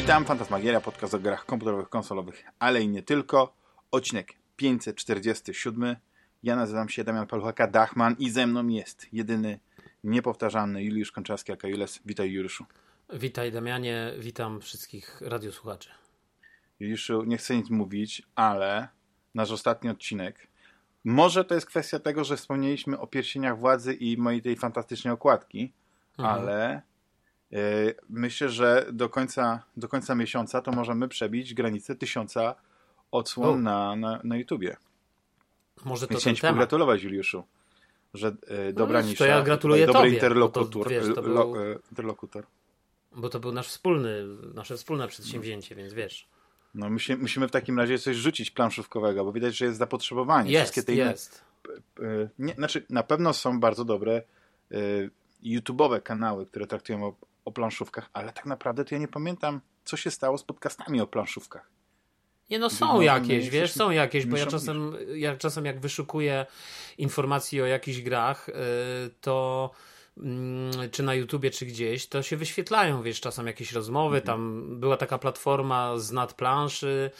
Witam, Fantasmagieria, podcast o grach komputerowych, konsolowych, ale i nie tylko. Odcinek 547. Ja nazywam się Damian Paluchaka-Dachman i ze mną jest jedyny, niepowtarzalny Juliusz Konczarski, aka Jules. Witaj, Juliuszu. Witaj, Damianie, witam wszystkich radiosłuchaczy. Juliuszu, nie chcę nic mówić, ale nasz ostatni odcinek, może to jest kwestia tego, że wspomnieliśmy o pierścieniach władzy i mojej tej fantastycznej okładki, ale myślę, że do końca miesiąca to możemy przebić granicę 1000 odsłon na YouTubie. Może to Więc ten chciałem ci temat. pogratulować, Juliuszu, że dobra nisza, to ja gratuluję dobry tobie, interlokutor, interlokutor. Bo to był nasze wspólne przedsięwzięcie, więc wiesz. No musimy w takim razie coś rzucić planszówkowego, bo widać, że jest zapotrzebowanie. Wszystkie te inne, znaczy na pewno są bardzo dobre YouTube'owe kanały, które traktują o planszówkach, ale tak naprawdę to ja nie pamiętam, co się stało z podcastami o planszówkach. Nie no, są jakieś, wiesz, są jakieś, bo ja czasem jak wyszukuję informacji o jakichś grach, to czy na YouTubie, czy gdzieś, to się wyświetlają, wiesz, czasem jakieś rozmowy, tam była taka platforma z nadplanszy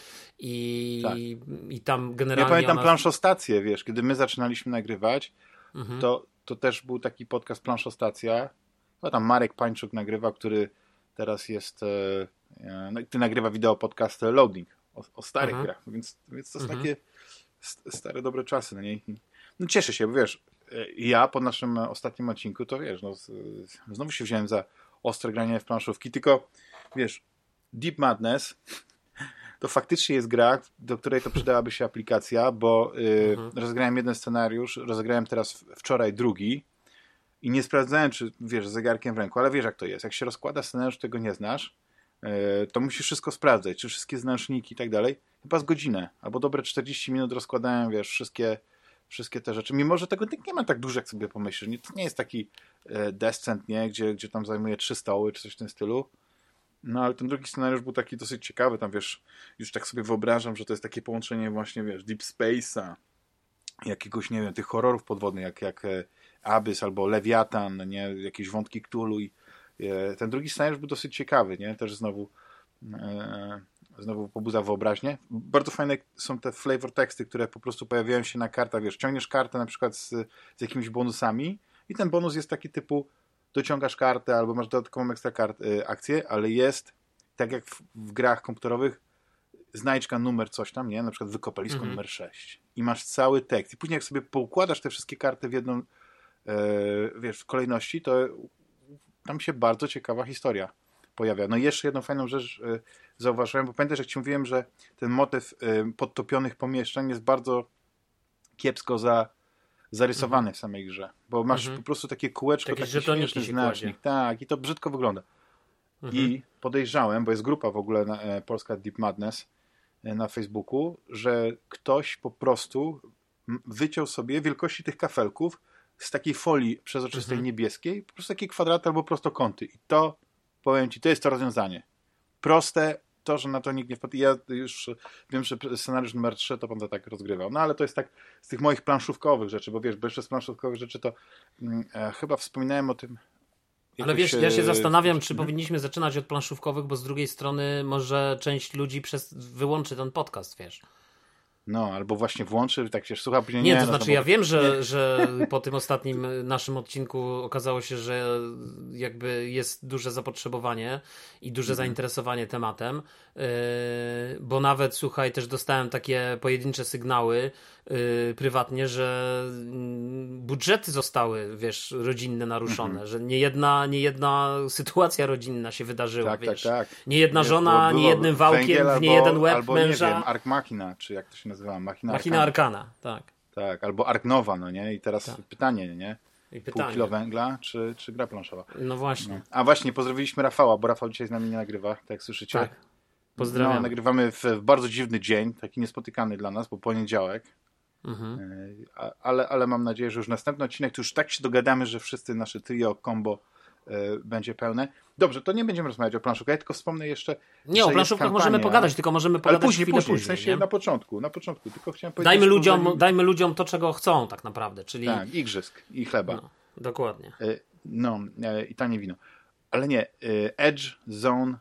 i tam generalnie... Ja pamiętam planszostację, wiesz, kiedy my zaczynaliśmy nagrywać, to też był taki podcast Planszostacja, chyba tam Marek Pańczuk nagrywa, który teraz jest, ty nagrywa wideo podcast Loading o starych grach, więc to są takie stare, dobre czasy. No, nie? No cieszę się, bo wiesz, ja po naszym ostatnim odcinku, to wiesz, no, znowu się wziąłem za ostre granie w planszówki, tylko wiesz, Deep Madness to faktycznie jest gra, do której to przydałaby się aplikacja, bo rozegrałem jeden scenariusz, rozegrałem teraz wczoraj drugi i nie sprawdzałem, czy wiesz, z zegarkiem w ręku, ale wiesz jak to jest, jak się rozkłada scenariusz, tego nie znasz, to musisz wszystko sprawdzać, czy wszystkie znaczniki i tak dalej, chyba z godzinę, albo dobre 40 minut rozkładałem, wiesz, wszystkie te rzeczy, mimo że tego nie ma tak dużo, jak sobie pomyślisz. To nie jest taki Descent, nie? Gdzie tam zajmuje 3 stoły, czy coś w tym stylu. No, ale ten drugi scenariusz był taki dosyć ciekawy, tam wiesz, już tak sobie wyobrażam, że to jest takie połączenie właśnie, wiesz, Deep Space'a, jakiegoś, nie wiem, tych horrorów podwodnych, jak Abyss albo Lewiatan, nie? Jakieś wątki Cthulhu i ten drugi scenariusz był dosyć ciekawy, nie? Też znowu pobudza wyobraźnię. Bardzo fajne są te flavor teksty, które po prostu pojawiają się na kartach. Wiesz, ciągniesz kartę na przykład z jakimiś bonusami i ten bonus jest taki typu dociągasz kartę albo masz dodatkową ekstra akcję, ale jest, tak jak w grach komputerowych, znajdźka numer coś tam, nie? Na przykład wykopalisko numer 6. I masz cały tekst. I później jak sobie poukładasz te wszystkie karty w jedną wiesz, w kolejności, to tam się bardzo ciekawa historia pojawia. No i jeszcze jedną fajną rzecz zauważyłem, bo pamiętasz, jak ci mówiłem, że ten motyw podtopionych pomieszczeń jest bardzo kiepsko zarysowany w samej grze, bo masz po prostu takie kółeczko, taki śmieszny znacznik. Tak, i to brzydko wygląda. I podejrzałem, bo jest grupa w ogóle polska Deep Madness na Facebooku, że ktoś po prostu wyciął sobie wielkości tych kafelków z takiej folii przezroczystej niebieskiej, po prostu takie kwadraty albo prostokąty. I to, powiem ci, to jest to rozwiązanie. Proste, to, że na to nikt nie wpadł. Ja już wiem, że scenariusz numer 3 to pan to tak rozgrywał. No ale to jest tak z tych moich planszówkowych rzeczy, bo wiesz, bo jeszcze z planszówkowych rzeczy to chyba wspominałem o tym. Ale wiesz, ja się zastanawiam, czy powinniśmy zaczynać od planszówkowych, bo z drugiej strony może część ludzi wyłączy ten podcast, wiesz. No, albo właśnie włączy, tak się słucha, później nie. To znaczy, ja wiem, że po tym ostatnim naszym odcinku okazało się, że jakby jest duże zapotrzebowanie i duże zainteresowanie tematem, bo nawet, słuchaj, też dostałem takie pojedyncze sygnały prywatnie, że budżety zostały, wiesz, rodzinne naruszone, że nie jedna sytuacja rodzinna się wydarzyła, tak, wiesz. Tak. Nie jedna żona, nie jednym wałkiem, nie jeden łeb albo, męża. Nie wiem, Ark Machina, czy jak to się nazywa? Machina Arkana, tak. Tak, albo Ark Nowa, no nie? I teraz pytanie, nie? Pół kilo węgla, czy gra planszowa? No właśnie. No. A właśnie, pozdrowiliśmy Rafała, bo Rafał dzisiaj z nami nie nagrywa, tak jak słyszycie. Tak, pozdrawiam. No, nagrywamy w bardzo dziwny dzień, taki niespotykany dla nas, bo poniedziałek. Ale mam nadzieję, że już następny odcinek, to już tak się dogadamy, że wszyscy nasze trio, combo będzie pełne. Dobrze, to nie będziemy rozmawiać o planszówkach, ja tylko wspomnę jeszcze, nie, o planszówkach możemy pogadać, tylko możemy pogadać później, później. W sensie na początku, tylko chciałem powiedzieć... Dajmy ludziom to, czego chcą tak naprawdę, czyli... Tak, igrzysk i chleba. No, dokładnie. I tanie wino. Ale nie, Edge Zone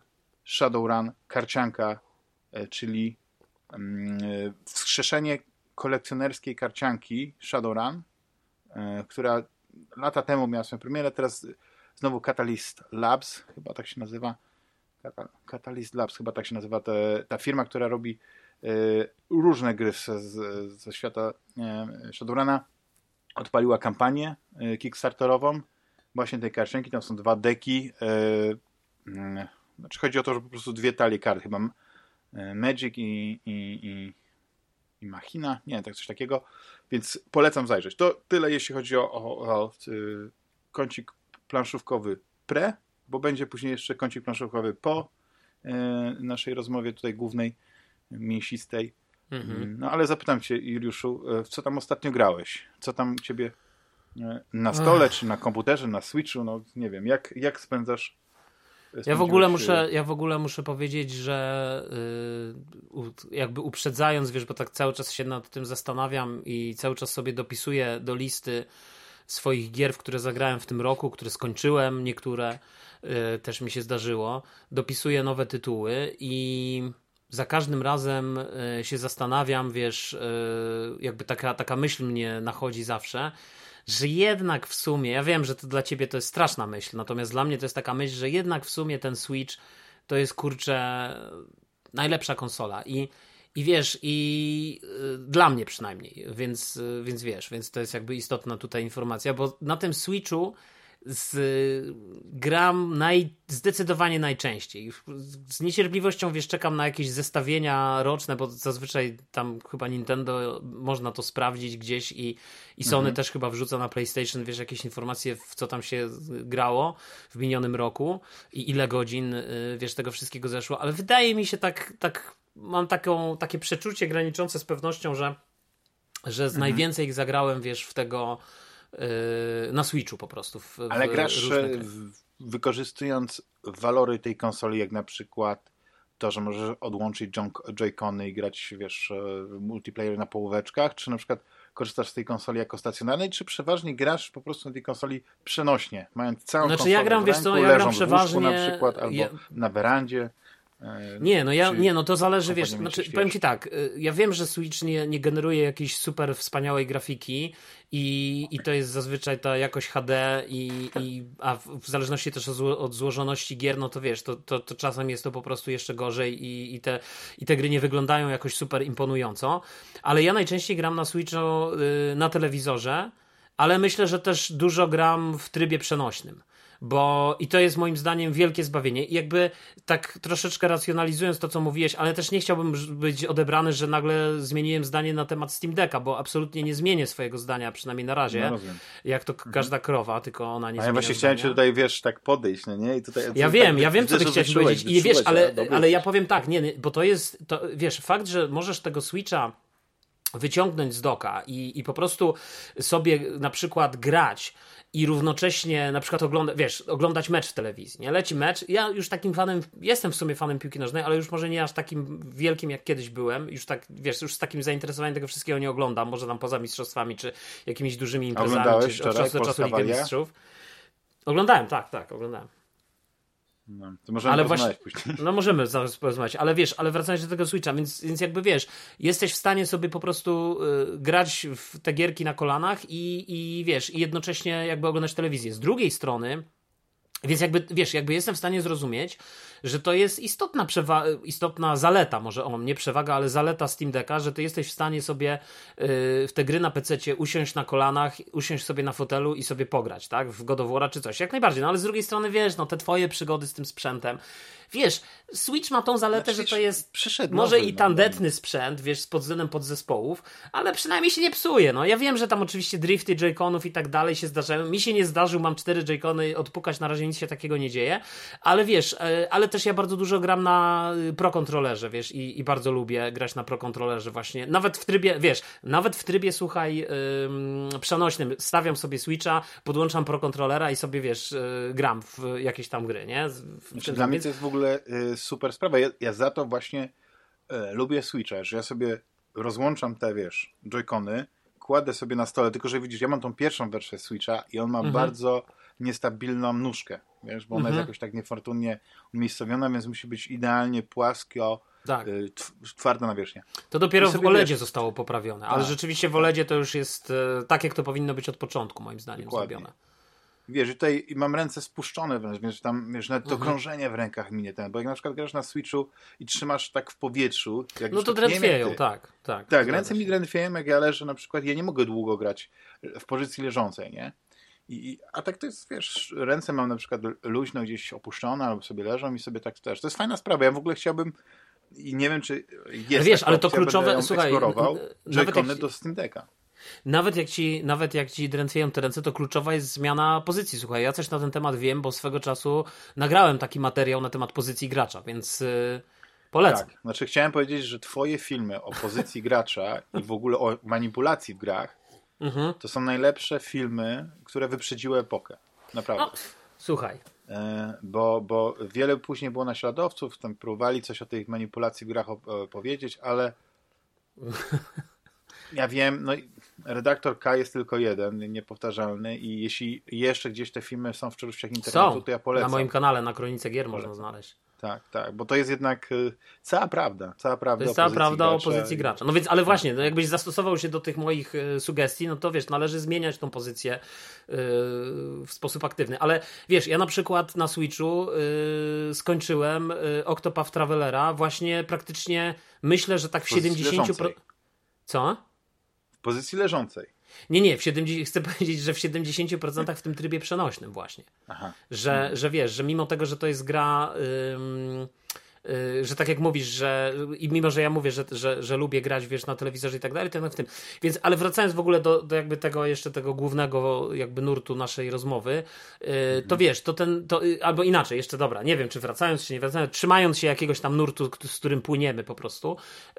Shadowrun, karcianka, czyli wskrzeszenie kolekcjonerskiej karcianki Shadowrun, która lata temu miała swoją premierę, teraz znowu Catalyst Labs, chyba tak się nazywa. Catalyst Labs, chyba tak się nazywa ta firma, która robi różne gry ze świata Shadowruna, odpaliła kampanię kickstarterową właśnie tej karcianki. Tam są 2 deki. Znaczy chodzi o to, że po prostu 2 talie kart. Chyba Magic i Machina. Nie, tak coś takiego. Więc polecam zajrzeć. To tyle, jeśli chodzi o kącik planszówkowy pre, bo będzie później jeszcze kącik planszówkowy po naszej rozmowie tutaj głównej, mięsistej. No ale zapytam cię, Juliuszu, w co tam ostatnio grałeś? Co tam u ciebie na stole, czy na komputerze, na Switchu? No nie wiem, jak spędzasz? Ja w ogóle muszę powiedzieć, że jakby uprzedzając, wiesz, bo tak cały czas się nad tym zastanawiam i cały czas sobie dopisuję do listy swoich gier, w które zagrałem w tym roku, które skończyłem, niektóre też mi się zdarzyło. Dopisuję nowe tytuły i za każdym razem się zastanawiam, wiesz, jakby taka myśl mnie nachodzi zawsze, że jednak w sumie, ja wiem, że to dla ciebie to jest straszna myśl, natomiast dla mnie to jest taka myśl, że jednak w sumie ten Switch to jest, kurczę, najlepsza konsola i wiesz, dla mnie przynajmniej, więc wiesz, więc to jest jakby istotna tutaj informacja, bo na tym Switchu gram zdecydowanie najczęściej. Z niecierpliwością, wiesz, czekam na jakieś zestawienia roczne, bo zazwyczaj tam chyba Nintendo można to sprawdzić gdzieś i Sony też chyba wrzuca na PlayStation, wiesz, jakieś informacje, w co tam się grało w minionym roku i ile godzin, wiesz, tego wszystkiego zeszło, ale wydaje mi się tak mam takie przeczucie graniczące z pewnością, że najwięcej ich zagrałem, wiesz, w tego na Switchu po prostu. Ale grasz wykorzystując walory tej konsoli, jak na przykład to, że możesz odłączyć Joy-Cony i grać, wiesz, multiplayer na połóweczkach, czy na przykład korzystasz z tej konsoli jako stacjonarnej, czy przeważnie grasz po prostu na tej konsoli przenośnie, mając całą konsolę ja gram, w ręku, wiesz co, ja gram przeważnie na przykład, albo na werandzie. No to zależy, wiesz, znaczy, powiem ci tak, ja wiem, że Switch nie generuje jakiejś super wspaniałej grafiki i to jest zazwyczaj ta jakość HD a w zależności też od złożoności gier, no to wiesz, to czasem jest to po prostu jeszcze gorzej i te gry nie wyglądają jakoś super imponująco, ale ja najczęściej gram na Switchu na telewizorze, ale myślę, że też dużo gram w trybie przenośnym. I to jest moim zdaniem wielkie zbawienie. I jakby tak troszeczkę racjonalizując to, co mówiłeś, ale też nie chciałbym być odebrany, że nagle zmieniłem zdanie na temat Steam Decka, bo absolutnie nie zmienię swojego zdania, przynajmniej na razie. No, jak to każda krowa, tylko ona nie zmienia. Ja właśnie chciałem cię tutaj, wiesz, tak podejść, no nie? I tutaj, ja wiem, co ty chciałeś powiedzieć. I wiesz, ale ja powiem tak, bo to jest, wiesz, fakt, że możesz tego Switcha wyciągnąć z docka i po prostu sobie na przykład grać i równocześnie na przykład oglądać mecz w telewizji. Nie? Leci mecz. Ja już takim fanem, jestem w sumie fanem piłki nożnej, ale już może nie aż takim wielkim, jak kiedyś byłem. Już tak, wiesz, już z takim zainteresowaniem tego wszystkiego nie oglądam. Może tam poza mistrzostwami, czy jakimiś dużymi imprezami, czy od czasu do czasu Ligę Mistrzów. Oglądałem, tak, oglądałem. No, to możemy porozmawiać później. No możemy zaraz porozmawiać, ale wiesz, wracając do tego Switcha, więc jakby wiesz, jesteś w stanie sobie po prostu grać w te gierki na kolanach i wiesz, i jednocześnie jakby oglądać telewizję. Z drugiej strony, więc jakby, wiesz, jakby jestem w stanie zrozumieć, że to jest istotna zaleta, może nie przewaga, ale zaleta Steam Decka, że ty jesteś w stanie sobie w te gry na PC-cie usiąść na kolanach, usiąść sobie na fotelu i sobie pograć, tak? W God of War'a czy coś. Jak najbardziej, no ale z drugiej strony, wiesz, no te twoje przygody z tym sprzętem. Wiesz, Switch ma tą zaletę, że to jest może i tandetny sprzęt, wiesz, pod względem podzespołów, ale przynajmniej się nie psuje, no. Ja wiem, że tam oczywiście drifty Joy-Conów i tak dalej się zdarzają. Mi się nie zdarzył, mam 4 Joy-Cony, odpukać na razie nic się takiego nie dzieje, ale wiesz, ale też ja bardzo dużo gram na Pro Controllerze, wiesz, i bardzo lubię grać na Pro Controllerze właśnie. Nawet w trybie, słuchaj, przenośnym. Stawiam sobie Switcha, podłączam Pro Controllera i sobie, wiesz, gram w jakieś tam gry, nie? Dla mnie to jest w ogóle super sprawa. Ja za to właśnie lubię Switcha, że ja sobie rozłączam te, wiesz, Joy-Cony, kładę sobie na stole, tylko że widzisz, ja mam tą pierwszą wersję Switcha i on ma bardzo niestabilną nóżkę. wiesz, bo ona jest jakoś tak niefortunnie umiejscowiona, więc musi być idealnie płasko, tak. Twarda nawierzchnia. To dopiero w OLEDzie zostało poprawione, ale rzeczywiście w OLEDzie to już jest tak, jak to powinno być od początku, moim zdaniem, zrobione. Wiesz, tutaj mam ręce spuszczone wręcz, więc tam, wiesz, nawet to krążenie w rękach minie ten, bo jak na przykład grasz na Switchu i trzymasz tak w powietrzu, jak no to drętwieją, tak. Tak, ręce mi drętwieją, jak ja leżę na przykład, ja nie mogę długo grać w pozycji leżącej, nie? A tak to jest, wiesz, ręce mam na przykład luźno gdzieś opuszczone, albo sobie leżą i sobie tak też. To jest fajna sprawa, ja w ogóle chciałbym i nie wiem, czy jest wiesz, taka ale to opcja, kluczowe, słuchaj, Joy-Cony do Steam Decka. Nawet jak ci drętwieją te ręce, to kluczowa jest zmiana pozycji. Słuchaj, ja coś na ten temat wiem, bo swego czasu nagrałem taki materiał na temat pozycji gracza, więc polecam. Tak, znaczy chciałem powiedzieć, że twoje filmy o pozycji gracza i w ogóle o manipulacji w grach to są najlepsze filmy, które wyprzedziły epokę. Naprawdę. No, słuchaj. Bo wiele później było naśladowców, tam próbowali coś o tej manipulacji w grach powiedzieć, ale ja wiem, no redaktor K jest tylko jeden, niepowtarzalny i jeśli jeszcze gdzieś te filmy są w czeluściach internetu, to ja polecam. Na moim kanale, na Kronice Gier można znaleźć. Tak, bo to jest jednak cała prawda. To jest cała prawda o pozycji gracza. No więc, ale właśnie, no jakbyś zastosował się do tych moich sugestii, no to wiesz, należy zmieniać tą pozycję w sposób aktywny. Ale wiesz, ja na przykład na Switchu skończyłem Octopath Travelera właśnie praktycznie, myślę, że tak w 70%... Co? W pozycji leżącej. Nie, chcę powiedzieć, że w 70% w tym trybie przenośnym właśnie. Aha. Że wiesz, że mimo tego, że to jest gra, że tak jak mówisz, i mimo, że ja mówię, że lubię grać, wiesz, na telewizorze i tak dalej, to jednak w tym. Więc, ale wracając w ogóle do jakby tego głównego jakby nurtu naszej rozmowy, to wiesz, albo inaczej, jeszcze dobra, nie wiem, czy wracając, czy nie wracając, trzymając się jakiegoś tam nurtu, z którym płyniemy po prostu,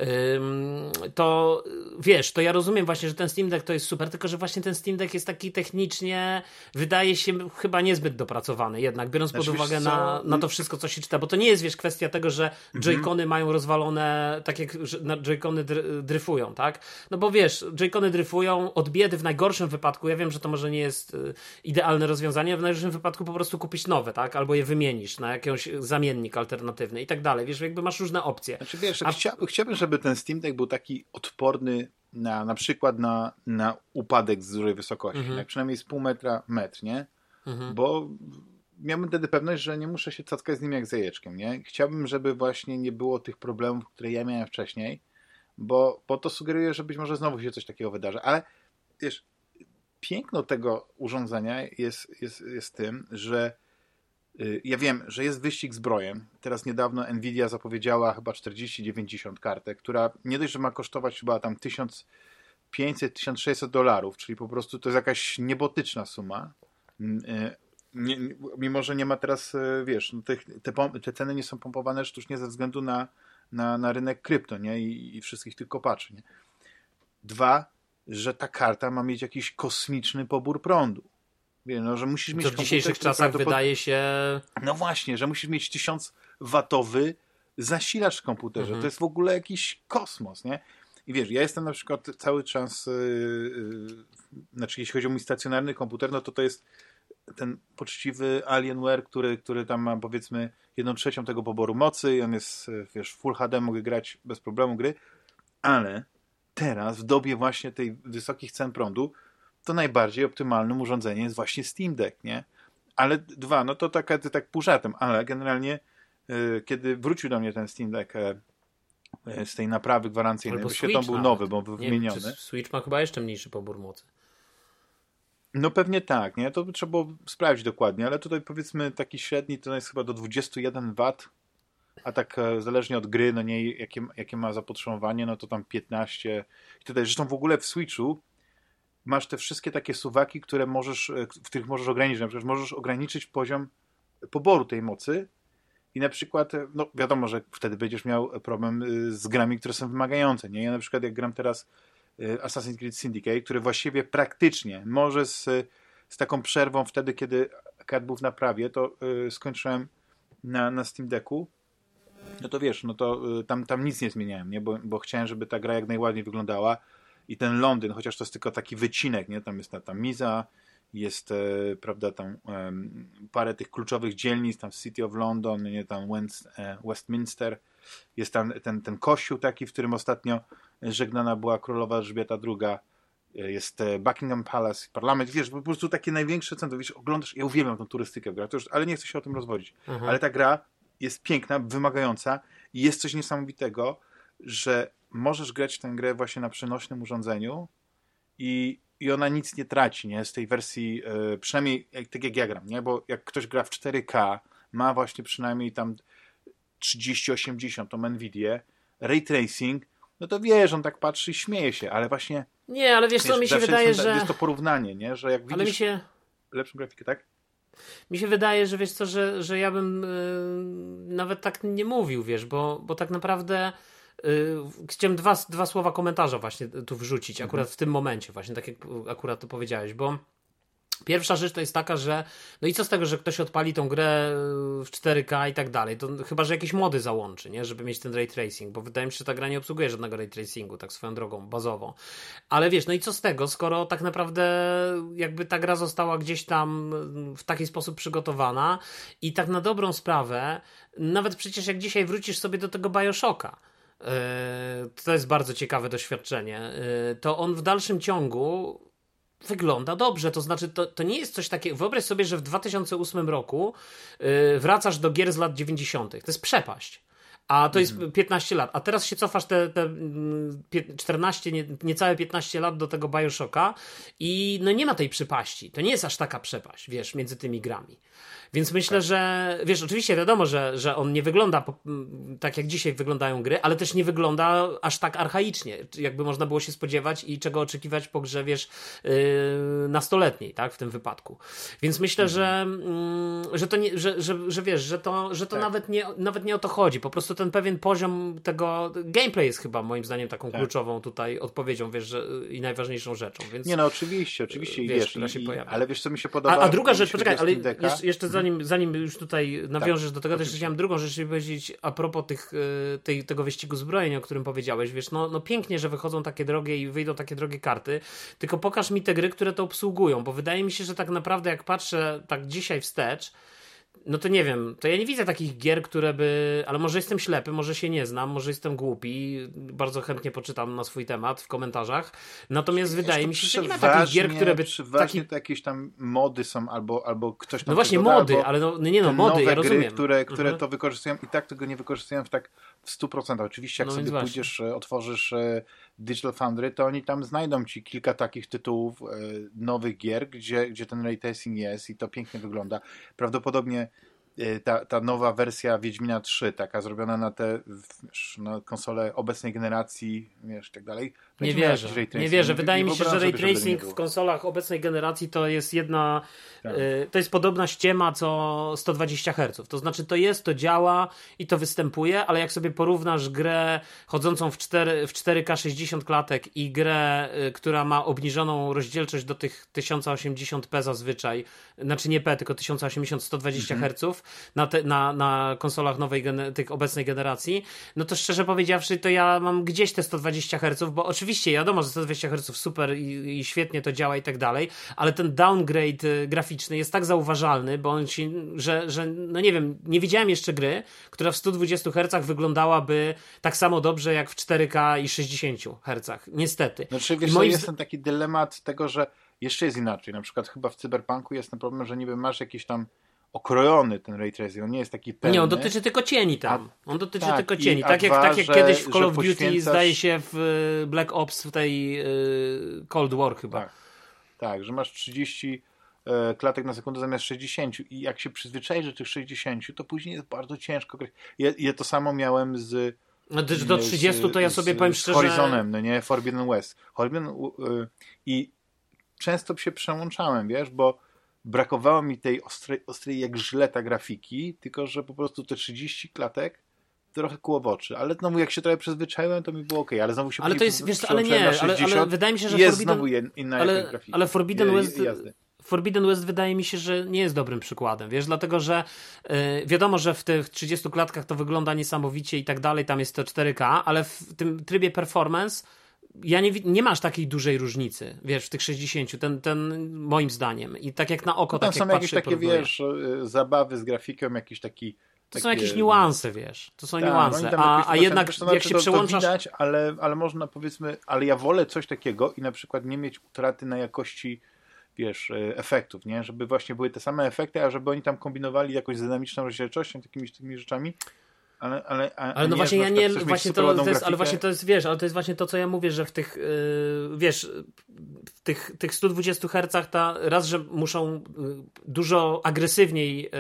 to wiesz, to ja rozumiem właśnie, że ten Steam Deck to jest super, tylko że właśnie ten Steam Deck jest taki technicznie, wydaje się chyba niezbyt dopracowany jednak, biorąc pod uwagę na to wszystko, co się czyta, bo to nie jest, wiesz, kwestia tego, że Joy-Cony mają rozwalone, tak jak Joy-Cony dryfują, tak? No bo wiesz, Joy-Cony dryfują od biedy w najgorszym wypadku, ja wiem, że to może nie jest idealne rozwiązanie, w najgorszym wypadku po prostu kupić nowe, tak? Albo je wymienisz na jakiś zamiennik alternatywny i tak dalej, wiesz, jakby masz różne opcje. Znaczy wiesz, chciałbym, żeby ten Steam Deck był taki odporny na przykład na upadek z dużej wysokości, jak przynajmniej z pół metra, metr, nie? Bo miałbym wtedy pewność, że nie muszę się cackać z nim jak z jajeczkiem, nie? Chciałbym, żeby właśnie nie było tych problemów, które ja miałem wcześniej, bo to sugeruje, że być może znowu się coś takiego wydarzy. Ale wiesz, piękno tego urządzenia jest tym, że ja wiem, że jest wyścig zbrojen. Teraz niedawno Nvidia zapowiedziała chyba 4090 kartę, która nie dość, że ma kosztować chyba tam $1500-1600, czyli po prostu to jest jakaś niebotyczna suma. Mimo, że nie ma teraz, wiesz, no te ceny nie są pompowane sztucznie ze względu na rynek krypto, nie? I wszystkich tych kopaczy, nie? 2, że ta karta ma mieć jakiś kosmiczny pobór prądu. Wie, no, że musisz mieć w dzisiejszych czasach wydaje się... No właśnie, że musisz mieć 1000-watowy zasilacz w komputerze. To jest w ogóle jakiś kosmos, nie? I wiesz, ja jestem na przykład cały czas, znaczy jeśli chodzi o mój stacjonarny komputer, no to jest ten poczciwy Alienware, który tam ma powiedzmy 1/3 tego poboru mocy i on jest, wiesz, Full HD, mogę grać bez problemu gry, ale teraz w dobie właśnie tej wysokich cen prądu to najbardziej optymalnym urządzeniem jest właśnie Steam Deck, nie? Ale 2, no to tak pół żartem, ale generalnie kiedy wrócił do mnie ten Steam Deck z tej naprawy gwarancyjnej, bo świetnie był nowy, bo był wymieniony. Switch ma chyba jeszcze mniejszy pobór mocy. No pewnie tak, nie? To trzeba było sprawdzić dokładnie, ale tutaj powiedzmy taki średni to jest chyba do 21 W, a tak zależnie od gry, no nie, jakie ma zapotrzebowanie, no to tam 15. I tutaj zresztą w ogóle w Switchu masz te wszystkie takie suwaki, w których możesz ograniczyć. Na przykład możesz ograniczyć poziom poboru tej mocy i na przykład, no wiadomo, że wtedy będziesz miał problem z grami, które są wymagające, nie? Ja na przykład jak gram teraz Assassin's Creed Syndicate, który właściwie praktycznie może z taką przerwą wtedy, kiedy akad był w naprawie, to skończyłem na Steam Decku, no to wiesz, no to tam nic nie zmieniałem, nie? Bo chciałem, żeby ta gra jak najładniej wyglądała i ten Londyn, chociaż to jest tylko taki wycinek, nie? Tam jest ta miza jest, prawda, tam parę tych kluczowych dzielnic, tam City of London, nie, tam Westminster, jest tam ten kościół taki, w którym ostatnio żegnana była królowa Elżbieta II, jest Buckingham Palace, parlament, wiesz, po prostu takie największe centrum, wiesz, oglądasz, ja uwielbiam tą turystykę w grach, ale nie chcę się o tym rozwodzić, ale ta gra jest piękna, wymagająca i jest coś niesamowitego, że możesz grać w tę grę właśnie na przenośnym urządzeniu i ona nic nie traci, nie? Z tej wersji, przynajmniej tak jak ja gram, nie? Bo jak ktoś gra w 4K, ma właśnie przynajmniej tam 3080, tą Nvidię, ray tracing, no to wiesz, on tak patrzy i śmieje się, ale właśnie... Nie, ale wiesz co, mi się wydaje, że... Jest to porównanie, nie? Że jak widzisz lepszą grafikę, tak? Mi się wydaje, że wiesz co, że ja bym nawet tak nie mówił, wiesz, bo tak naprawdę chciałem dwa słowa komentarza właśnie tu wrzucić, akurat w tym momencie, właśnie tak jak akurat to powiedziałeś, bo pierwsza rzecz to jest taka, że no i co z tego, że ktoś odpali tą grę w 4K i tak dalej, to chyba, że jakieś mody załączy, nie, żeby mieć ten ray tracing, bo wydaje mi się, że ta gra nie obsługuje żadnego ray tracingu, tak swoją drogą, bazowo. Ale wiesz, no i co z tego, skoro tak naprawdę jakby ta gra została gdzieś tam w taki sposób przygotowana i tak na dobrą sprawę, nawet przecież jak dzisiaj wrócisz sobie do tego BioShocka, to jest bardzo ciekawe doświadczenie, to on w dalszym ciągu wygląda dobrze, to znaczy to nie jest coś takiego, wyobraź sobie, że w 2008 roku wracasz do gier z lat 90. To jest przepaść. A to jest 15 lat. A teraz się cofasz te 14, niecałe 15 lat do tego BioShocka i no nie ma tej przepaści. To nie jest aż taka przepaść, wiesz, między tymi grami. Więc myślę, że wiesz, oczywiście wiadomo, że on nie wygląda tak jak dzisiaj wyglądają gry, ale też nie wygląda aż tak archaicznie, jakby można było się spodziewać i czego oczekiwać po grze, wiesz, nastoletniej, tak, w tym wypadku. Więc myślę, że to nie, że wiesz, że to tak. nawet nie o to chodzi. Po prostu ten pewien poziom tego gameplay jest chyba moim zdaniem taką kluczową tutaj odpowiedzią, wiesz, i najważniejszą rzeczą. Więc, nie no, oczywiście wiesz, ale wiesz, co mi się podoba. A druga rzecz, poczekaj, ale jeszcze zanim już tutaj nawiążesz do tego, to jeszcze chciałem drugą rzecz powiedzieć a propos tego wyścigu zbrojeń, o którym powiedziałeś, wiesz, no pięknie, że wychodzą takie drogie i wyjdą takie drogie karty, tylko pokaż mi te gry, które to obsługują, bo wydaje mi się, że tak naprawdę jak patrzę tak dzisiaj wstecz, no to nie wiem, to ja nie widzę takich gier, które by... Ale może jestem ślepy, może się nie znam, może jestem głupi. Bardzo chętnie poczytam na swój temat w komentarzach. Natomiast wydaje mi się, że nie ma takich gier, które by... Przeważnie to jakieś tam mody są, albo ktoś tam... No właśnie mody, ale mody, ja rozumiem. które to wykorzystują i tak tego nie wykorzystują w 100%. Oczywiście jak sobie pójdziesz, otworzysz Digital Foundry, to oni tam znajdą ci kilka takich tytułów nowych gier, gdzie ten ray tracing jest i to pięknie wygląda. Prawdopodobnie ta nowa wersja Wiedźmina 3, taka zrobiona na te konsole obecnej generacji, wiesz, i tak dalej. Nie wierzę. Wydaje mi się, że ray tracing w konsolach obecnej generacji to jest to jest podobna ściema co 120 Hz. To znaczy to działa i to występuje, ale jak sobie porównasz grę chodzącą w 4K 60 klatek i grę, która ma obniżoną rozdzielczość do tych 1080p zazwyczaj, znaczy nie P, tylko 1080 120 Hz na konsolach tych obecnej generacji, no to szczerze powiedziawszy, to ja mam gdzieś te 120 Hz, bo oczywiście wiadomo, że 120 Hz super i świetnie to działa i tak dalej, ale ten downgrade graficzny jest tak zauważalny, bo on się, że no nie wiem, nie widziałem jeszcze gry, która w 120 Hz wyglądałaby tak samo dobrze jak w 4K i 60 Hz. Niestety. Znaczy, wiesz, jest ten taki dylemat tego, że jeszcze jest inaczej. Na przykład chyba w Cyberpunku jest ten problem, że niby masz jakiś tam okrojony ten ray tracing, on nie jest taki pełny. Nie, on dotyczy tylko cieni tam. Tylko cieni. Tak jak kiedyś w Call of Duty, zdaje się w Black Ops, w tej Cold War chyba. Tak, że masz 30 klatek na sekundę zamiast 60 i jak się przyzwyczaisz do tych 60, to później jest bardzo ciężko. Ja to samo miałem z do 30 to ja sobie powiem szczerze... Horizonem, no nie? Forbidden West. I często się przełączałem, wiesz, bo brakowało mi tej ostrej jak żyleta grafiki, tylko że po prostu te 30 klatek trochę kłowoczy, ale znowu jak się trochę przyzwyczaiłem, to mi było okej, ale znowu się ale to jest, wiesz, ale nie, ale wydaje mi się, że jest znowu inna grafika. Ale Forbidden West wydaje mi się, że nie jest dobrym przykładem, wiesz, dlatego, że wiadomo, że w tych 30 klatkach to wygląda niesamowicie i tak dalej, tam jest to 4K, ale w tym trybie performance ja nie masz takiej dużej różnicy, wiesz, w tych 60, moim zdaniem. I tak jak na oko, tam tak są jak jakieś takie, wiesz, zabawy z grafiką, jakiś taki... To są jakieś niuanse, wiesz. To są niuanse. A jednak jak się przełączasz... To widać, ale można powiedzmy... Ale ja wolę coś takiego i na przykład nie mieć utraty na jakości, wiesz, efektów, nie? Żeby właśnie były te same efekty, a żeby oni tam kombinowali jakąś z dynamiczną rozdzielczością, takimi rzeczami. Ale no właśnie ja nie, właśnie to jest, ale właśnie to jest, wiesz, ale to jest właśnie to, co ja mówię, że w tych, wiesz, w tych 120 Hz raz, że muszą dużo agresywniej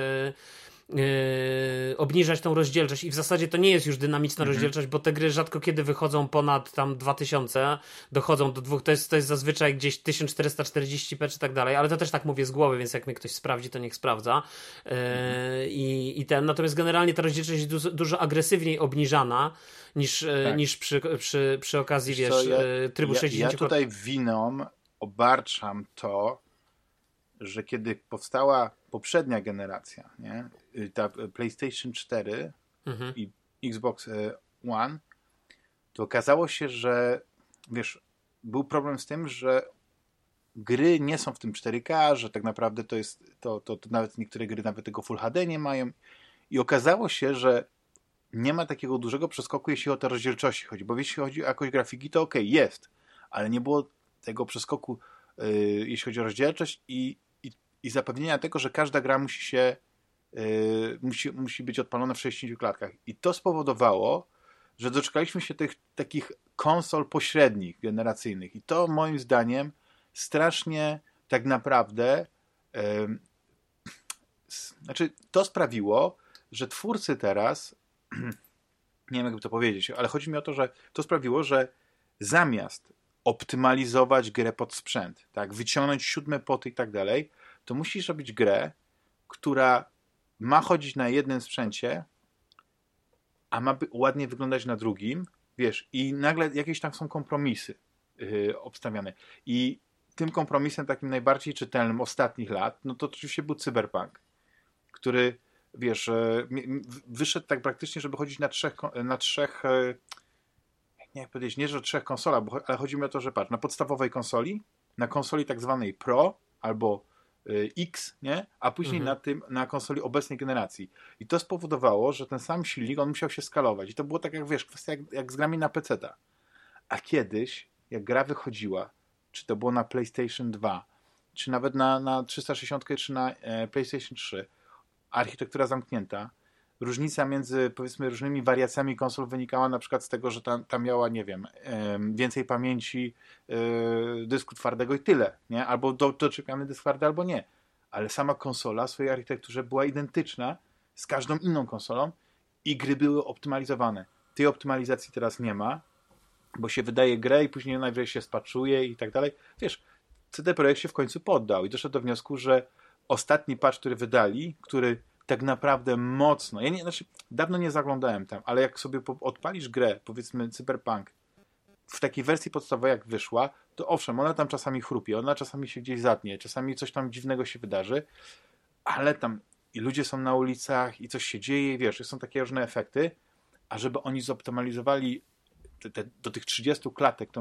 obniżać tą rozdzielczość i w zasadzie to nie jest już dynamiczna rozdzielczość, bo te gry rzadko kiedy wychodzą ponad tam 2000, dochodzą do 2, to jest zazwyczaj gdzieś 1440p czy tak dalej, ale to też tak mówię z głowy, więc jak mnie ktoś sprawdzi, to niech sprawdza. Natomiast generalnie ta rozdzielczość jest dużo agresywniej obniżana niż przy okazji, wiesz, trybu 60. Ja tutaj winą obarczam to, że kiedy powstała poprzednia generacja, nie? Ta PlayStation 4 i Xbox One, to okazało się, że wiesz, był problem z tym, że gry nie są w tym 4K, że tak naprawdę to nawet niektóre gry nawet tego Full HD nie mają i okazało się, że nie ma takiego dużego przeskoku, jeśli o te rozdzielczości chodzi, bo jeśli chodzi o jakość grafiki, to okej, jest, ale nie było tego przeskoku, jeśli chodzi o rozdzielczość i zapewnienia tego, że każda gra musi być odpalona w 60 klatkach. I to spowodowało, że doczekaliśmy się tych takich konsol pośrednich, generacyjnych. I to moim zdaniem strasznie tak naprawdę znaczy to sprawiło, że twórcy teraz nie wiem jakby to powiedzieć, ale chodzi mi o to, że to sprawiło, że zamiast optymalizować grę pod sprzęt, tak, wyciągnąć 7 poty i tak dalej, to musisz robić grę, która ma chodzić na jednym sprzęcie, a ma ładnie wyglądać na drugim, wiesz, i nagle jakieś tam są kompromisy obstawiane. I tym kompromisem takim najbardziej czytelnym ostatnich lat, no to oczywiście był Cyberpunk, który, wiesz, wyszedł tak praktycznie, żeby chodzić na trzech nie jak powiedzieć, nie że 3 konsolach, ale chodzi mi o to, że patrz, na podstawowej konsoli, na konsoli tak zwanej Pro albo X, nie? A później na konsoli obecnej generacji. I to spowodowało, że ten sam silnik, on musiał się skalować. I to było tak jak, wiesz, kwestia jak z grami na PC-ta. A kiedyś, jak gra wychodziła, czy to było na PlayStation 2, czy nawet na 360, czy na PlayStation 3, architektura zamknięta, różnica między, powiedzmy, różnymi wariacjami konsol wynikała na przykład z tego, że ta miała, nie wiem, więcej pamięci dysku twardego i tyle, nie? Albo doczepiamy dysk twardy, albo nie. Ale sama konsola w swojej architekturze była identyczna z każdą inną konsolą i gry były optymalizowane. Tej optymalizacji teraz nie ma, bo się wydaje grę i później najwyżej się spaczuje i tak dalej. Wiesz, CD Projekt się w końcu poddał i doszedł do wniosku, że ostatni patch, który wydali, który tak naprawdę mocno, dawno nie zaglądałem tam, ale jak sobie odpalisz grę, powiedzmy Cyberpunk, w takiej wersji podstawowej jak wyszła, to owszem, ona tam czasami chrupie, ona czasami się gdzieś zatnie, czasami coś tam dziwnego się wydarzy, ale tam i ludzie są na ulicach i coś się dzieje, wiesz, są takie różne efekty, a żeby oni zoptymalizowali do tych 30 klatek,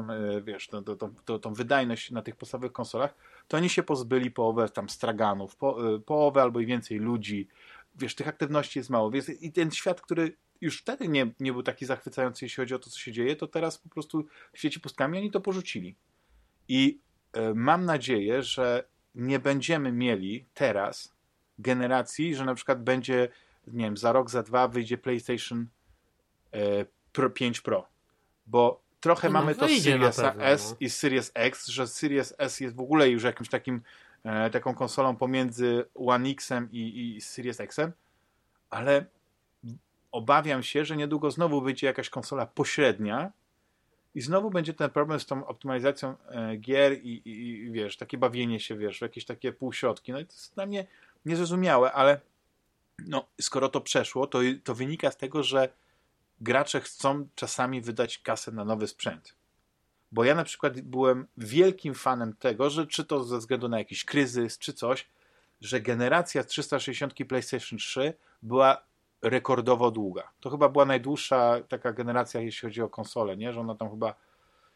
tą wydajność na tych podstawowych konsolach, to oni się pozbyli połowę tam straganów, połowę albo i więcej ludzi, wiesz, tych aktywności jest mało. Wiesz, i ten świat, który już wtedy nie był taki zachwycający, jeśli chodzi o to, co się dzieje, to teraz po prostu świeci pustkami, oni to porzucili. I mam nadzieję, że nie będziemy mieli teraz generacji, że na przykład będzie, nie wiem, za rok, za 2 wyjdzie PlayStation 5 Pro. Bo trochę mamy to Series S i Series X, że Series S jest w ogóle już jakimś taką konsolą pomiędzy One X-em i Series X-em, ale obawiam się, że niedługo znowu wyjdzie jakaś konsola pośrednia i znowu będzie ten problem z tą optymalizacją gier i wiesz, takie bawienie się, wiesz, jakieś takie półśrodki. No i to jest dla mnie niezrozumiałe, ale no, skoro to przeszło, to wynika z tego, że gracze chcą czasami wydać kasę na nowy sprzęt. Bo ja na przykład byłem wielkim fanem tego, że czy to ze względu na jakiś kryzys, czy coś, że generacja 360 PlayStation 3 była rekordowo długa. To chyba była najdłuższa taka generacja, jeśli chodzi o konsolę, nie? Że ona tam chyba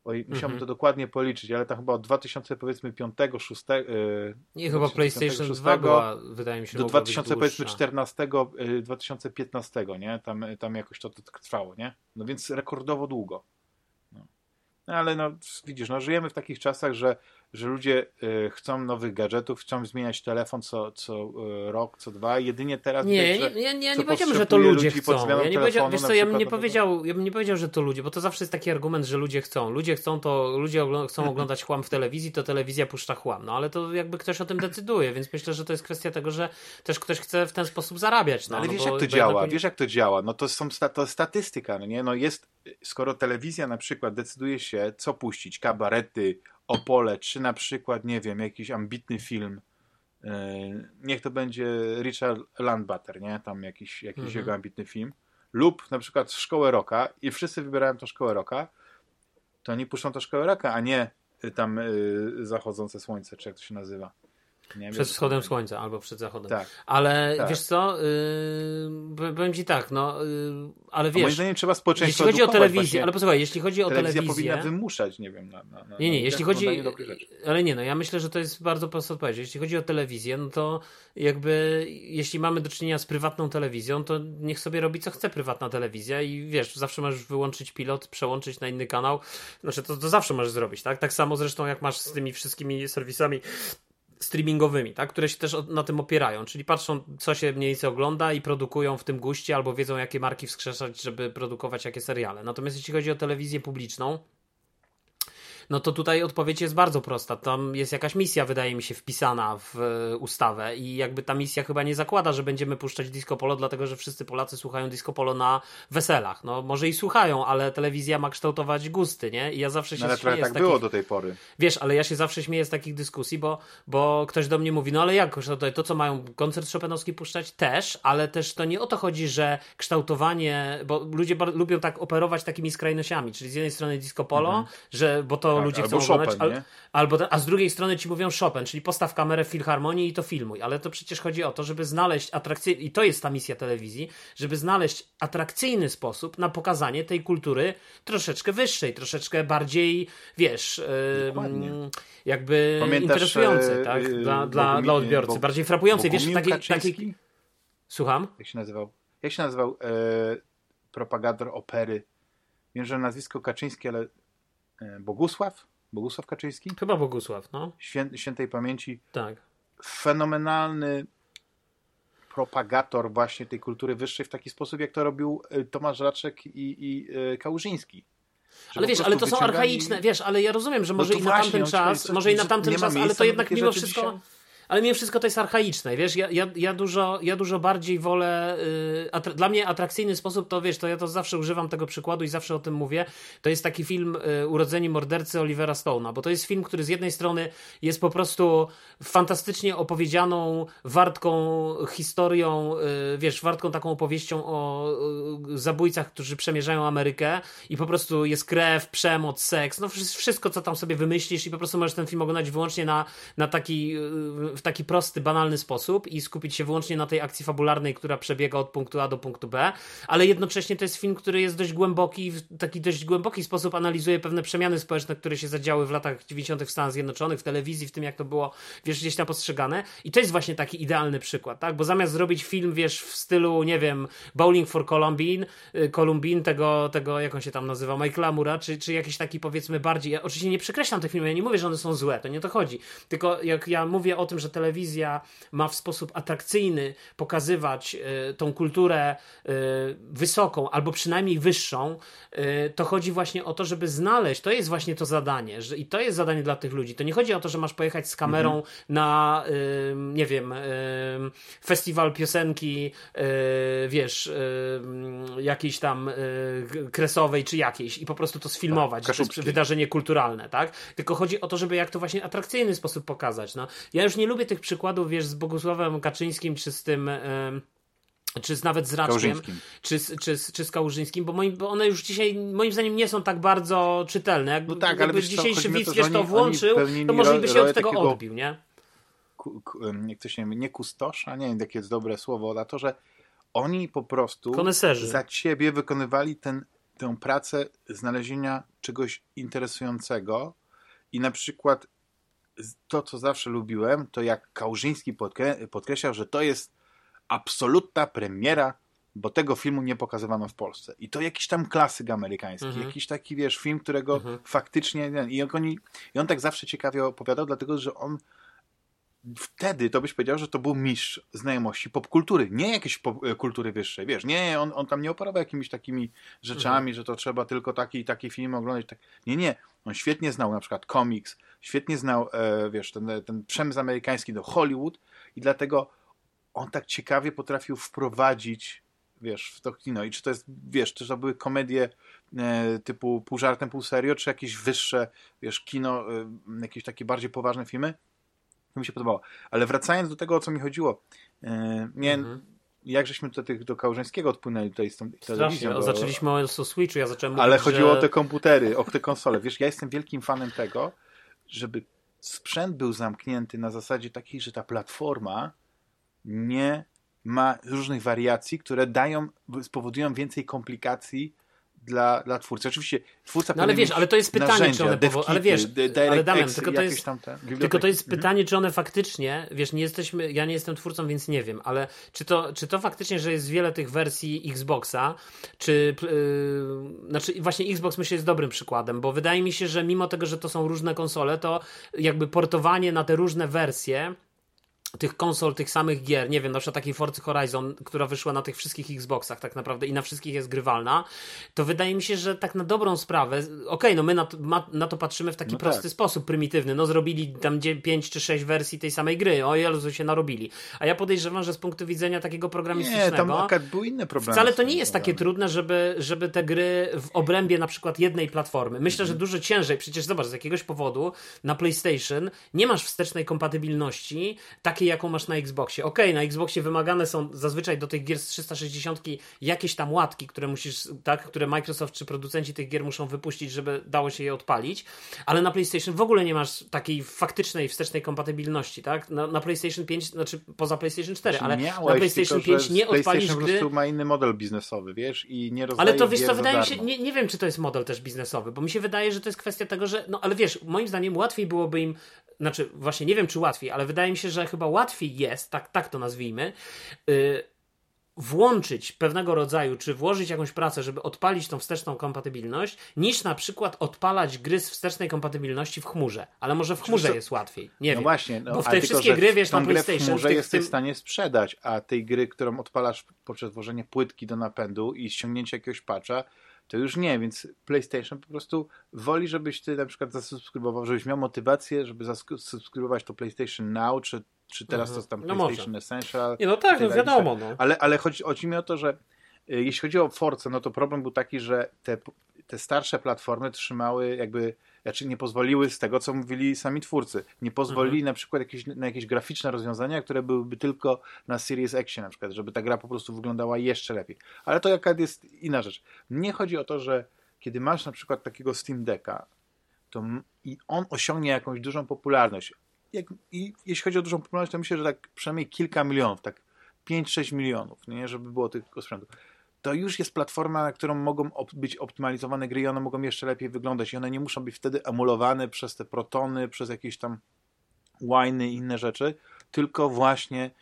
Oj, musiałbym to dokładnie policzyć, ale to chyba od 2005, 6, Nie, chyba PlayStation 2 była, wydaje mi się, do mogła być 2014, 2015, nie? Tam jakoś to trwało, nie? No więc rekordowo długo. No, ale no widzisz, no żyjemy w takich czasach, że ludzie chcą nowych gadżetów, chcą zmieniać telefon co rok, co dwa. Jedynie teraz ja nie powiedziałbym, że to ludzie chcą. Ja nie powiedział, wiesz co, ja bym nie powiedział, że to ludzie, bo to zawsze jest taki argument, że ludzie chcą. Ludzie chcą oglądać chłam w telewizji, to telewizja puszcza chłam. No ale to jakby ktoś o tym decyduje, więc myślę, że to jest kwestia tego, że też ktoś chce w ten sposób zarabiać. No, ale wiesz, jak to działa? Wiesz, jak to działa? No to to statystyka, no nie? No jest, skoro telewizja na przykład decyduje się, co puścić, kabarety, Opole, czy na przykład, nie wiem, jakiś ambitny film, niech to będzie Richard Landbatter, nie? Tam jakiś jego ambitny film, lub na przykład Szkołę Rocka i wszyscy wybierają tą Szkołę Rocka, to oni puszczą tą Szkołę Rocka, a nie tam Zachodzące Słońce, czy jak to się nazywa. Nie, przed wschodem słońca albo przed zachodem. Tak. Ale wiesz co, powiem ci tak, ale wiesz, moim zdaniem trzeba społeczeństwo jeśli chodzi o telewizję, właśnie, ale posłuchaj, jeśli chodzi o telewizję... powinna wymuszać, nie wiem, nie, jeśli chodzi... Ale nie, ja myślę, że to jest bardzo prosta odpowiedź. Jeśli chodzi o telewizję, no to jakby, jeśli mamy do czynienia z prywatną telewizją, to niech sobie robi co chce prywatna telewizja i wiesz, zawsze możesz wyłączyć pilot, przełączyć na inny kanał, znaczy to zawsze możesz zrobić, tak? Tak samo zresztą jak masz z tymi wszystkimi serwisami streamingowymi, tak? Które się też na tym opierają, czyli patrzą, co się mniej więcej ogląda i produkują w tym guście, albo wiedzą, jakie marki wskrzeszać, żeby produkować jakie seriale. Natomiast jeśli chodzi o telewizję publiczną, no to tutaj odpowiedź jest bardzo prosta. Tam jest jakaś misja, wydaje mi się, wpisana w ustawę i jakby ta misja chyba nie zakłada, że będziemy puszczać disco polo, dlatego że wszyscy Polacy słuchają disco polo na weselach. No może i słuchają, ale telewizja ma kształtować gusty, nie? I ja zawsze się śmieję tak było do tej pory. Wiesz, ale ja się zawsze śmieję z takich dyskusji, bo ktoś do mnie mówi, no ale jak, to co mają koncert Chopinowski puszczać? Też, ale też to nie o to chodzi, że kształtowanie, bo ludzie lubią tak operować takimi skrajnościami, czyli z jednej strony disco polo, bo to ludzie chcą oglądać, a z drugiej strony ci mówią Chopin, czyli postaw kamerę w filharmonii i to filmuj, ale to przecież chodzi o to, żeby znaleźć atrakcyjny, i to jest ta misja telewizji, żeby znaleźć atrakcyjny sposób na pokazanie tej kultury troszeczkę wyższej, troszeczkę bardziej, wiesz, jakby interesującej, tak? Dla odbiorcy, bardziej frapującej, wiesz, takiej... Słucham? Jak się nazywał propagator opery? Wiem, że nazwisko Kaczyński, ale Bogusław Kaczyński? Chyba Bogusław, no. Świętej pamięci. Tak. Fenomenalny propagator właśnie tej kultury wyższej w taki sposób, jak to robił Tomasz Raczek i Kałużyński. Ale wiesz, ale to są archaiczne, wiesz, ale ja rozumiem, że może i na tamten czas, ale to jednak mimo wszystko... Ale mimo wszystko to jest archaiczne, wiesz, ja dużo bardziej wolę, dla mnie atrakcyjny sposób to, wiesz, to ja to zawsze używam tego przykładu i zawsze o tym mówię, to jest taki film Urodzeni mordercy Olivera Stone'a, bo to jest film, który z jednej strony jest po prostu fantastycznie opowiedzianą, wartką historią, wiesz, wartką taką opowieścią o zabójcach, którzy przemierzają Amerykę i po prostu jest krew, przemoc, seks, no wszystko, co tam sobie wymyślisz i po prostu możesz ten film oglądać wyłącznie na taki w taki prosty, banalny sposób i skupić się wyłącznie na tej akcji fabularnej, która przebiega od punktu A do punktu B, ale jednocześnie to jest film, który jest dość głęboki, w taki dość głęboki sposób analizuje pewne przemiany społeczne, które się zadziały w latach 90. w Stanach Zjednoczonych, w telewizji, w tym jak to było, wiesz, gdzieś tam postrzegane i to jest właśnie taki idealny przykład, tak, bo zamiast zrobić film, wiesz, w stylu, nie wiem, Bowling for Columbine, tego, jak on się tam nazywa, Michaela Moore'a, czy jakiś taki, powiedzmy, bardziej, ja oczywiście nie przekreślam tych filmów, ja nie mówię, że one są złe, to nie o to chodzi, tylko jak ja mówię o tym, że telewizja ma w sposób atrakcyjny pokazywać tą kulturę wysoką, albo przynajmniej wyższą, to chodzi właśnie o to, żeby znaleźć, to jest właśnie to zadanie, i to jest zadanie dla tych ludzi. To nie chodzi o to, że masz pojechać z kamerą na, nie wiem, festiwal piosenki, wiesz, jakiejś tam kresowej, czy jakiejś i po prostu to sfilmować, że to jest wydarzenie kulturalne, tak? Tylko chodzi o to, żeby jak to właśnie atrakcyjny sposób pokazać. No. Ja już nie lubię tych przykładów, wiesz, z Bogusławem Kaczyńskim, czy z tym... czy nawet z Raczkiem, czy z Kałużyńskim, bo one już dzisiaj moim zdaniem nie są tak bardzo czytelne. Jakby dzisiejszy widz, wiesz, to włączył, to może by się od tego odbił, nie? Jak to się nie kustosza, nie wiem, jakie jest dobre słowo, na to, że oni po prostu koneserzy za ciebie wykonywali tę pracę znalezienia czegoś interesującego i na przykład to, co zawsze lubiłem, to jak Kałużyński podkreślał, że to jest absolutna premiera, bo tego filmu nie pokazywano w Polsce. I to jakiś tam klasyk amerykański, jakiś taki, wiesz, film, którego faktycznie... I on tak zawsze ciekawie opowiadał, dlatego, że on wtedy to byś powiedział, że to był mistrz znajomości popkultury, nie jakiejś kultury wyższej, wiesz, nie, on tam nie operował jakimiś takimi rzeczami, że to trzeba tylko taki film oglądać. Tak. Nie, on świetnie znał na przykład komiks, świetnie znał, wiesz, ten przemysł amerykański do Hollywood i dlatego on tak ciekawie potrafił wprowadzić, wiesz, w to kino. I czy to jest, wiesz, czy to były komedie typu pół żartem, pół serio, czy jakieś wyższe, wiesz, kino, jakieś takie bardziej poważne filmy, to mi się podobało. Ale wracając do tego, o co mi chodziło, jak żeśmy do Kałużyńskiego odpłynęli tutaj z tą telewizją. Bo... Zaczęliśmy o Switchu, ja zacząłem ale mówić, chodziło o te komputery, o te konsole. Wiesz, ja jestem wielkim fanem tego, żeby sprzęt był zamknięty na zasadzie takiej, że ta platforma nie ma różnych wariacji, które spowodują więcej komplikacji dla twórcy. Oczywiście twórca ale wiesz, ale to jest pytanie, narzędzia, czy one ale wiesz, ale Damian, tylko to jest pytanie, czy one faktycznie, wiesz, ja nie jestem twórcą, więc nie wiem, ale czy to faktycznie, że jest wiele tych wersji Xboxa, znaczy właśnie Xbox myślę jest dobrym przykładem, bo wydaje mi się, że mimo tego, że to są różne konsole, to jakby portowanie na te różne wersje tych konsol, tych samych gier, nie wiem, na przykład takiej Forza Horizon, która wyszła na tych wszystkich Xboxach tak naprawdę i na wszystkich jest grywalna, to wydaje mi się, że tak na dobrą sprawę, no my na to patrzymy w taki prosty sposób, prymitywny, no zrobili tam 5 czy 6 wersji tej samej gry, o Jezu, się narobili. A ja podejrzewam, że z punktu widzenia takiego programistycznego... Nie, tam akurat były inne problemy. Wcale to nie jest takie trudne, żeby te gry w obrębie na przykład jednej platformy. Myślę, że dużo ciężej, przecież zobacz, z jakiegoś powodu na PlayStation nie masz wstecznej kompatybilności takiej, jaką masz na Xboxie. Okej, na Xboxie wymagane są zazwyczaj do tych gier z 360 jakieś tam łatki, które Microsoft czy producenci tych gier muszą wypuścić, żeby dało się je odpalić, ale na PlayStation w ogóle nie masz takiej faktycznej wstecznej kompatybilności, tak? Na PlayStation 5, znaczy poza PlayStation 4, ale na PlayStation 5 nie odpalisz gry. Po prostu ma inny model biznesowy, wiesz, i nie rozdaje. Ale to wiesz co, wydaje mi się, nie wiem, czy to jest model też biznesowy, bo mi się wydaje, że to jest kwestia tego, że, no ale wiesz, moim zdaniem łatwiej byłoby im, znaczy właśnie nie wiem, czy łatwiej, ale wydaje mi się, że chyba łatwiej jest, tak to nazwijmy, włączyć pewnego rodzaju, czy włożyć jakąś pracę, żeby odpalić tą wsteczną kompatybilność, niż na przykład odpalać gry z wstecznej kompatybilności w chmurze. Ale może w chmurze jest łatwiej. Nie wiem. Właśnie. Bo w tej wszystkie gry, wiesz, na PlayStation... w chmurze jesteś w stanie sprzedać, a tej gry, którą odpalasz poprzez włożenie płytki do napędu i ściągnięcie jakiegoś patcha, to już nie, więc PlayStation po prostu woli, żebyś ty na przykład zasubskrybował, żebyś miał motywację, żeby zasubskrybować to PlayStation Now, czy teraz to tam PlayStation Essential. Nie, no tak, no wiadomo. No. Ale chodzi mi o to, że jeśli chodzi o Forza, no to problem był taki, że te starsze platformy trzymały jakby, znaczy nie pozwoliły z tego, co mówili sami twórcy, nie pozwolili na przykład na jakieś graficzne rozwiązania, które byłyby tylko na Series X na przykład, żeby ta gra po prostu wyglądała jeszcze lepiej. Ale to jaka jest inna rzecz. Mnie chodzi o to, że kiedy masz na przykład takiego Steam Decka, to i on osiągnie jakąś dużą popularność. I jeśli chodzi o dużą popularność, to myślę, że tak przynajmniej kilka milionów, tak 5-6 milionów, nie, żeby było tego sprzętu. To już jest platforma, na którą mogą być optymalizowane gry i one mogą jeszcze lepiej wyglądać i one nie muszą być wtedy emulowane przez te protony, przez jakieś tam Winy i inne rzeczy, tylko właśnie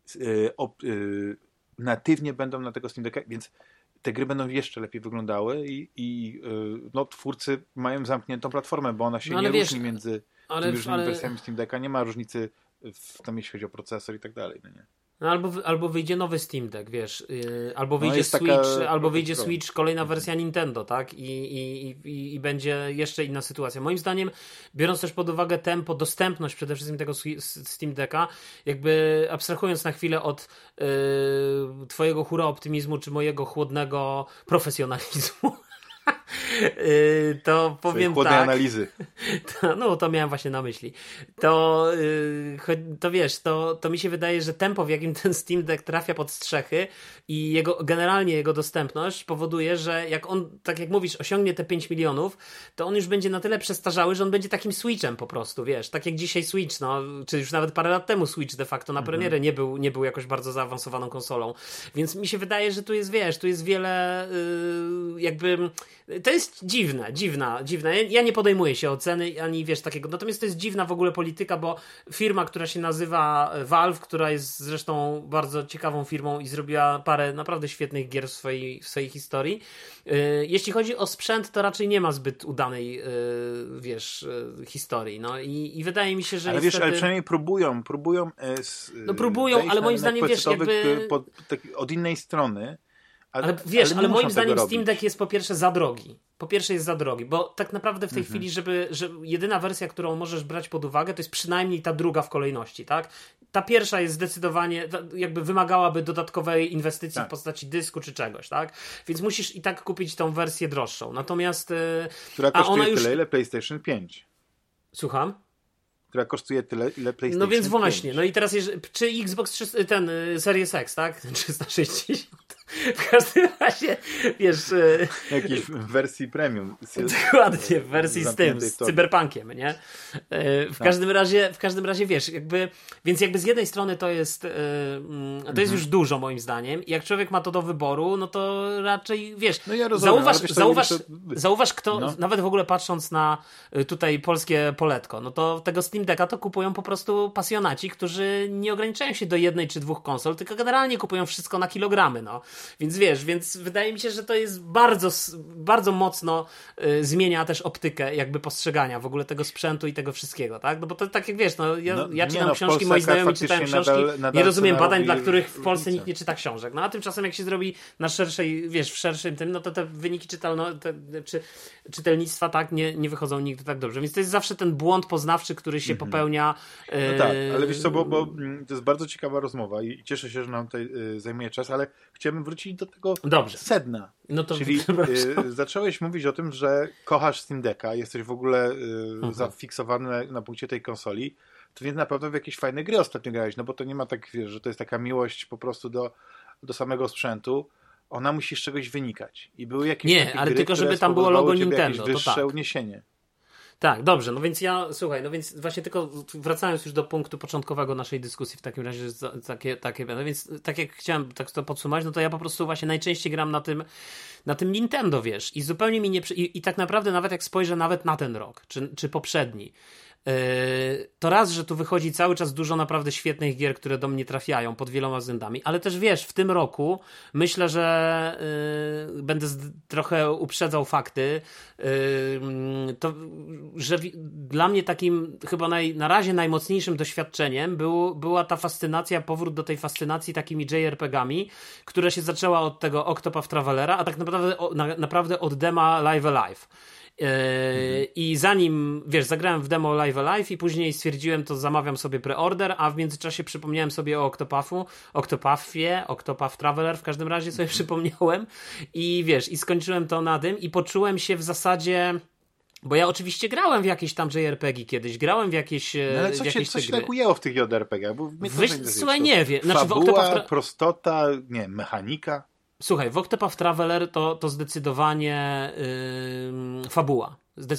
natywnie będą na tego Steam Decka, więc te gry będą jeszcze lepiej wyglądały i twórcy mają zamkniętą platformę, bo ona się nie różni między różnymi wersjami Steam Decka, nie ma różnicy tam jeśli chodzi o procesor i tak dalej, no nie? No albo wyjdzie nowy Steam Deck, wiesz, albo wyjdzie Switch, albo wyjdzie Switch, kolejna wersja Nintendo, tak? I będzie jeszcze inna sytuacja. Moim zdaniem, biorąc też pod uwagę tempo, dostępność przede wszystkim tego Steam Decka, jakby abstrahując na chwilę od twojego hura optymizmu, czy mojego chłodnego profesjonalizmu, To powiem chłodnej tak. analizy. No, to miałem właśnie na myśli. To wiesz, to mi się wydaje, że tempo, w jakim ten Steam Deck trafia pod strzechy i generalnie jego dostępność powoduje, że jak on, tak jak mówisz, osiągnie te 5 milionów, to on już będzie na tyle przestarzały, że on będzie takim Switchem po prostu, wiesz, tak jak dzisiaj Switch, no, czy już nawet parę lat temu Switch de facto na premierę nie był jakoś bardzo zaawansowaną konsolą, więc mi się wydaje, że tu jest, wiesz, tu jest wiele jakby, to jest dziwna. Ja nie podejmuję się oceny, ani wiesz takiego, natomiast to jest dziwna w ogóle polityka, bo firma, która się nazywa Valve, która jest zresztą bardzo ciekawą firmą i zrobiła parę naprawdę świetnych gier w swojej historii, jeśli chodzi o sprzęt, to raczej nie ma zbyt udanej wiesz, historii, no i wydaje mi się, że ale niestety... wiesz, ale przynajmniej próbują ale moim zdaniem, wiesz, jakby... od innej strony. Ale moim zdaniem Steam Deck jest po pierwsze za drogi. Bo tak naprawdę w tej chwili, że jedyna wersja, którą możesz brać pod uwagę, to jest przynajmniej ta druga w kolejności, tak? Ta pierwsza jest zdecydowanie, jakby wymagałaby dodatkowej inwestycji w postaci dysku czy czegoś, tak? Więc musisz i tak kupić tą wersję droższą. Natomiast... która kosztuje tyle, ile PlayStation 5. Słucham? Która kosztuje tyle, ile PlayStation 5. No więc właśnie, no i teraz czy Xbox ten Series X, tak? 360. W każdym razie, wiesz... Jakiejś wersji premium. Dokładnie, w wersji z cyberpunkiem, nie? W każdym razie, wiesz, więc jakby z jednej strony to jest już dużo moim zdaniem i jak człowiek ma to do wyboru, no to raczej, wiesz, no ja rozumiem, zauważ kto, nawet w ogóle patrząc na tutaj polskie poletko, no to tego Steam Decka to kupują po prostu pasjonaci, którzy nie ograniczają się do jednej czy dwóch konsol, tylko generalnie kupują wszystko na kilogramy, no. Więc wiesz, wydaje mi się, że to jest bardzo, bardzo mocno zmienia też optykę jakby postrzegania w ogóle tego sprzętu i tego wszystkiego, tak? No bo to tak jak wiesz, ja czytam książki, moi znajomi czytają książki, nie rozumiem badań, dla których w Polsce nikt nie czyta książek. No a tymczasem jak się zrobi na szerszej, wiesz, w szerszym tym, no to te wyniki czytelnictwa tak nie wychodzą nigdy tak dobrze. Więc to jest zawsze ten błąd poznawczy, który się popełnia. No tak, ale wiesz co, bo to jest bardzo ciekawa rozmowa i cieszę się, że nam tutaj zajmuje czas, ale chciałbym wrócić do tego sedna. No to czyli zacząłeś mówić o tym, że kochasz Steam Decka, jesteś w ogóle zafiksowany na punkcie tej konsoli, to więc na pewno w jakieś fajne gry ostatnio grałeś, no bo to nie ma tak, wiesz, że to jest taka miłość po prostu do samego sprzętu. Ona musi z czegoś wynikać. I były jakieś takie ale gry, tylko żeby tam było logo Nintendo, jakieś wyższe uniesienie. Tak, dobrze, no więc no więc właśnie tylko wracając już do punktu początkowego naszej dyskusji w takim razie, takie no więc tak jak chciałem tak to podsumować, no to ja po prostu właśnie najczęściej gram na tym Nintendo, wiesz, i zupełnie mi nie... I tak naprawdę nawet jak spojrzę nawet na ten rok, czy poprzedni, to raz, że tu wychodzi cały czas dużo naprawdę świetnych gier, które do mnie trafiają pod wieloma względami, ale też wiesz, w tym roku myślę, że będę trochę uprzedzał fakty, to, że dla mnie takim chyba na razie najmocniejszym doświadczeniem była ta fascynacja, powrót do tej fascynacji takimi JRPG-ami, która się zaczęła od tego Octopath Travelera, a tak naprawdę od dema Live Alive. I zanim, wiesz, zagrałem w demo Live Alive i później stwierdziłem, to zamawiam sobie preorder, a w międzyczasie przypomniałem sobie o Octopath Traveler w każdym razie sobie przypomniałem i wiesz, i skończyłem to na tym i poczułem się w zasadzie, bo ja oczywiście grałem w jakieś tam JRPG kiedyś, grałem w jakieś no ale co się tak ujęło w tych JRPG-ach? Słuchaj, nie wiem. Fabuła, prostota, nie, mechanika? Słuchaj, w Octopath Traveler to zdecydowanie fabuła.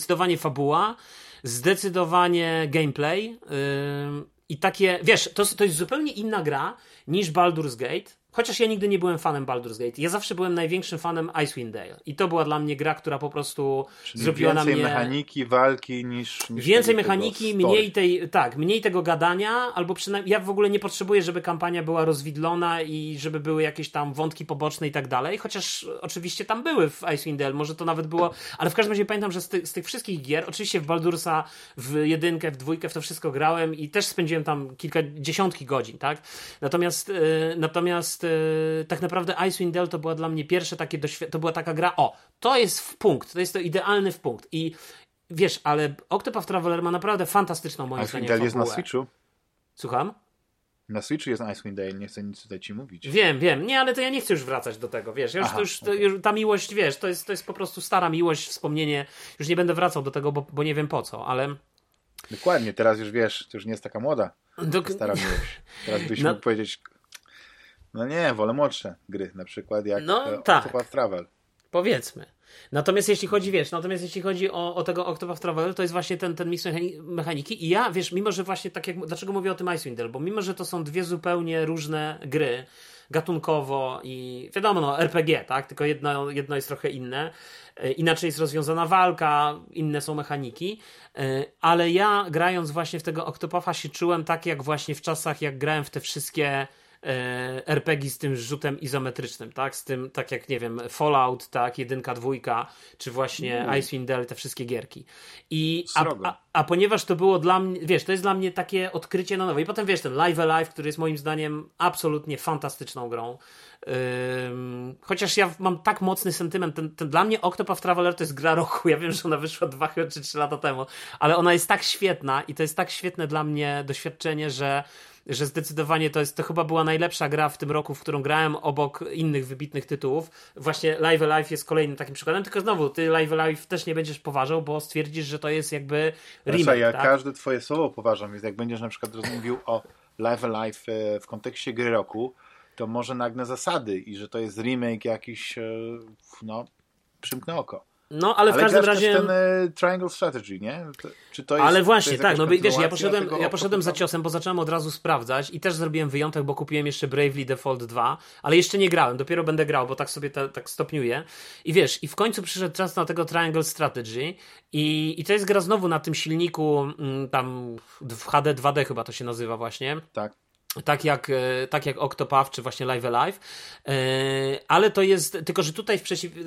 Zdecydowanie gameplay i takie, wiesz, to jest zupełnie inna gra niż Baldur's Gate. Chociaż ja nigdy nie byłem fanem Baldur's Gate. Ja zawsze byłem największym fanem Icewind Dale. I to była dla mnie gra, która po prostu zrobiła na mnie... Więcej mechaniki, walki niż więcej mechaniki, mniej tego gadania, albo przynajmniej... Ja w ogóle nie potrzebuję, żeby kampania była rozwidlona i żeby były jakieś tam wątki poboczne i tak dalej. Chociaż oczywiście tam były w Icewind Dale. Może to nawet było... Ale w każdym razie pamiętam, że z tych wszystkich gier, oczywiście w Baldursa, w 1, w 2, w to wszystko grałem i też spędziłem tam dziesiątki godzin, tak? Natomiast tak naprawdę Icewind Dale to była dla mnie pierwsze takie to była taka gra, to jest w punkt, to jest to idealny w punkt i wiesz, ale Octopath Traveler ma naprawdę fantastyczną moim zdaniem fabułę. Icewind Dale jest na Switchu? Słucham? Na Switchu jest Icewind Dale, nie chcę nic tutaj ci mówić. Wiem, nie, ale to ja nie chcę już wracać do tego, wiesz, już ta miłość, wiesz, to jest po prostu stara miłość, wspomnienie, już nie będę wracał do tego, bo nie wiem po co, ale... Dokładnie, teraz już wiesz, to już nie jest taka młoda, stara miłość. Teraz byś mógł powiedzieć, no nie, wolę młodsze gry, na przykład jak Octopath Travel. Powiedzmy. Natomiast jeśli chodzi o tego Octopath Traveler, to jest właśnie ten miks mechaniki i ja, wiesz, mimo że właśnie tak jak, dlaczego mówię o tym Icewind Dale, bo mimo że to są dwie zupełnie różne gry, gatunkowo i wiadomo, no RPG, tak, tylko jedno jest trochę inne, inaczej jest rozwiązana walka, inne są mechaniki, ale ja grając właśnie w tego Octopatha się czułem tak jak właśnie w czasach, jak grałem w te wszystkie RPG z tym rzutem izometrycznym, tak? Z tym, tak jak, nie wiem, Fallout, tak? 1, 2, czy właśnie Icewind Dale, te wszystkie gierki. A ponieważ to było dla mnie, wiesz, to jest dla mnie takie odkrycie na nowo. I potem, wiesz, ten Live Alive, który jest moim zdaniem absolutnie fantastyczną grą. Chociaż ja mam tak mocny sentyment, dla mnie Octopath Traveler to jest gra roku. Ja wiem, że ona wyszła 2 czy 3 lata temu, ale ona jest tak świetna i to jest tak świetne dla mnie doświadczenie, że zdecydowanie to chyba była najlepsza gra w tym roku, w którą grałem obok innych wybitnych tytułów. Właśnie Live Alive jest kolejnym takim przykładem, tylko znowu ty Live Alive też nie będziesz poważał, bo stwierdzisz, że to jest jakby remake. Ja tak? każde twoje słowo poważam, więc jak będziesz na przykład mówił o Live Alive w kontekście gry roku, to może nagnę zasady i że to jest remake jakiś, przymknę oko. No, ale w każdym razie... ten Triangle Strategy, nie? Czy to jest, ale właśnie, to jest tak, no wiesz, ja poszedłem za ciosem, bo zacząłem od razu sprawdzać i też zrobiłem wyjątek, bo kupiłem jeszcze Bravely Default 2, ale jeszcze nie grałem, dopiero będę grał, bo tak sobie tak stopniuję. I wiesz, i w końcu przyszedł czas na tego Triangle Strategy i to jest gra znowu na tym silniku tam w HD 2D chyba to się nazywa właśnie. Tak. Tak jak Octopath, czy właśnie Live Alive, ale to jest, tylko że tutaj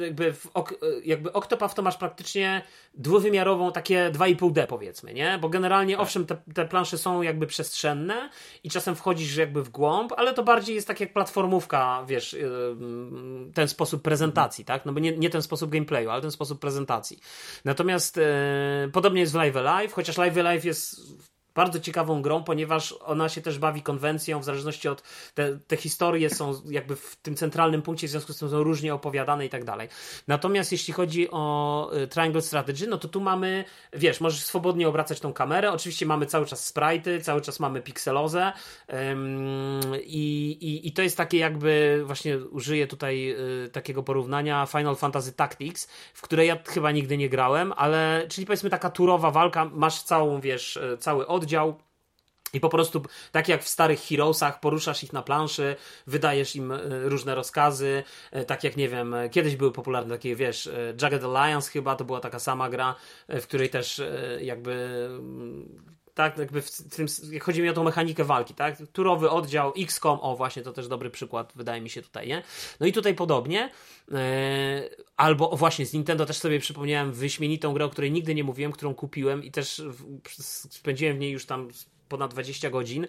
jakby Octopath to masz praktycznie dwuwymiarową, takie 2,5D powiedzmy, nie? Bo generalnie owszem, te plansze są jakby przestrzenne i czasem wchodzisz jakby w głąb, ale to bardziej jest tak jak platformówka, wiesz, ten sposób prezentacji, tak? No bo nie ten sposób gameplayu, ale ten sposób prezentacji. Natomiast podobnie jest w Live Alive, chociaż Live Alive jest bardzo ciekawą grą, ponieważ ona się też bawi konwencją, w zależności od... Te historie są jakby w tym centralnym punkcie, w związku z tym są różnie opowiadane i tak dalej. Natomiast jeśli chodzi o Triangle Strategy, no to tu mamy, wiesz, możesz swobodnie obracać tą kamerę, oczywiście mamy cały czas sprite'y, cały czas mamy pikselozę i to jest takie jakby, właśnie użyję tutaj takiego porównania, Final Fantasy Tactics, w której ja chyba nigdy nie grałem, ale, czyli powiedzmy taka turowa walka, masz całą, wiesz, cały oddział i po prostu tak jak w starych Heroesach poruszasz ich na planszy, wydajesz im różne rozkazy, tak jak nie wiem, kiedyś były popularne takie, wiesz, Jagged Alliance chyba, to była taka sama gra, w której też jakby tak, jakby w tym, chodzi mi o tą mechanikę walki, tak? Turowy oddział, XCOM, o właśnie, to też dobry przykład, wydaje mi się tutaj, nie? No i tutaj podobnie, albo właśnie z Nintendo też sobie przypomniałem wyśmienitą grę, o której nigdy nie mówiłem, którą kupiłem i też spędziłem w niej już tam ponad 20 godzin,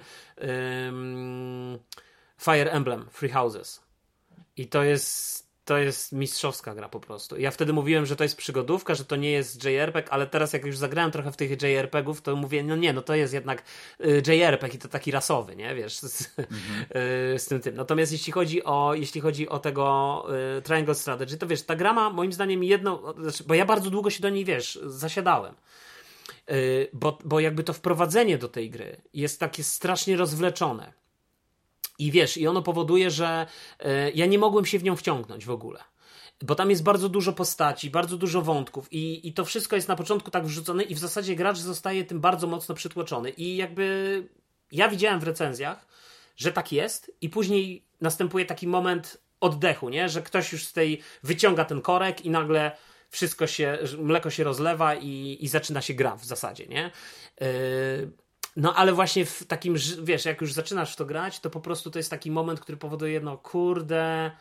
Fire Emblem Three Houses. I to jest mistrzowska gra po prostu. Ja wtedy mówiłem, że to jest przygodówka, że to nie jest JRPG, ale teraz jak już zagrałem trochę w tych JRPG-ów, to mówię, no nie, no to jest jednak JRPG i to taki rasowy, nie, wiesz, z tym. Natomiast jeśli chodzi o tego Triangle Strategy, to wiesz, ta gra ma moim zdaniem bo ja bardzo długo się do niej, wiesz, zasiadałem. Bo jakby to wprowadzenie do tej gry jest takie strasznie rozwleczone. I wiesz, i ono powoduje, że ja nie mogłem się w nią wciągnąć w ogóle. Bo tam jest bardzo dużo postaci, bardzo dużo wątków i to wszystko jest na początku tak wrzucone i w zasadzie gracz zostaje tym bardzo mocno przytłoczony. I jakby ja widziałem w recenzjach, że tak jest i później następuje taki moment oddechu, nie? Że ktoś już wyciąga ten korek i nagle mleko się rozlewa i zaczyna się gra w zasadzie, nie? No ale właśnie w takim, wiesz, jak już zaczynasz w to grać, to po prostu to jest taki moment, który powoduje, no kurde,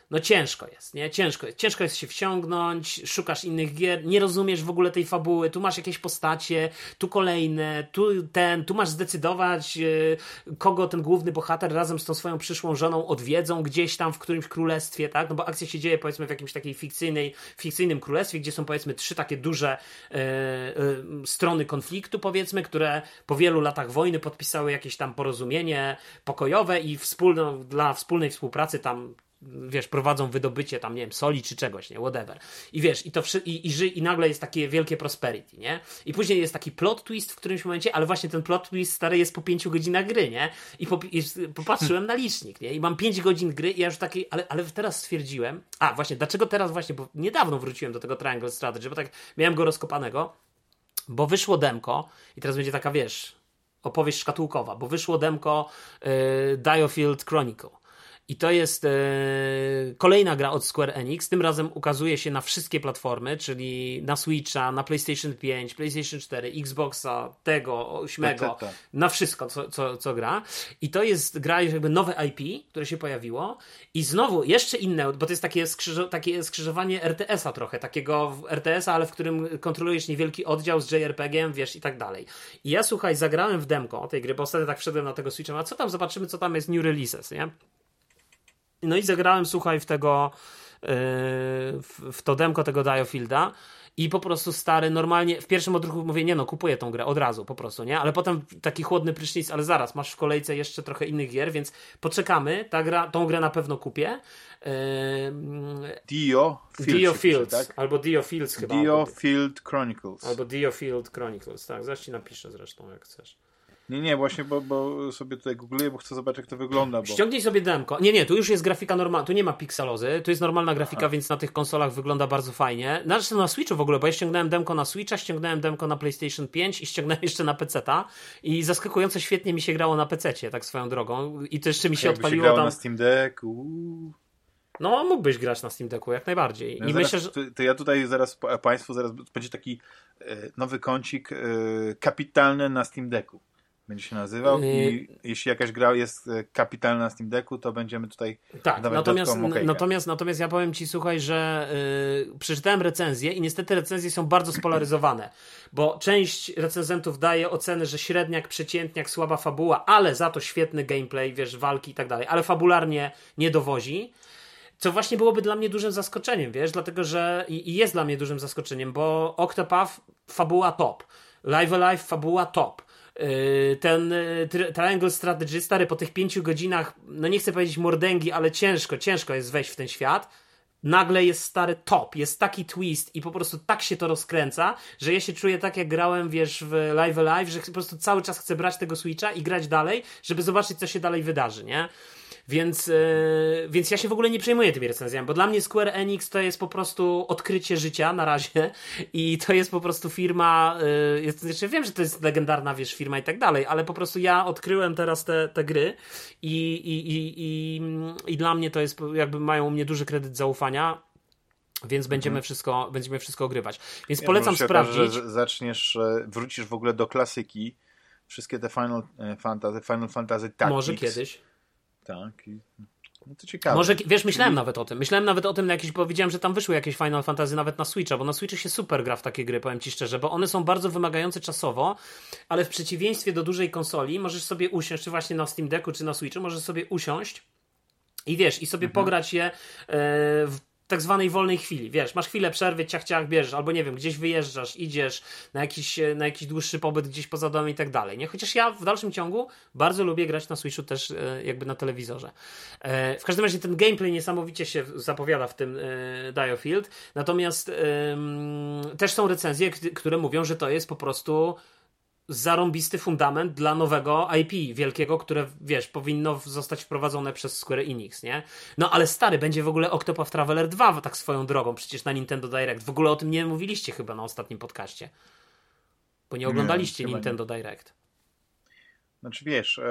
no ciężko jest, nie? Ciężko jest się wciągnąć, szukasz innych gier, nie rozumiesz w ogóle tej fabuły, tu masz jakieś postacie, tu kolejne, tu masz zdecydować, kogo ten główny bohater razem z tą swoją przyszłą żoną odwiedzą gdzieś tam w którymś królestwie, tak? No bo akcja się dzieje, powiedzmy, w jakimś takiej fikcyjnym królestwie, gdzie są, powiedzmy, 3 takie duże strony konfliktu, powiedzmy, które po wielu latach wojny podpisały jakieś tam porozumienie pokojowe i dla wspólnej współpracy tam, wiesz, prowadzą wydobycie tam, nie wiem, soli czy czegoś, nie, whatever. I wiesz, i nagle jest takie wielkie prosperity, nie? I później jest taki plot twist w którymś momencie, ale właśnie ten plot twist, stary, jest po 5 godzinach gry, nie? I popatrzyłem na licznik, nie? I mam 5 godzin gry i ja już taki, ale teraz stwierdziłem, właśnie, dlaczego teraz właśnie, bo niedawno wróciłem do tego Triangle Strategy, bo tak miałem go rozkopanego, bo wyszło demko i teraz będzie taka, wiesz, opowieść szkatułkowa, bo wyszło demko Diofield Chronicle. I to jest kolejna gra od Square Enix. Tym razem ukazuje się na wszystkie platformy, czyli na Switcha, na PlayStation 5, PlayStation 4, Xboxa, tego, 8, na wszystko, co gra. I to jest gra, jakby nowe IP, które się pojawiło. I znowu jeszcze inne, bo to jest takie skrzyżowanie RTS-a trochę, takiego RTS-a, ale w którym kontrolujesz niewielki oddział z JRPG-iem, wiesz, i tak dalej. I ja, słuchaj, zagrałem w demko tej gry, bo ostatnio tak wszedłem na tego Switcha, a co tam, zobaczymy, co tam jest new releases, nie? No i zagrałem, słuchaj, w to demko tego Diofielda i po prostu, stary, normalnie w pierwszym odruchu mówię, nie no, kupuję tą grę od razu po prostu, nie? Ale potem taki chłodny prysznic, ale zaraz, masz w kolejce jeszcze trochę innych gier, więc poczekamy, tą grę na pewno kupię. Diofield, tak? Albo Diofields chyba. Diofield Chronicles. Albo Diofield Chronicles, tak, zaraz ci napiszę zresztą, jak chcesz. Nie, właśnie, bo sobie tutaj googluję, bo chcę zobaczyć, jak to wygląda. Ściągnij sobie demko. Nie, tu już jest grafika normalna, tu nie ma pikselozy, tu jest normalna grafika, więc na tych konsolach wygląda bardzo fajnie. Zresztą na Switchu w ogóle, bo ja ściągnąłem demko na Switcha, ściągnąłem demko na PlayStation 5 i ściągnąłem jeszcze na PC-ta i zaskakująco świetnie mi się grało na PC-cie, tak swoją drogą. I to jeszcze mi się odpaliło się grało tam... na Steam Deck. No, mógłbyś grać na Steam Decku, jak najbardziej. No I zaraz, myślę, że... to ja tutaj Państwu zaraz będzie taki nowy kącik kapitalny na Steam Decku. Będzie się nazywał i jeśli jakaś gra jest kapitalna na Steam Decku, to będziemy tutaj natomiast ja powiem ci, słuchaj, że przeczytałem recenzję i niestety recenzje są bardzo spolaryzowane, bo część recenzentów daje oceny, że średniak, przeciętniak, słaba fabuła, ale za to świetny gameplay, wiesz, walki i tak dalej, ale fabularnie nie dowozi. Co właśnie byłoby dla mnie dużym zaskoczeniem, wiesz, dlatego że i jest dla mnie dużym zaskoczeniem, bo Octopath fabuła top, Live Alive fabuła top. Ten Triangle Strategy, stary, po tych 5 godzinach, no nie chcę powiedzieć mordęgi, ale ciężko jest wejść w ten świat. Nagle jest, stary, top, jest taki twist i po prostu tak się to rozkręca, że ja się czuję tak, jak grałem, wiesz, w Live Alive, że po prostu cały czas chcę brać tego Switcha i grać dalej, żeby zobaczyć, co się dalej wydarzy, nie? Więc ja się w ogóle nie przejmuję tymi recenzjami, bo dla mnie Square Enix to jest po prostu odkrycie życia na razie i to jest po prostu firma, jeszcze wiem, że to jest legendarna, wiesz, firma i tak dalej, ale po prostu ja odkryłem teraz te gry i dla mnie to jest, jakby mają u mnie duży kredyt zaufania, więc będziemy wszystko ogrywać. Więc polecam sprawdzić. Wrócisz w ogóle do klasyki, wszystkie te Final Fantasy Tactics. Może kiedyś. Tak. No to ciekawe. Może, wiesz, myślałem nawet o tym, bo widziałem, że tam wyszły jakieś Final Fantasy nawet na Switcha, bo na Switchu się super gra w takie gry, powiem ci szczerze, bo one są bardzo wymagające czasowo, ale w przeciwieństwie do dużej konsoli możesz sobie usiąść, czy właśnie na Steam Decku, czy na Switchu, możesz sobie usiąść i wiesz, i sobie pograć je w tak zwanej wolnej chwili, wiesz, masz chwilę przerwy, ciach, bierzesz, albo nie wiem, gdzieś wyjeżdżasz, idziesz na jakiś dłuższy pobyt gdzieś poza domem i tak dalej, nie? Chociaż ja w dalszym ciągu bardzo lubię grać na Switchu też jakby na telewizorze. W każdym razie ten gameplay niesamowicie się zapowiada w tym Diofield, natomiast też są recenzje, które mówią, że to jest po prostu zarąbisty fundament dla nowego IP wielkiego, które, wiesz, powinno zostać wprowadzone przez Square Enix, nie? No ale stary, będzie w ogóle Octopath Traveler 2 tak swoją drogą, przecież na Nintendo Direct. W ogóle o tym nie mówiliście chyba na ostatnim podcaście. Bo nie oglądaliście Nintendo Direct. Znaczy wiesz,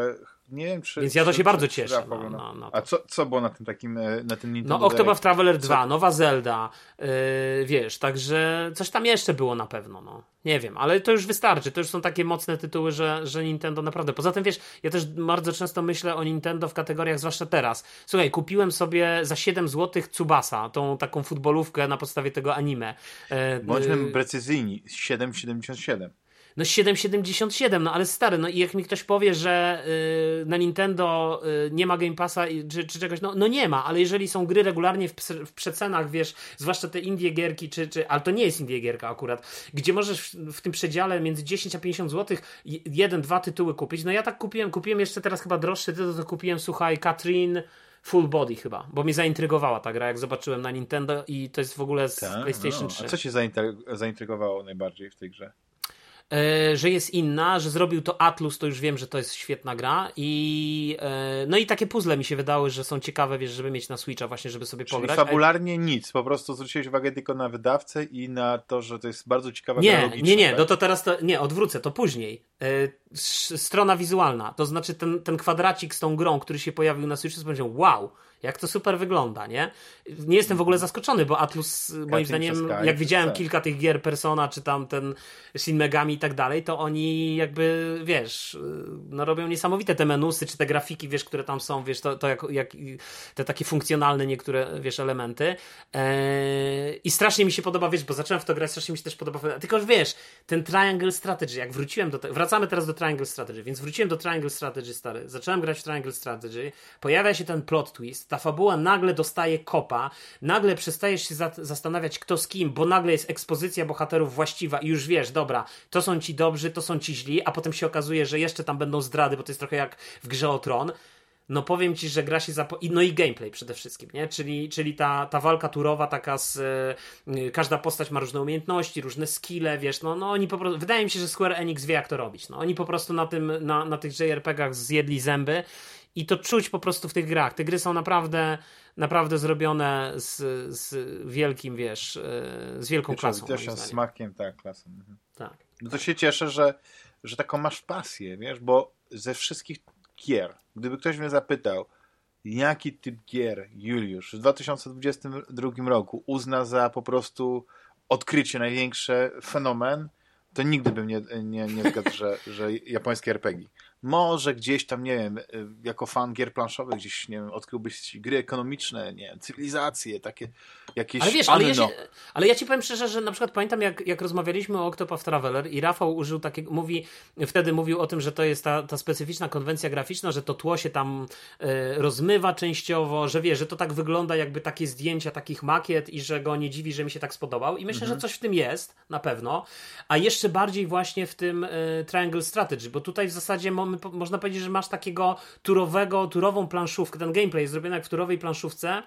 nie wiem, czy... Więc ja to się bardzo czy cieszę. A co było na tym takim, na tym Nintendo No Octopath Traveler 2, nowa Zelda, wiesz, także coś tam jeszcze było na pewno, no. Nie wiem, ale to już wystarczy, to już są takie mocne tytuły, że Nintendo naprawdę... Poza tym, wiesz, ja też bardzo często myślę o Nintendo w kategoriach, zwłaszcza teraz. Słuchaj, kupiłem sobie za 7 zł Tsubasa, tą taką futbolówkę na podstawie tego anime. Bądźmy precyzyjni, 7,77. No 7,77, no ale stary, no i jak mi ktoś powie, że na Nintendo nie ma Game Passa czy czegoś, no nie ma, ale jeżeli są gry regularnie w przecenach, wiesz, zwłaszcza te indie gierki, ale to nie jest indie gierka akurat, gdzie możesz w tym przedziale między 10 a 50 zł 1-2 tytuły kupić, no ja tak kupiłem jeszcze teraz chyba droższy tytuł, to kupiłem, słuchaj, Catherine Full Body chyba, bo mnie zaintrygowała ta gra, jak zobaczyłem na Nintendo i to jest w ogóle z PlayStation 3. A co cię zaintrygowało najbardziej w tej grze? Że jest inna, że zrobił to Atlus, to już wiem, że to jest świetna gra i no i takie puzzle mi się wydały, że są ciekawe, wiesz, żeby mieć na Switcha właśnie, żeby sobie czyli pograć. Fabularnie nic, po prostu zwróciłeś uwagę tylko na wydawcę i na to, że to jest bardzo ciekawa gra logiczna. Nie, tak? no to teraz odwrócę, to później. Strona wizualna, to znaczy ten kwadracik z tą grą, który się pojawił na Switchu, powiedział, wow, jak to super wygląda, nie? Nie jestem w ogóle zaskoczony, bo Atlus, moim zdaniem, jak widziałem kilka tych gier Persona, czy tam ten Shin Megami i tak dalej, to oni jakby, wiesz, no robią niesamowite te menusy, czy te grafiki, wiesz, które tam są, wiesz, to jak te takie funkcjonalne niektóre, wiesz, elementy. I strasznie mi się podoba, wiesz, bo zacząłem w to grać, strasznie mi się też podoba, tylko że wiesz, ten Triangle Strategy, jak wróciłem do tego, wracamy teraz do Triangle Strategy, więc wróciłem do Triangle Strategy, stary, zacząłem grać w Triangle Strategy, pojawia się ten plot twist, ta fabuła nagle dostaje kopa, nagle przestajesz się zastanawiać kto z kim, bo nagle jest ekspozycja bohaterów właściwa i już wiesz, dobra, to są ci dobrzy, to są ci źli, a potem się okazuje, że jeszcze tam będą zdrady, bo to jest trochę jak w grze o Tron. No powiem ci, że gra się no i gameplay przede wszystkim, nie? Czyli ta walka turowa taka każda postać ma różne umiejętności, różne skille, wiesz, no oni po prostu, wydaje mi się, że Square Enix wie jak to robić, no oni po prostu na tych JRPG-ach zjedli zęby i to czuć po prostu w tych grach. Te gry są naprawdę zrobione z wielkim, wiesz, z wielką klasą. Też smakiem, tak, klasą. Mhm. Tak. No to się cieszę, że taką masz pasję, wiesz, bo ze wszystkich gier, gdyby ktoś mnie zapytał, jaki typ gier Juliusz w 2022 roku uzna za po prostu odkrycie, największy fenomen, to nigdy bym nie zgadł, że japońskie RPG. Może gdzieś tam, nie wiem, jako fan gier planszowych gdzieś, nie wiem, odkryłbyś gry ekonomiczne, nie wiem, cywilizacje, takie jakieś... Ale wiesz, ale ja ci powiem szczerze, że na przykład pamiętam, jak rozmawialiśmy o Octopath Traveler i Rafał użył takiego, wtedy mówił o tym, że to jest ta specyficzna konwencja graficzna, że to tło się tam rozmywa częściowo, że wiesz, że to tak wygląda jakby takie zdjęcia takich makiet i że go nie dziwi, że mi się tak spodobał i myślę, że coś w tym jest, na pewno, a jeszcze bardziej właśnie w tym Triangle Strategy, bo tutaj w zasadzie można powiedzieć, że masz takiego turową planszówkę, ten gameplay jest zrobiony jak w turowej planszówce,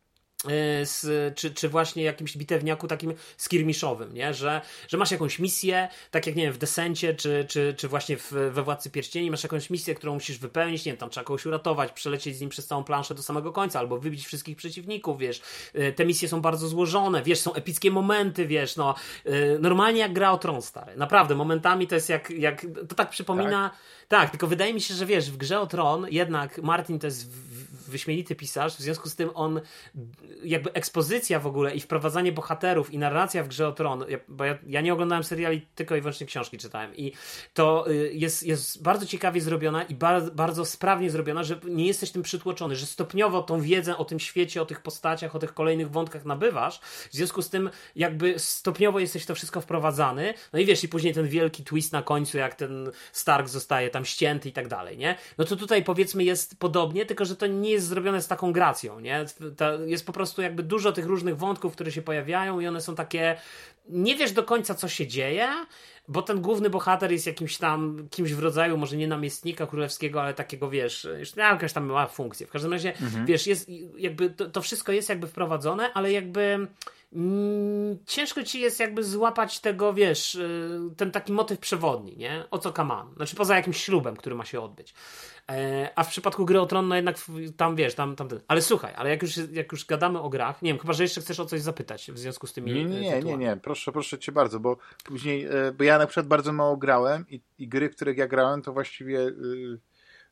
czy właśnie jakimś bitewniaku takim skirmiszowym, nie? Że masz jakąś misję, tak jak nie wiem, w Descencie, czy właśnie we Władcy Pierścieni masz jakąś misję, którą musisz wypełnić, nie wiem, tam trzeba kogoś uratować, przelecieć z nim przez całą planszę do samego końca, albo wybić wszystkich przeciwników, wiesz, te misje są bardzo złożone, wiesz, są epickie momenty, wiesz, no, normalnie jak gra o Tron, stary, naprawdę, momentami to jest jak to tak przypomina, tak, tylko wydaje mi się, że wiesz, w grze o Tron jednak Martin to jest wyśmienity pisarz, w związku z tym on jakby ekspozycja w ogóle i wprowadzanie bohaterów i narracja w grze o Tron, bo ja nie oglądałem seriali, tylko i wyłącznie książki czytałem i to jest bardzo ciekawie zrobiona i bardzo sprawnie zrobiona, że nie jesteś tym przytłoczony, że stopniowo tą wiedzę o tym świecie, o tych postaciach, o tych kolejnych wątkach nabywasz, w związku z tym jakby stopniowo jesteś w to wszystko wprowadzany, no i wiesz, i później ten wielki twist na końcu, jak ten Stark zostaje tam ścięty i tak dalej, nie? No to tutaj powiedzmy jest podobnie, tylko że to nie jest zrobione z taką gracją, nie? Jest po prostu jakby dużo tych różnych wątków, które się pojawiają i one są takie, nie wiesz do końca co się dzieje, bo ten główny bohater jest jakimś tam, kimś w rodzaju może nie namiestnika królewskiego, ale takiego, wiesz, już jakaś tam ma funkcję. W każdym razie, wiesz, jest jakby to wszystko jest jakby wprowadzone, ale jakby ciężko ci jest jakby złapać tego, wiesz, ten taki motyw przewodni, nie? O co kaman. Znaczy poza jakimś ślubem, który ma się odbyć. A w przypadku gry o Tron, no jednak tam wiesz, tam ten. Ale słuchaj, ale jak już gadamy o grach, nie wiem, chyba, że jeszcze chcesz o coś zapytać w związku z tymi Nie, proszę cię bardzo, bo później, bo ja na przykład bardzo mało grałem i gry, w których ja grałem, to właściwie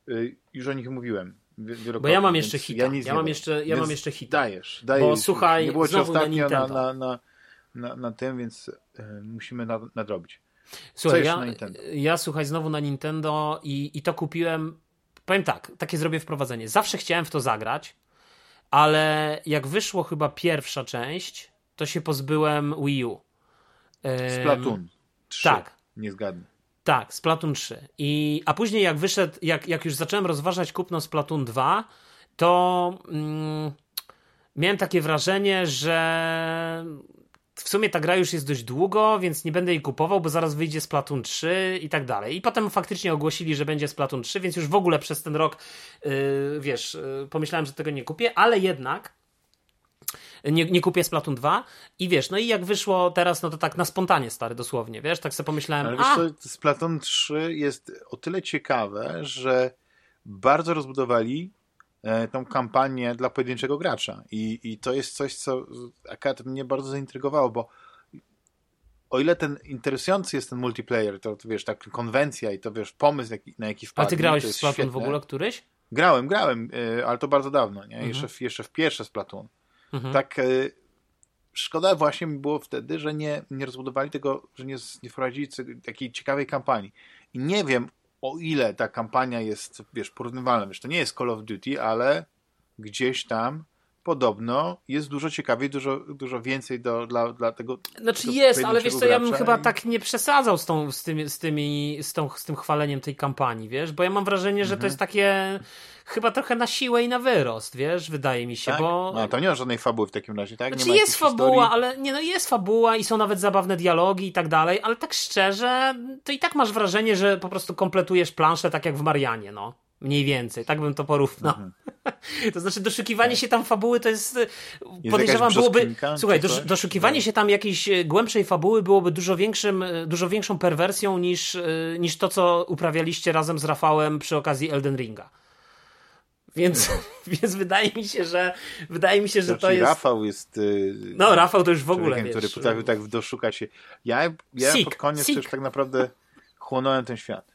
już o nich mówiłem. Bo ja mam jeszcze hita. Ja mam jeszcze hita. Dajesz. Bo słuchaj, nie było ci ostatnio na tym, więc musimy nadrobić. Słuchaj, ja słuchaj znowu na Nintendo i to kupiłem. Powiem tak, takie zrobię wprowadzenie. Zawsze chciałem w to zagrać, ale jak wyszło chyba pierwsza część, to się pozbyłem Wii U. Splatoon 3. Tak. Nie zgadnę. Tak, Splatoon 3. A później jak wyszedł, jak już zacząłem rozważać kupno Splatoon 2, to miałem takie wrażenie, że w sumie ta gra już jest dość długo, więc nie będę jej kupował, bo zaraz wyjdzie Splatoon 3 i tak dalej. I potem faktycznie ogłosili, że będzie Splatoon 3, więc już w ogóle przez ten rok, pomyślałem, że tego nie kupię, ale jednak nie kupię Splatoon 2 i wiesz, no i jak wyszło teraz, no to tak na spontanie, stary, dosłownie, wiesz, tak sobie pomyślałem, ale wiesz co, Splatoon 3 jest o tyle ciekawe, że bardzo rozbudowali tą kampanię dla pojedynczego gracza i to jest coś, co akurat mnie bardzo zaintrygowało, bo o ile ten interesujący jest ten multiplayer, to wiesz, ta konwencja i to wiesz, pomysł na jaki wpadł. A ty grałeś w Splatoon w ogóle któryś? Grałem, ale to bardzo dawno, nie? Jeszcze w pierwsze Splatoon. Tak szkoda właśnie mi było wtedy, że nie rozbudowali tego, że nie wprowadzili takiej ciekawej kampanii. I nie wiem, o ile ta kampania jest, wiesz, porównywalna. Wiesz, to nie jest Call of Duty, ale gdzieś tam podobno jest dużo ciekawiej, dużo więcej dla tego. Znaczy jest, ale wiesz co, ja bym chyba tak nie przesadzał z tym chwaleniem tej kampanii, wiesz, bo ja mam wrażenie, że to jest takie chyba trochę na siłę i na wyrost, wiesz, wydaje mi się, tak? bo... No to nie ma żadnej fabuły w takim razie, tak? Znaczy jest fabuła, ale nie, no jest fabuła i są nawet zabawne dialogi i tak dalej, ale tak szczerze, to i tak masz wrażenie, że po prostu kompletujesz planszę tak jak w Marianie, no. Mniej więcej, tak bym to porównał. To znaczy doszukiwanie się tam fabuły to jest podejrzewam byłoby... Słuchaj, doszukiwanie się tam jakiejś głębszej fabuły byłoby dużo większą perwersją niż to, co uprawialiście razem z Rafałem przy okazji Elden Ringa. Więc wydaje mi się, że to jest... Rafał jest... No, Rafał to już w ogóle, wiesz... który potrafił tak doszukać się. Ja pod koniec już tak naprawdę chłonąłem ten świat.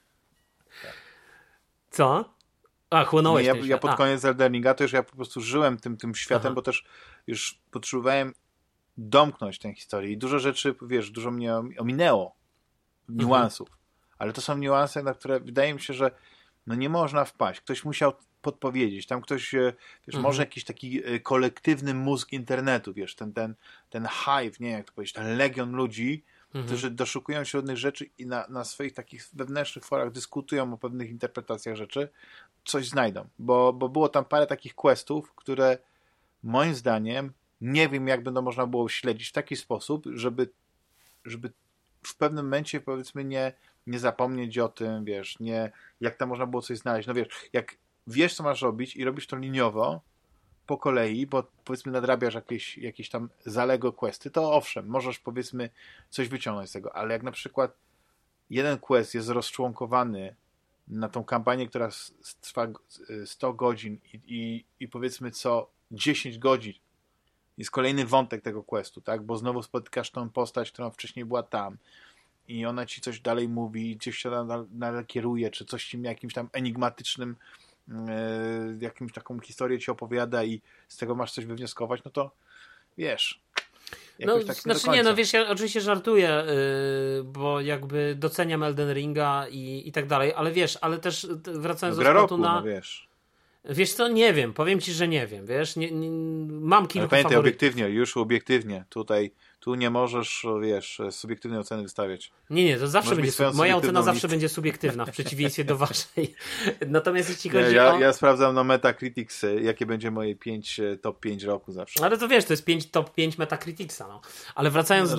Co? A, chłonąłeś ten świat. Ja pod koniec Elden Ringa to już ja po prostu żyłem tym światem, bo też już potrzebowałem domknąć tę historię i dużo rzeczy, wiesz, dużo mnie ominęło niuansów. Ale to są niuanse, na które wydaje mi się, że no nie można wpaść. Ktoś musiał podpowiedzieć. Tam ktoś, wiesz, może jakiś taki kolektywny mózg internetu, wiesz, ten hive, nie jak to powiedzieć, ten legion ludzi, którzy doszukują się różnych rzeczy i na swoich takich wewnętrznych forach dyskutują o pewnych interpretacjach rzeczy, coś znajdą. Bo było tam parę takich questów, które moim zdaniem nie wiem, jak będą można było śledzić w taki sposób, żeby w pewnym momencie, powiedzmy, nie zapomnieć o tym, wiesz, jak tam można było coś znaleźć. No wiesz, jak wiesz, co masz robić i robisz to liniowo, po kolei, bo powiedzmy nadrabiasz jakieś tam zaległe questy, to owszem, możesz powiedzmy coś wyciągnąć z tego, ale jak na przykład jeden quest jest rozczłonkowany na tą kampanię, która trwa 100 godzin i powiedzmy co 10 godzin jest kolejny wątek tego questu, tak? Bo znowu spotykasz tą postać, która wcześniej była tam i ona ci coś dalej mówi, gdzieś się nadal kieruje, czy coś ci jakimś tam enigmatycznym jakąś taką historię ci opowiada i z tego masz coś wywnioskować, no to wiesz. No, tak znaczy nie, no wiesz, ja oczywiście żartuję, bo jakby doceniam Elden Ringa i tak dalej, ale wiesz, ale też wracając do Splatuna... No wiesz. Wiesz co, nie wiem, powiem ci, że nie wiem, wiesz, mam kilku faworytów. Obiektywnie, tu nie możesz, wiesz, subiektywnej oceny wystawiać. Nie, to zawsze będzie, moja ocena zawsze będzie subiektywna, w przeciwieństwie do waszej. Natomiast jeśli chodzi ja sprawdzam na Metacritics, jakie będzie moje top 5 roku zawsze. Ale to wiesz, to jest top 5 Metacriticsa, no. Ale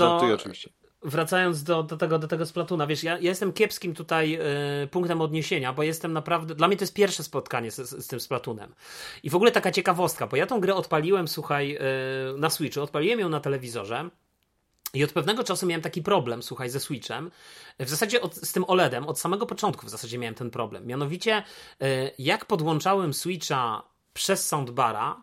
wracając do tego Splatuna, wiesz, ja jestem kiepskim tutaj punktem odniesienia, bo jestem naprawdę, dla mnie to jest pierwsze spotkanie z tym Splatunem. I w ogóle taka ciekawostka, bo ja tą grę odpaliłem, słuchaj, na Switchu, odpaliłem ją na telewizorze i od pewnego czasu miałem taki problem, słuchaj, ze Switchem. W zasadzie z tym OLEDem, od samego początku w zasadzie miałem ten problem. Mianowicie, jak podłączałem Switcha przez soundbara,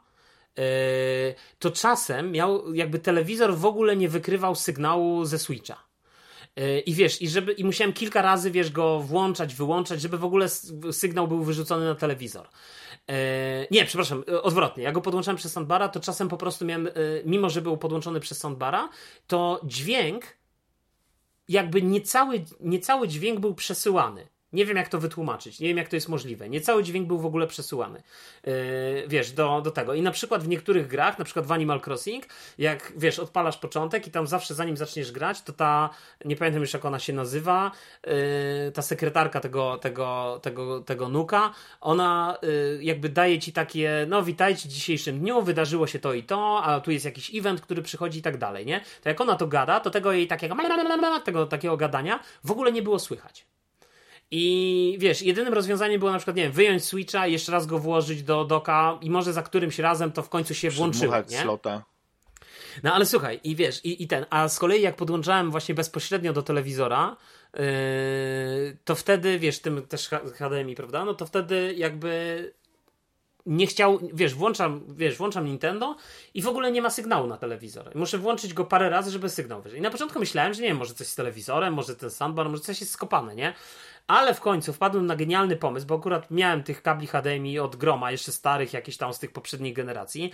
to czasem jakby telewizor w ogóle nie wykrywał sygnału ze Switcha. I wiesz, i musiałem kilka razy, wiesz, go włączać, wyłączać, żeby w ogóle sygnał był wyrzucony na telewizor. Nie, przepraszam, odwrotnie. Ja go podłączałem przez soundbara, to czasem po prostu miałem, mimo że był podłączony przez soundbara, to dźwięk, jakby niecały dźwięk był przesyłany. Nie wiem, jak to wytłumaczyć. Nie wiem, jak to jest możliwe. Nie cały dźwięk był w ogóle przesyłany. Wiesz, do tego. I na przykład w niektórych grach, na przykład w Animal Crossing, jak, wiesz, odpalasz początek i tam zawsze zanim zaczniesz grać, to ta, nie pamiętam już jak ona się nazywa, ta sekretarka tego nuka, ona jakby daje ci takie, no witajcie w dzisiejszym dniu, wydarzyło się to i to, a tu jest jakiś event, który przychodzi i tak dalej, nie? To jak ona to gada, to tego jej takiego gadania w ogóle nie było słychać. I wiesz, jedynym rozwiązaniem było na przykład, nie wiem, wyjąć Switcha i jeszcze raz go włożyć do doka i może za którymś razem to w końcu się włączyło, nie? Slota. No ale słuchaj, i wiesz, a z kolei jak podłączałem właśnie bezpośrednio do telewizora, to wtedy, wiesz, tym też HDMI, prawda, no to wtedy jakby nie chciał, włączam Nintendo i w ogóle nie ma sygnału na telewizor. Muszę włączyć go parę razy, żeby sygnał wyjść. I na początku myślałem, że nie wiem, może coś z telewizorem, może ten soundbar, może coś jest skopane, nie? Ale w końcu wpadłem na genialny pomysł, bo akurat miałem tych kabli HDMI od groma, jeszcze starych, jakieś tam z tych poprzednich generacji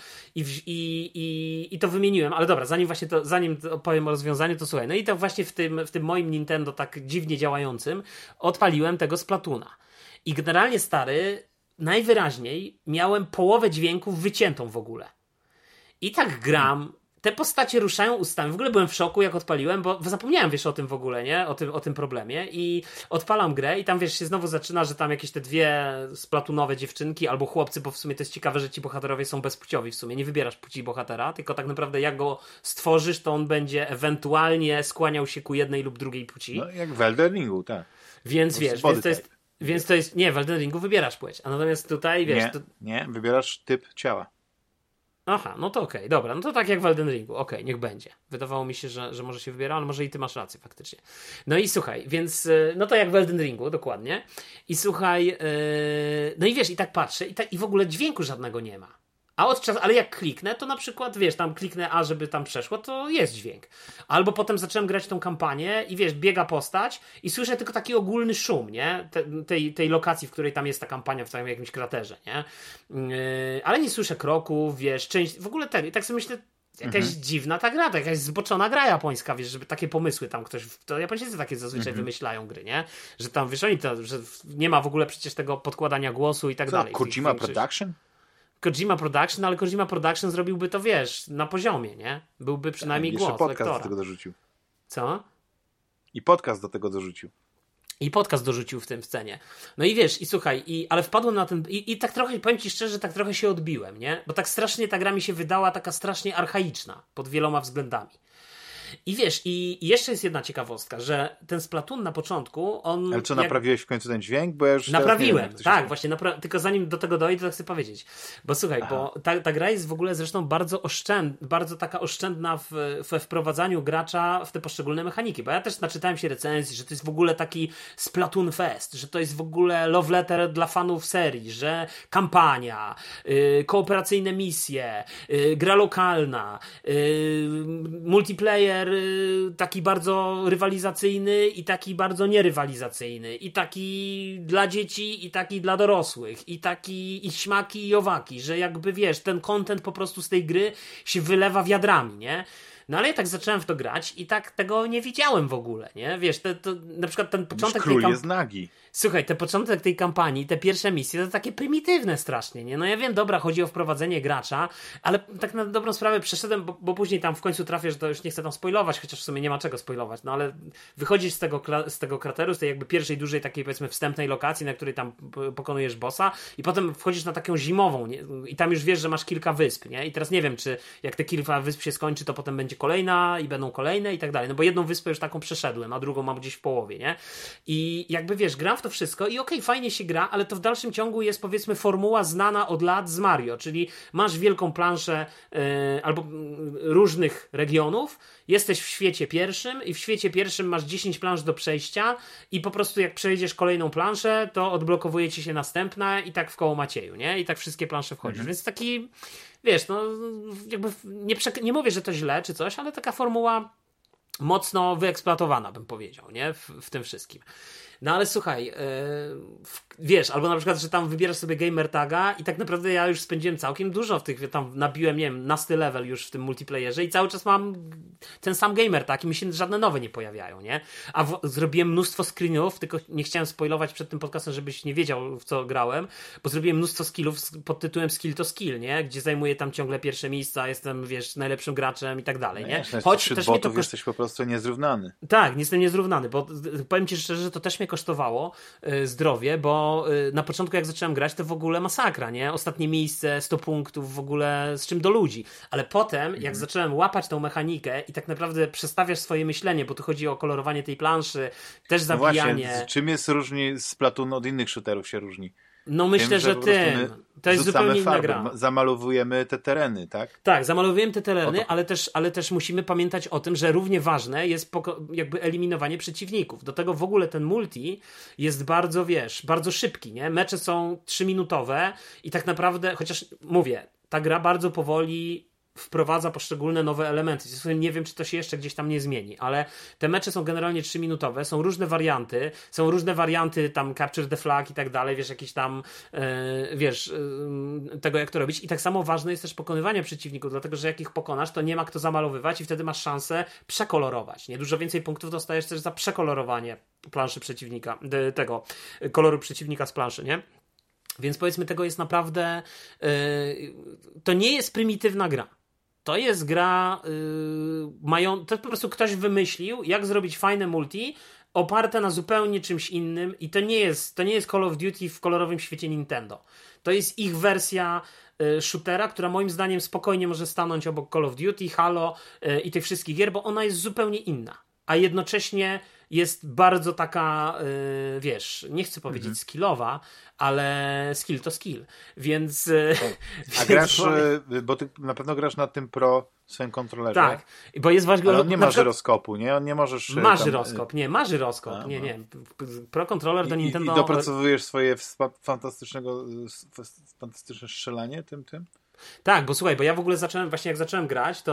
i to wymieniłem, ale dobra, zanim opowiem o rozwiązaniu, to słuchaj, no i to właśnie w tym moim Nintendo tak dziwnie działającym odpaliłem tego Splatoona. I generalnie stary, najwyraźniej miałem połowę dźwięków wyciętą w ogóle. I tak gram, te postacie ruszają ustami. W ogóle byłem w szoku, jak odpaliłem, bo zapomniałem, wiesz, o tym w ogóle, nie? O tym problemie. I odpalam grę i tam, wiesz, się znowu zaczyna, że tam jakieś te dwie splatoonowe dziewczynki albo chłopcy, bo w sumie to jest ciekawe, że ci bohaterowie są bezpłciowi w sumie. Nie wybierasz płci bohatera, tylko tak naprawdę jak go stworzysz, to on będzie ewentualnie skłaniał się ku jednej lub drugiej płci. No, jak w Elden Ringu, tak. Więc wiesz, więc to jest... Nie, w Elden Ringu wybierasz płeć. A natomiast tutaj, wiesz... Nie, wybierasz typ ciała. Aha, no to okej, dobra, no to tak jak w Elden Ringu, okej, niech będzie. Wydawało mi się, że może się wybiera, ale może i ty masz rację faktycznie. No i słuchaj, więc, no to jak w Elden Ringu, dokładnie. I słuchaj, no i wiesz, i tak patrzę i w ogóle dźwięku żadnego nie ma. Ale jak kliknę, to na przykład, wiesz, tam kliknę A, żeby tam przeszło, to jest dźwięk. Albo potem zacząłem grać tą kampanię i wiesz, biega postać i słyszę tylko taki ogólny szum, nie? Tej lokacji, w której tam jest ta kampania w całym jakimś kraterze, nie? Ale nie słyszę kroków, wiesz, w ogóle i tak sobie myślę, jakaś dziwna ta gra, to jakaś zboczona gra japońska, wiesz, żeby takie pomysły tam to Japończycy takie zazwyczaj wymyślają gry, nie? Że tam, wiesz, że nie ma w ogóle przecież tego podkładania głosu i tak dalej. Kojima Production? Kojima Production, ale Kojima Production zrobiłby to, wiesz, na poziomie, nie? Byłby przynajmniej głos podcast lektora. do tego dorzucił. Co? I podcast do tego dorzucił. I podcast dorzucił w tym scenie. No i wiesz, i słuchaj, ale wpadłem na ten... I tak trochę, powiem ci szczerze, tak trochę się odbiłem, nie? Bo tak strasznie ta gra mi się wydała taka strasznie archaiczna pod wieloma względami. I wiesz, i jeszcze jest jedna ciekawostka, że ten Splatoon na początku, on... Ale co, naprawiłeś w końcu ten dźwięk? Bo ja już naprawiłem, wiem, tak, właśnie, tylko zanim do tego dojdę, to chcę powiedzieć. Bo słuchaj, bo ta gra jest w ogóle zresztą bardzo taka oszczędna we wprowadzaniu gracza w te poszczególne mechaniki, bo ja też naczytałem się recenzji, że to jest w ogóle taki Splatoon Fest, że to jest w ogóle love letter dla fanów serii, że kampania, kooperacyjne misje, gra lokalna, multiplayer taki bardzo rywalizacyjny i taki bardzo nierywalizacyjny i taki dla dzieci i taki dla dorosłych i taki i śmaki i owaki, że jakby wiesz, ten content po prostu z tej gry się wylewa wiadrami, nie? No ale ja tak zacząłem w to grać i tak tego nie widziałem w ogóle, nie? Wiesz, to na przykład ten początek tej jest nagi. Słuchaj, ten początek tej kampanii, te pierwsze misje, to takie prymitywne strasznie, nie? No ja wiem, dobra, chodzi o wprowadzenie gracza, ale tak na dobrą sprawę przeszedłem, bo później tam w końcu trafię, że to już nie chcę tam spoilować, chociaż w sumie nie ma czego spoilować, no ale wychodzisz z tego krateru, z tej jakby pierwszej dużej takiej, powiedzmy, wstępnej lokacji, na której tam pokonujesz bossa i potem wchodzisz na taką zimową, nie? I tam już wiesz, że masz kilka wysp, nie? I teraz nie wiem, czy jak te kilka wysp się skończy, to potem będzie kolejna i będą kolejne i tak dalej, no bo jedną wyspę już taką przeszedłem, a drugą mam gdzieś w połowie, nie? I jakby wiesz, gram w to wszystko i okej, fajnie się gra, ale to w dalszym ciągu jest, powiedzmy, formuła znana od lat z Mario, czyli masz wielką planszę albo różnych regionów, jesteś w świecie pierwszym i w świecie pierwszym masz 10 plansz do przejścia i po prostu jak przejdziesz kolejną planszę, to odblokowuje ci się następna i tak w koło Macieju, nie? I tak wszystkie plansze wchodzisz, więc taki, wiesz, no jakby nie mówię, że to źle czy coś, ale taka formuła mocno wyeksploatowana, bym powiedział, nie? W tym wszystkim. No ale słuchaj, wiesz, albo na przykład, że tam wybierasz sobie gamer taga i tak naprawdę ja już spędziłem całkiem dużo w tych, tam nabiłem, nie wiem, nasty level już w tym multiplayerze i cały czas mam ten sam gamer tag i mi się żadne nowe nie pojawiają, nie? A zrobiłem mnóstwo screenów, tylko nie chciałem spoilować przed tym podcastem, żebyś nie wiedział, w co grałem, bo zrobiłem mnóstwo skillów pod tytułem skill to skill, nie? Gdzie zajmuję tam ciągle pierwsze miejsca, jestem, wiesz, najlepszym graczem i tak dalej, nie? Choć wśród botów jesteś po prostu niezrównany. Tak, nie jestem niezrównany, bo powiem ci szczerze, że to też mnie kosztowało zdrowie, bo na początku jak zacząłem grać, to w ogóle masakra, nie? Ostatnie miejsce, 100 punktów, w ogóle z czym do ludzi. Ale potem, jak zacząłem łapać tą mechanikę i tak naprawdę przestawiasz swoje myślenie, bo tu chodzi o kolorowanie tej planszy, też zabijanie. Właśnie, czym jest różni Splatoon od innych shooterów się różni? No myślę, że tym. To jest zupełnie inna gra. Zamalowujemy te tereny, tak? Tak, zamalowujemy te tereny, ale też musimy pamiętać o tym, że równie ważne jest jakby eliminowanie przeciwników. Do tego w ogóle ten multi jest bardzo, wiesz, bardzo szybki, nie? Mecze są 3-minutowe i tak naprawdę, chociaż mówię, ta gra bardzo powoli wprowadza poszczególne nowe elementy. Nie wiem, czy to się jeszcze gdzieś tam nie zmieni, ale te mecze są generalnie 3-minutowe, są różne warianty tam capture the flag i tak dalej, wiesz, jakieś tam tego jak to robić i tak samo ważne jest też pokonywanie przeciwników, dlatego, że jak ich pokonasz, to nie ma kto zamalowywać i wtedy masz szansę przekolorować, nie? Dużo więcej punktów dostajesz też za przekolorowanie planszy przeciwnika, tego koloru przeciwnika z planszy, nie? Więc powiedzmy, tego jest naprawdę to nie jest prymitywna gra. To jest gra to po prostu ktoś wymyślił, jak zrobić fajne multi oparte na zupełnie czymś innym i to nie jest Call of Duty w kolorowym świecie Nintendo. To jest ich wersja shootera, która moim zdaniem spokojnie może stanąć obok Call of Duty, Halo i tych wszystkich gier, bo ona jest zupełnie inna. A jednocześnie jest bardzo taka, wiesz, nie chcę powiedzieć skillowa, ale skill to skill. Więc... A grasz, bo ty na pewno grasz na tym Pro swoim kontrolerze. Tak, bo jest ważne... Ale on nie ma żyroskopu, nie? On nie możesz... Ma żyroskop, nie, żyroskop. Nie. Pro kontroler do Nintendo... I dopracowujesz swoje fantastyczne strzelanie tym? Tak, bo słuchaj, bo ja w ogóle jak zacząłem grać,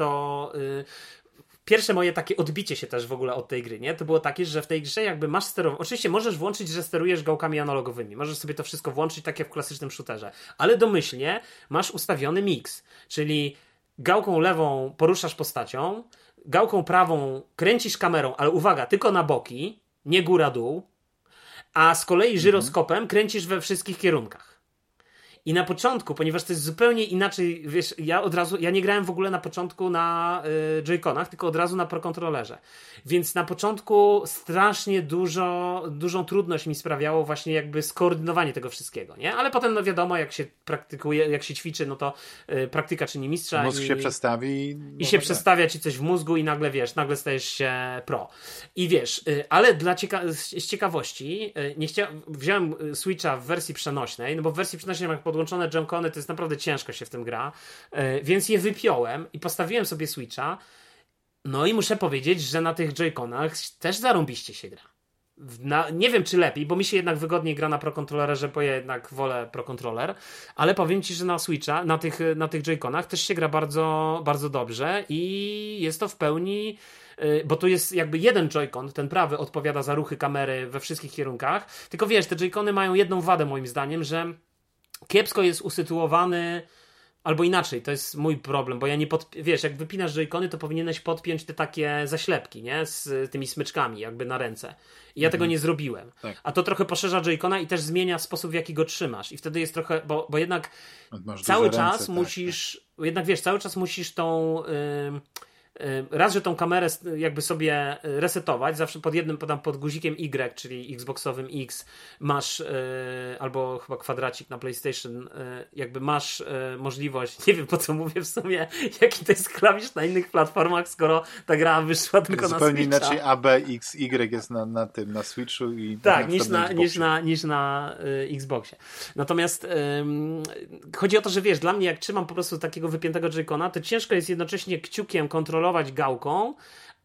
pierwsze moje takie odbicie się też w ogóle od tej gry, nie? To było takie, że w tej grze jakby masz sterowanie. Oczywiście możesz włączyć, że sterujesz gałkami analogowymi. Możesz sobie to wszystko włączyć tak jak w klasycznym shooterze. Ale domyślnie masz ustawiony mix. Czyli gałką lewą poruszasz postacią, gałką prawą kręcisz kamerą, ale uwaga, tylko na boki, nie góra-dół, a z kolei żyroskopem kręcisz we wszystkich kierunkach. I na początku, ponieważ to jest zupełnie inaczej, wiesz, ja nie grałem w ogóle na początku na Joy-Conach, tylko od razu na Pro Controllerze. Więc na początku strasznie dużą trudność mi sprawiało właśnie jakby skoordynowanie tego wszystkiego, nie? Ale potem, no wiadomo, jak się praktykuje, jak się ćwiczy, no to praktyka czyni mistrza. Mózg się przestawi. I się przestawia ci coś w mózgu i nagle, wiesz, nagle stajesz się pro. I wiesz, ale z ciekawości wziąłem Switcha w wersji przenośnej, no bo w wersji przenośnej jak podłączone Joy-Cony, to jest naprawdę ciężko się w tym gra, więc je wypiąłem i postawiłem sobie Switcha, no i muszę powiedzieć, że na tych Joy-Conach też zarąbiście się gra. Nie wiem, czy lepiej, bo mi się jednak wygodniej gra na Pro Controllerze, bo ja jednak wolę Pro Controller, ale powiem ci, że na Switcha, na tych Joy-Conach też się gra bardzo, bardzo dobrze i jest to w pełni... Bo tu jest jakby jeden Joy-Con, ten prawy odpowiada za ruchy kamery we wszystkich kierunkach, tylko wiesz, te Joy-Cony mają jedną wadę moim zdaniem, że kiepsko jest usytuowany, albo inaczej, to jest mój problem, bo ja nie wiesz, jak wypinasz Joy-Cony, to powinieneś podpiąć te takie zaślepki, nie? Z tymi smyczkami jakby na ręce. I ja tego nie zrobiłem. Tak. A to trochę poszerza Joy-Cona i też zmienia sposób, w jaki go trzymasz. I wtedy jest trochę, bo jednak cały czas ręce, musisz, jednak wiesz, cały czas musisz tą... raz, że tą kamerę jakby sobie resetować, zawsze pod guzikiem Y, czyli Xboxowym X masz, albo chyba kwadracik na PlayStation, jakby masz możliwość, nie wiem po co mówię w sumie, jaki to jest klawisz na innych platformach, skoro ta gra wyszła tylko na Switcha. Zupełnie inaczej A, B, X, Y jest na Switchu i tak, niż na Xboxie. Natomiast chodzi o to, że wiesz, dla mnie jak trzymam po prostu takiego wypiętego Joy-Cona, to ciężko jest jednocześnie kciukiem kontrolować gałką,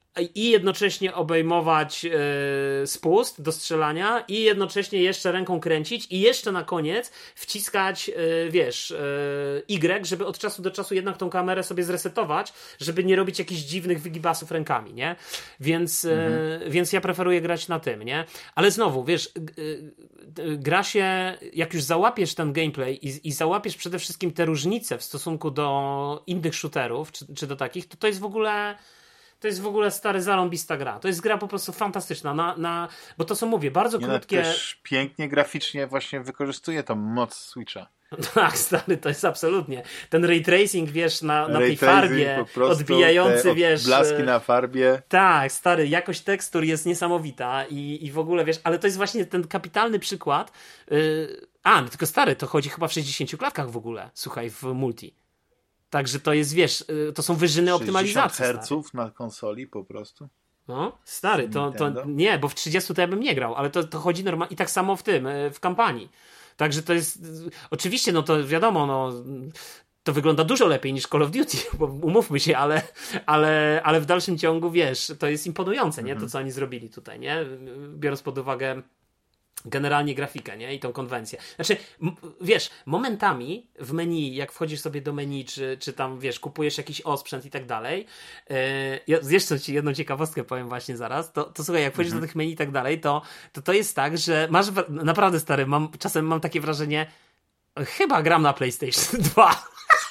i jednocześnie obejmować spust do strzelania i jednocześnie jeszcze ręką kręcić i jeszcze na koniec wciskać, Y, żeby od czasu do czasu jednak tą kamerę sobie zresetować, żeby nie robić jakichś dziwnych wygibasów rękami, nie? Więc ja preferuję grać na tym, nie? Ale znowu, wiesz, gra się, jak już załapiesz ten gameplay i załapiesz przede wszystkim te różnice w stosunku do innych shooterów, czy do takich, to jest w ogóle... To jest w ogóle stary zarąbista gra. To jest gra po prostu fantastyczna. Bo to, co mówię, bardzo krótkie... Też pięknie graficznie właśnie wykorzystuje tą moc Switcha. Tak, stary, to jest absolutnie. Ten ray tracing, wiesz, na tej farbie, odbijający, wiesz... blaski na farbie. Tak, stary, jakość tekstur jest niesamowita i w ogóle, wiesz, ale to jest właśnie ten kapitalny przykład. No tylko stary, to chodzi chyba w 60 klatkach w ogóle, słuchaj, w multi. Także to jest, wiesz, to są wyżyny optymalizacji. 60 herców na konsoli po prostu? No, stary, to nie, bo w 30 to ja bym nie grał, ale to chodzi normalnie i tak samo w kampanii. Także to jest, oczywiście, no to wiadomo, no to wygląda dużo lepiej niż Call of Duty, bo umówmy się, ale w dalszym ciągu, wiesz, to jest imponujące, nie? To, co oni zrobili tutaj, nie? Biorąc pod uwagę generalnie grafikę, nie? I tą konwencję. Znaczy, wiesz, momentami w menu, jak wchodzisz sobie do menu, czy tam, wiesz, kupujesz jakiś osprzęt i tak dalej, jeszcze ci jedną ciekawostkę powiem właśnie zaraz, to słuchaj, jak wchodzisz do tych menu i tak dalej, to jest tak, że masz, naprawdę stary, czasem mam takie wrażenie, chyba gram na PlayStation 2.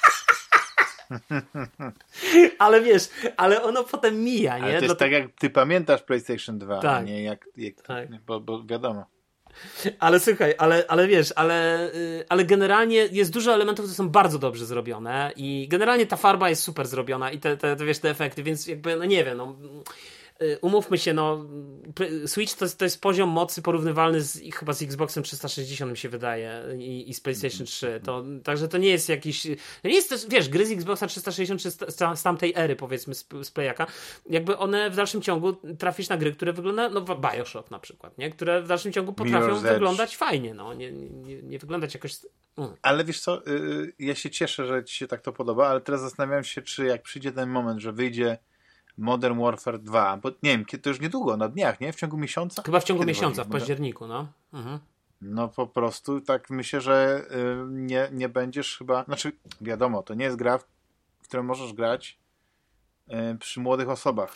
Ale wiesz, ale ono potem mija, nie? Ale to jest tak, jak ty pamiętasz PlayStation 2, tak. a nie jak tak. Bo wiadomo. Ale słuchaj, ale wiesz, ale generalnie jest dużo elementów, które są bardzo dobrze zrobione i generalnie ta farba jest super zrobiona i wiesz, te efekty, więc jakby, no nie wiem, no umówmy się, no Switch to jest poziom mocy porównywalny chyba z Xboxem 360 mi się wydaje i z PlayStation 3, także to nie jest jakiś, nie jest też, wiesz, gry z Xboxa 360 czy z tamtej ery, powiedzmy, z Playaka, jakby one w dalszym ciągu trafisz na gry, które wyglądają, no BioShock na przykład, nie, które w dalszym ciągu potrafią wyglądać fajnie, no, nie wyglądać jakoś... Ale wiesz co, ja się cieszę, że ci się tak to podoba, ale teraz zastanawiam się, czy jak przyjdzie ten moment, że wyjdzie Modern Warfare 2, bo nie wiem, to już niedługo, na dniach, nie? W ciągu miesiąca? Chyba w ciągu miesiąca, w październiku, no. No po prostu tak myślę, że nie będziesz chyba... Znaczy, wiadomo, to nie jest gra, w którą możesz grać przy młodych osobach.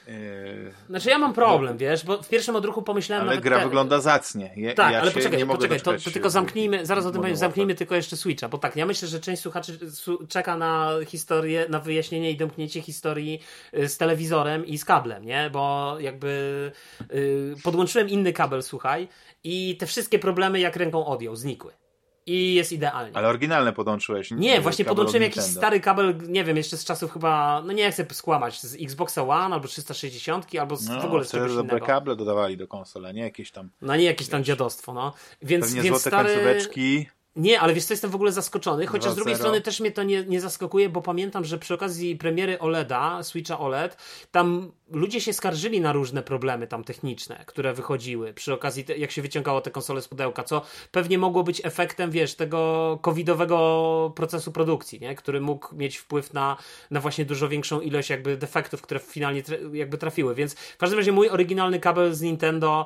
Znaczy ja mam problem, wiesz, bo w pierwszym odruchu pomyślałem... Ale gra wygląda zacnie. Tak, ale poczekaj, to tylko zamknijmy, zaraz o tym powiem, zamknijmy tylko jeszcze Switcha, bo tak, ja myślę, że część słuchaczy czeka na historię, na wyjaśnienie i domknięcie historii z telewizorem i z kablem, nie, bo jakby podłączyłem inny kabel, słuchaj, i te wszystkie problemy jak ręką odjął, znikły. I jest idealnie. Ale oryginalne podłączyłeś? Nie, właśnie podłączyłem jakiś stary kabel, nie wiem, jeszcze z czasów chyba, no nie chcę skłamać, z Xboxa One albo 360, albo w ogóle z czegoś dobre innego. Kable dodawali do konsol, a nie jakieś tam... No nie jakieś tam dziadostwo, no. Więc złote stary... końcóweczki... Nie, ale wiesz co, jestem w ogóle zaskoczony, chociaż z drugiej strony też mnie to nie zaskakuje, bo pamiętam, że przy okazji premiery OLEDa, Switcha OLED, tam ludzie się skarżyli na różne problemy tam techniczne, które wychodziły przy okazji, jak się wyciągało te konsole z pudełka, co pewnie mogło być efektem, wiesz, tego covidowego procesu produkcji, nie? Który mógł mieć wpływ na właśnie dużo większą ilość jakby defektów, które finalnie jakby trafiły, więc w każdym razie mój oryginalny kabel z Nintendo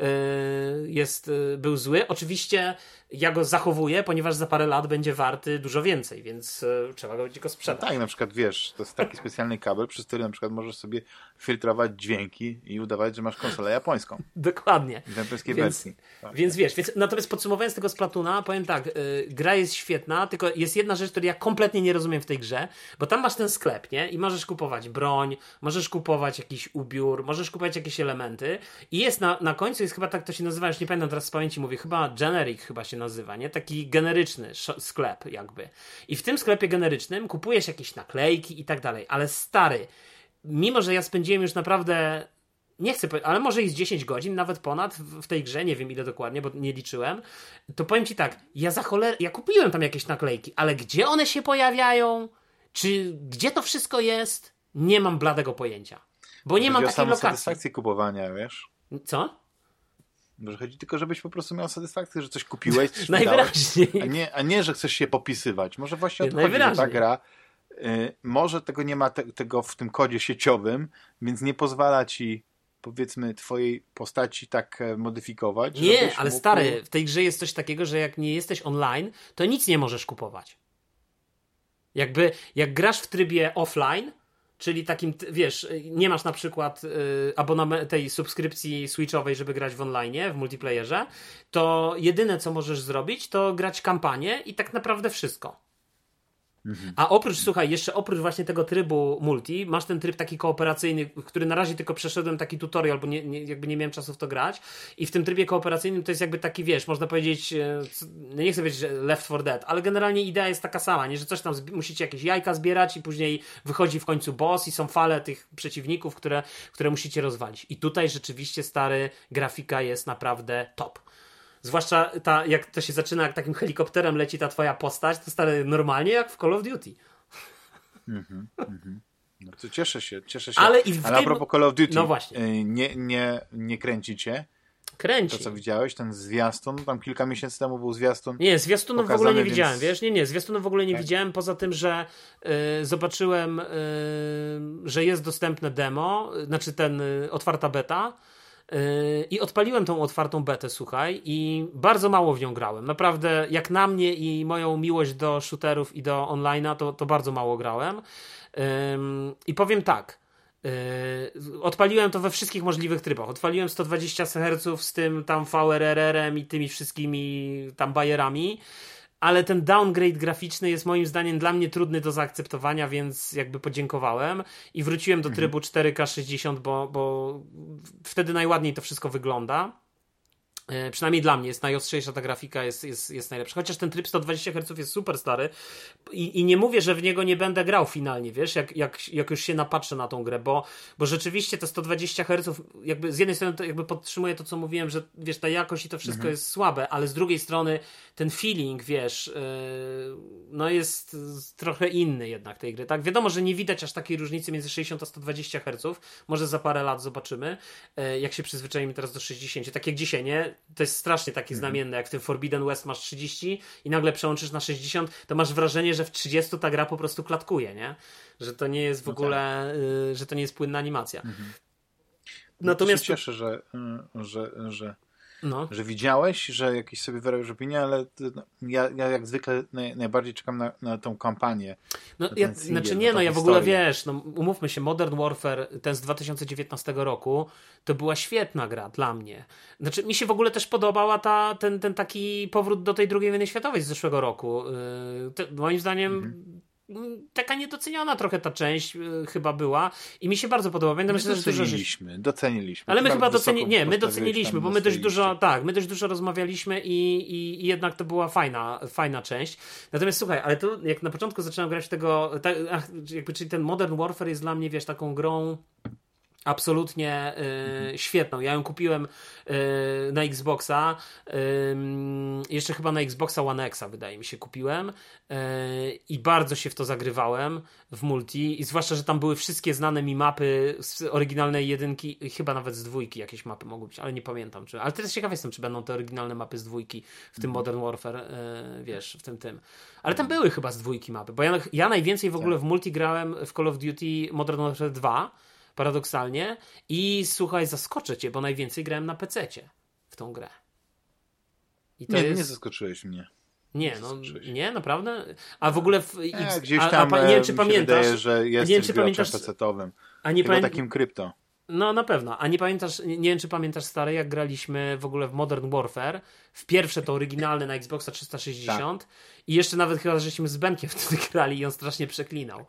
był zły. Oczywiście ja go zachowuję, ponieważ za parę lat będzie warty dużo więcej, więc trzeba będzie go sprzedać. No tak, na przykład wiesz, to jest taki specjalny kabel, przez który na przykład możesz sobie filtrować dźwięki i udawać, że masz konsolę japońską. Dokładnie. W japońskiej wersji. Tak. Więc wiesz, natomiast podsumowując tego Splatuna, powiem tak, gra jest świetna, tylko jest jedna rzecz, której ja kompletnie nie rozumiem w tej grze, bo tam masz ten sklep, nie? I możesz kupować broń, możesz kupować jakiś ubiór, możesz kupować jakieś elementy i jest na końcu, jest chyba tak to się nazywa, już nie pamiętam teraz z pamięci, mówię, chyba generic chyba się nazywa, nie? Taki generyczny sklep jakby. I w tym sklepie generycznym kupujesz jakieś naklejki i tak dalej, ale stary, mimo że ja spędziłem już naprawdę, nie chcę powiedzieć, ale może i z 10 godzin, nawet ponad w tej grze, nie wiem ile dokładnie, bo nie liczyłem, to powiem ci tak, ja kupiłem tam jakieś naklejki, ale gdzie one się pojawiają? Czy gdzie to wszystko jest? Nie mam bladego pojęcia. Bo nie mam takiej lokacji. Satysfakcję kupowania, wiesz? Co? Może chodzi tylko, żebyś po prostu miał satysfakcję, że coś kupiłeś, coś najwyraźniej. a nie, że chcesz się popisywać. Może właśnie o to chodzi, najwyraźniej. że ta gra może tego nie ma tego w tym kodzie sieciowym, więc nie pozwala ci, powiedzmy, twojej postaci tak modyfikować. Nie, ale stary, w tej grze jest coś takiego, że jak nie jesteś online, to nic nie możesz kupować. Jak grasz w trybie offline, czyli takim, wiesz, nie masz na przykład tej subskrypcji switchowej, żeby grać w online, w multiplayerze, to jedyne co możesz zrobić, to grać kampanię i tak naprawdę wszystko. A jeszcze oprócz właśnie tego trybu multi, masz ten tryb taki kooperacyjny, który na razie tylko przeszedłem taki tutorial, bo jakby nie miałem czasu w to grać. I w tym trybie kooperacyjnym to jest jakby taki, wiesz, można powiedzieć, nie chcę powiedzieć, że Left 4 Dead, ale generalnie idea jest taka sama, nie? Że coś tam musicie jakieś jajka zbierać i później wychodzi w końcu boss i są fale tych przeciwników, które musicie rozwalić. I tutaj rzeczywiście, stary, grafika jest naprawdę top. Zwłaszcza jak to się zaczyna, jak takim helikopterem leci ta twoja postać, to stary normalnie jak w Call of Duty. No to cieszę się. Ale a propos Call of Duty, no właśnie. Nie kręci cię? Kręci. To, co widziałeś, ten zwiastun, tam kilka miesięcy temu był zwiastun. Nie, zwiastunów w ogóle nie widziałem, wiesz? Nie, zwiastunów w ogóle nie widziałem, poza tym, że zobaczyłem, że jest dostępne demo, znaczy otwarta beta, i odpaliłem tą otwartą betę, słuchaj, i bardzo mało w nią grałem. Naprawdę, jak na mnie i moją miłość do shooterów i do online'a, to bardzo mało grałem. I powiem tak, odpaliłem to we wszystkich możliwych trybach. Odpaliłem 120 Hz z tym tam VRRR-em i tymi wszystkimi tam bajerami, ale ten downgrade graficzny jest moim zdaniem dla mnie trudny do zaakceptowania, więc jakby podziękowałem i wróciłem do trybu 4K 60, bo wtedy najładniej to wszystko wygląda. Przynajmniej dla mnie jest najostrzejsza ta grafika, jest najlepsza. Chociaż ten tryb 120 Hz jest super stary i nie mówię, że w niego nie będę grał finalnie, wiesz, jak już się napatrzę na tą grę, bo rzeczywiście te 120 Hz jakby z jednej strony to jakby podtrzymuje to, co mówiłem, że wiesz, ta jakość i to wszystko jest słabe, ale z drugiej strony ten feeling, wiesz, no jest trochę inny jednak tej gry, tak? Wiadomo, że nie widać aż takiej różnicy między 60 a 120 Hz, może za parę lat zobaczymy, jak się przyzwyczajimy teraz do 60, tak jak dzisiaj, nie? To jest strasznie takie znamienne, jak w tym Forbidden West masz 30 i nagle przełączysz na 60, to masz wrażenie, że w 30 ta gra po prostu klatkuje, nie? Że to nie jest w ogóle, że to nie jest płynna animacja. Natomiast się cieszę, że widziałeś, że jakiś sobie wyrabiasz opinię, ale ja jak zwykle najbardziej czekam na tą kampanię. No, ja w ogóle, wiesz, umówmy się, Modern Warfare, ten z 2019 roku, to była świetna gra dla mnie. Znaczy, mi się w ogóle też podobała ten taki powrót do tej II wojny światowej z zeszłego roku. Moim zdaniem taka niedoceniona trochę ta część chyba była i mi się bardzo podoba. Doceniliśmy. Ale my chyba doceniliśmy, bo my dość dużo rozmawialiśmy i jednak to była fajna część. Natomiast słuchaj, ale to jak na początku zacząłem grać w tego, czyli ten Modern Warfare jest dla mnie, wiesz, taką grą absolutnie świetną. Ja ją kupiłem na Xboxa, jeszcze chyba na Xboxa One X'a wydaje mi się kupiłem i bardzo się w to zagrywałem w multi i zwłaszcza, że tam były wszystkie znane mi mapy z oryginalnej jedynki, chyba nawet z dwójki jakieś mapy mogły być, ale nie pamiętam. Ale teraz ciekaw jestem, czy będą te oryginalne mapy z dwójki w tym Modern Warfare, wiesz, w tym. Ale tam były chyba z dwójki mapy, bo ja najwięcej w ogóle w multi grałem w Call of Duty Modern Warfare 2 paradoksalnie i słuchaj, zaskoczę cię, bo najwięcej grałem na PC-cie w tą grę. I to nie zaskoczyłeś mnie. Nie, naprawdę? A w ogóle gdzieś tam nie wiem, czy pamiętasz, wydaje, że jesteś graczem PC-towym. Chyba takim krypto. No na pewno, a nie wiem, czy pamiętasz, stary, jak graliśmy w ogóle w Modern Warfare, w pierwsze to oryginalne na Xboxa 360 i jeszcze nawet chyba, żeśmy z Benkiem wtedy grali i on strasznie przeklinał.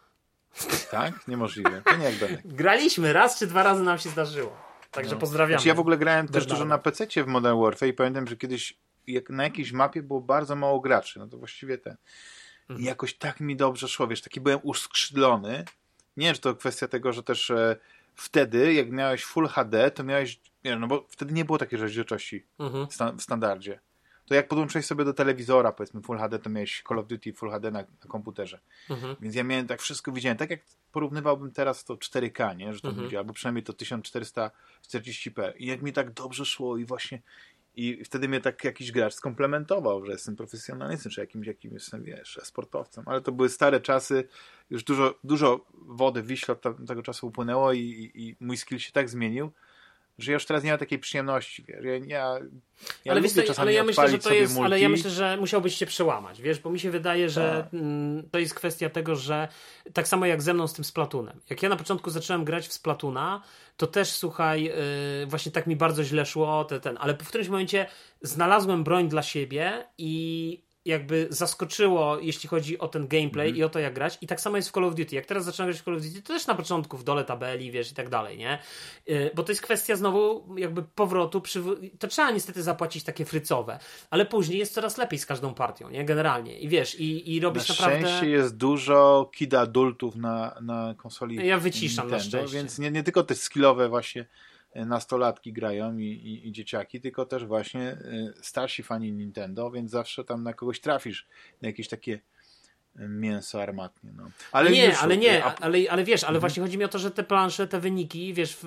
Tak? Niemożliwe. To nie jak Benek. Graliśmy raz czy dwa razy, nam się zdarzyło. Także pozdrawiamy. Ja w ogóle grałem też dużo na PC-cie w Modern Warfare i pamiętam, że kiedyś na jakiejś mapie było bardzo mało graczy. No to właściwie I jakoś tak mi dobrze szło. Wiesz, taki byłem uskrzydlony. Nie wiem, czy to kwestia tego, że też wtedy, jak miałeś Full HD, to miałeś, no bo wtedy nie było takiej rozdzielczości w standardzie. To jak podłączyłeś sobie do telewizora, powiedzmy Full HD, to miałeś Call of Duty Full HD na komputerze. Więc ja miałem tak wszystko widziałem. Tak jak porównywałbym teraz to 4K, nie? Że to będzie, albo przynajmniej to 1440p. I jak mi tak dobrze szło i właśnie I wtedy mnie tak jakiś gracz skomplementował, że jestem profesjonalistą, czy jakimś jestem, wiesz, sportowcem. Ale to były stare czasy, już dużo wody w Wiśle od tego czasu upłynęło i mój skill się tak zmienił, że ja już teraz nie mam takiej przyjemności, wiesz. Ja ale lubię czasami ale ja myślę, że to jest, multi. ale ja myślę, że musiałbyś się przełamać, wiesz, bo mi się wydaje, że to jest kwestia tego, że tak samo jak ze mną z tym Splatoonem. Jak ja na początku zacząłem grać w Splatoona, to też, słuchaj, właśnie tak mi bardzo źle szło, ale w którymś momencie znalazłem broń dla siebie i jakby zaskoczyło, jeśli chodzi o ten gameplay i o to, jak grać. I tak samo jest w Call of Duty. Jak teraz zaczynam grać w Call of Duty, to też na początku w dole tabeli, wiesz, i tak dalej, nie? Bo to jest kwestia znowu jakby powrotu. To trzeba niestety zapłacić takie frycowe, ale później jest coraz lepiej z każdą partią, nie? Generalnie. I wiesz, i robisz naprawdę... Na szczęście jest dużo kid adultów na konsoli. Ja wyciszam Nintendo, na szczęście. więc nie tylko te skillowe właśnie nastolatki grają i dzieciaki, tylko też właśnie starsi fani Nintendo, więc zawsze tam na kogoś trafisz, na jakieś takie mięso armatnie. No. Ale wiesz, ale właśnie chodzi mi o to, że te plansze, te wyniki, wiesz,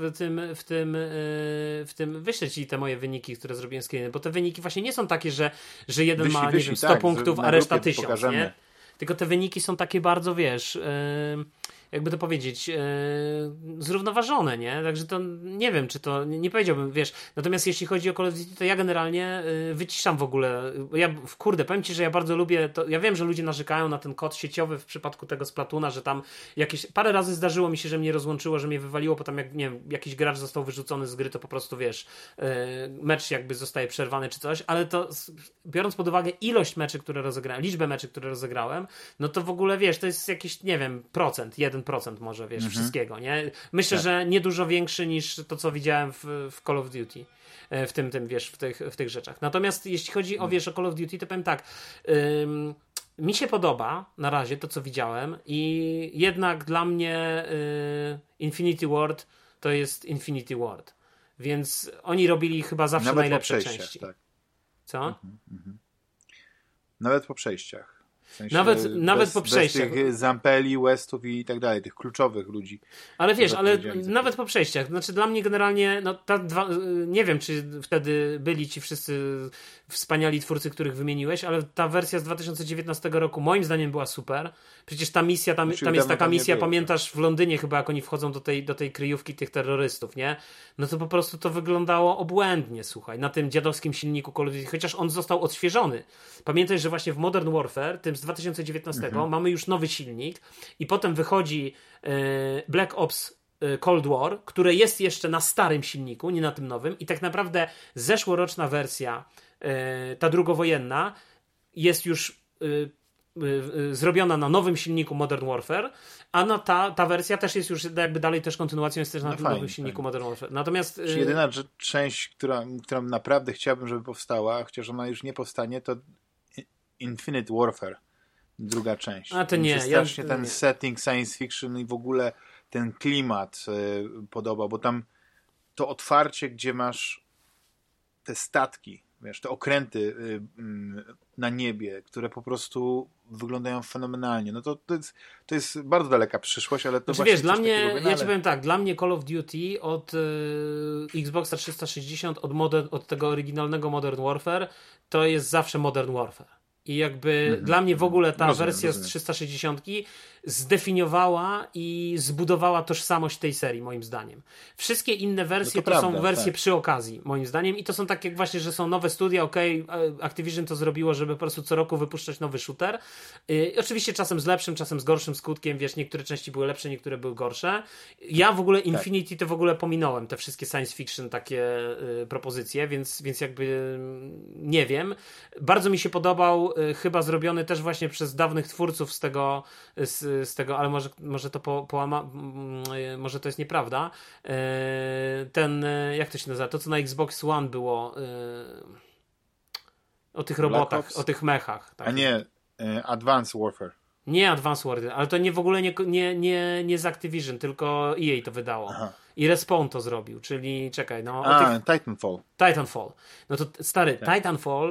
w tym wyślę ci te moje wyniki, które zrobiłem screeny, bo te wyniki właśnie nie są takie, że jeden ma, nie wiem, 100 punktów, a reszta 1000, nie? Tylko te wyniki są takie bardzo, wiesz, jakby to powiedzieć, zrównoważone, nie? Także to nie wiem, czy to, nie powiedziałbym, wiesz, natomiast jeśli chodzi o Call of Duty, to ja generalnie wyciszam w ogóle, powiem ci, że ja bardzo lubię to, ja wiem, że ludzie narzekają na ten kod sieciowy w przypadku tego Splatoona, że tam parę razy zdarzyło mi się, że mnie rozłączyło, że mnie wywaliło, potem jak, nie wiem, jakiś gracz został wyrzucony z gry, to po prostu, wiesz, mecz jakby zostaje przerwany czy coś, ale to biorąc pod uwagę ilość meczy, które rozegrałem, liczbę meczy, które rozegrałem, no to w ogóle, wiesz, to jest jakiś, nie wiem, 1% może, wiesz, wszystkiego, nie? Myślę, że nie dużo większy niż to, co widziałem w Call of Duty. W tym, wiesz, w tych rzeczach. Natomiast jeśli chodzi o, wiesz, o Call of Duty, to powiem tak, mi się podoba na razie to, co widziałem i jednak dla mnie Infinity Ward to jest Infinity Ward. Więc oni robili chyba zawsze nawet najlepsze części. Tak. Co? Nawet po przejściach. W sensie nawet po przejściach. Bez tych Zampeli, Westów i tak dalej, tych kluczowych ludzi. Ale wiesz, nawet po przejściach. Znaczy dla mnie generalnie, no nie wiem, czy wtedy byli ci wszyscy wspaniali twórcy, których wymieniłeś, ale ta wersja z 2019 roku moim zdaniem była super. Przecież ta misja, tam jest taka misja, pamiętasz, w Londynie chyba, jak oni wchodzą do tej kryjówki tych terrorystów, nie? No to po prostu to wyglądało obłędnie, słuchaj, na tym dziadowskim silniku Call of Duty, chociaż on został odświeżony. Pamiętaj, że właśnie w Modern Warfare, tym z 2019, mamy już nowy silnik i potem wychodzi Black Ops Cold War, które jest jeszcze na starym silniku, nie na tym nowym i tak naprawdę zeszłoroczna wersja, ta drugowojenna, jest już zrobiona na nowym silniku Modern Warfare, a ta wersja też jest już jakby dalej też kontynuacją, jest też na nowym silniku Modern Warfare. Natomiast jedyna część, którą naprawdę chciałbym, żeby powstała, chociaż ona już nie powstanie, to Infinite Warfare, druga część. A to nie. Strasznie ten setting science fiction i w ogóle ten klimat podoba, bo tam to otwarcie, gdzie masz te statki, wiesz, te okręty na niebie, które po prostu wyglądają fenomenalnie. No to jest bardzo daleka przyszłość, ale to właśnie wiesz, dla mnie, ja ci powiem tak, dla mnie Call of Duty od Xboxa 360, od tego oryginalnego Modern Warfare, to jest zawsze Modern Warfare. I jakby dla mnie w ogóle ta wersja z 360 zdefiniowała i zbudowała tożsamość tej serii, moim zdaniem. Wszystkie inne wersje to są wersje przy okazji, moim zdaniem. I to są takie właśnie, że są nowe studia, Activision to zrobiło, żeby po prostu co roku wypuszczać nowy shooter. Oczywiście czasem z lepszym, czasem z gorszym skutkiem, wiesz, niektóre części były lepsze, niektóre były gorsze. Ja w ogóle Infinity to w ogóle pominąłem, te wszystkie science fiction takie propozycje, więc jakby nie wiem. Bardzo mi się podobał, chyba zrobiony też właśnie przez dawnych twórców z tego, ale może to może to jest nieprawda. Ten, jak to się nazywa? To, co na Xbox One było o tych robotach, o tych mechach. Tak? A nie, Advanced Warfare. Nie Advanced Warfare, ale to w ogóle nie z Activision, tylko EA to wydało. Aha. I Respawn to zrobił, czyli czekaj, Titanfall. No to stary, Titanfall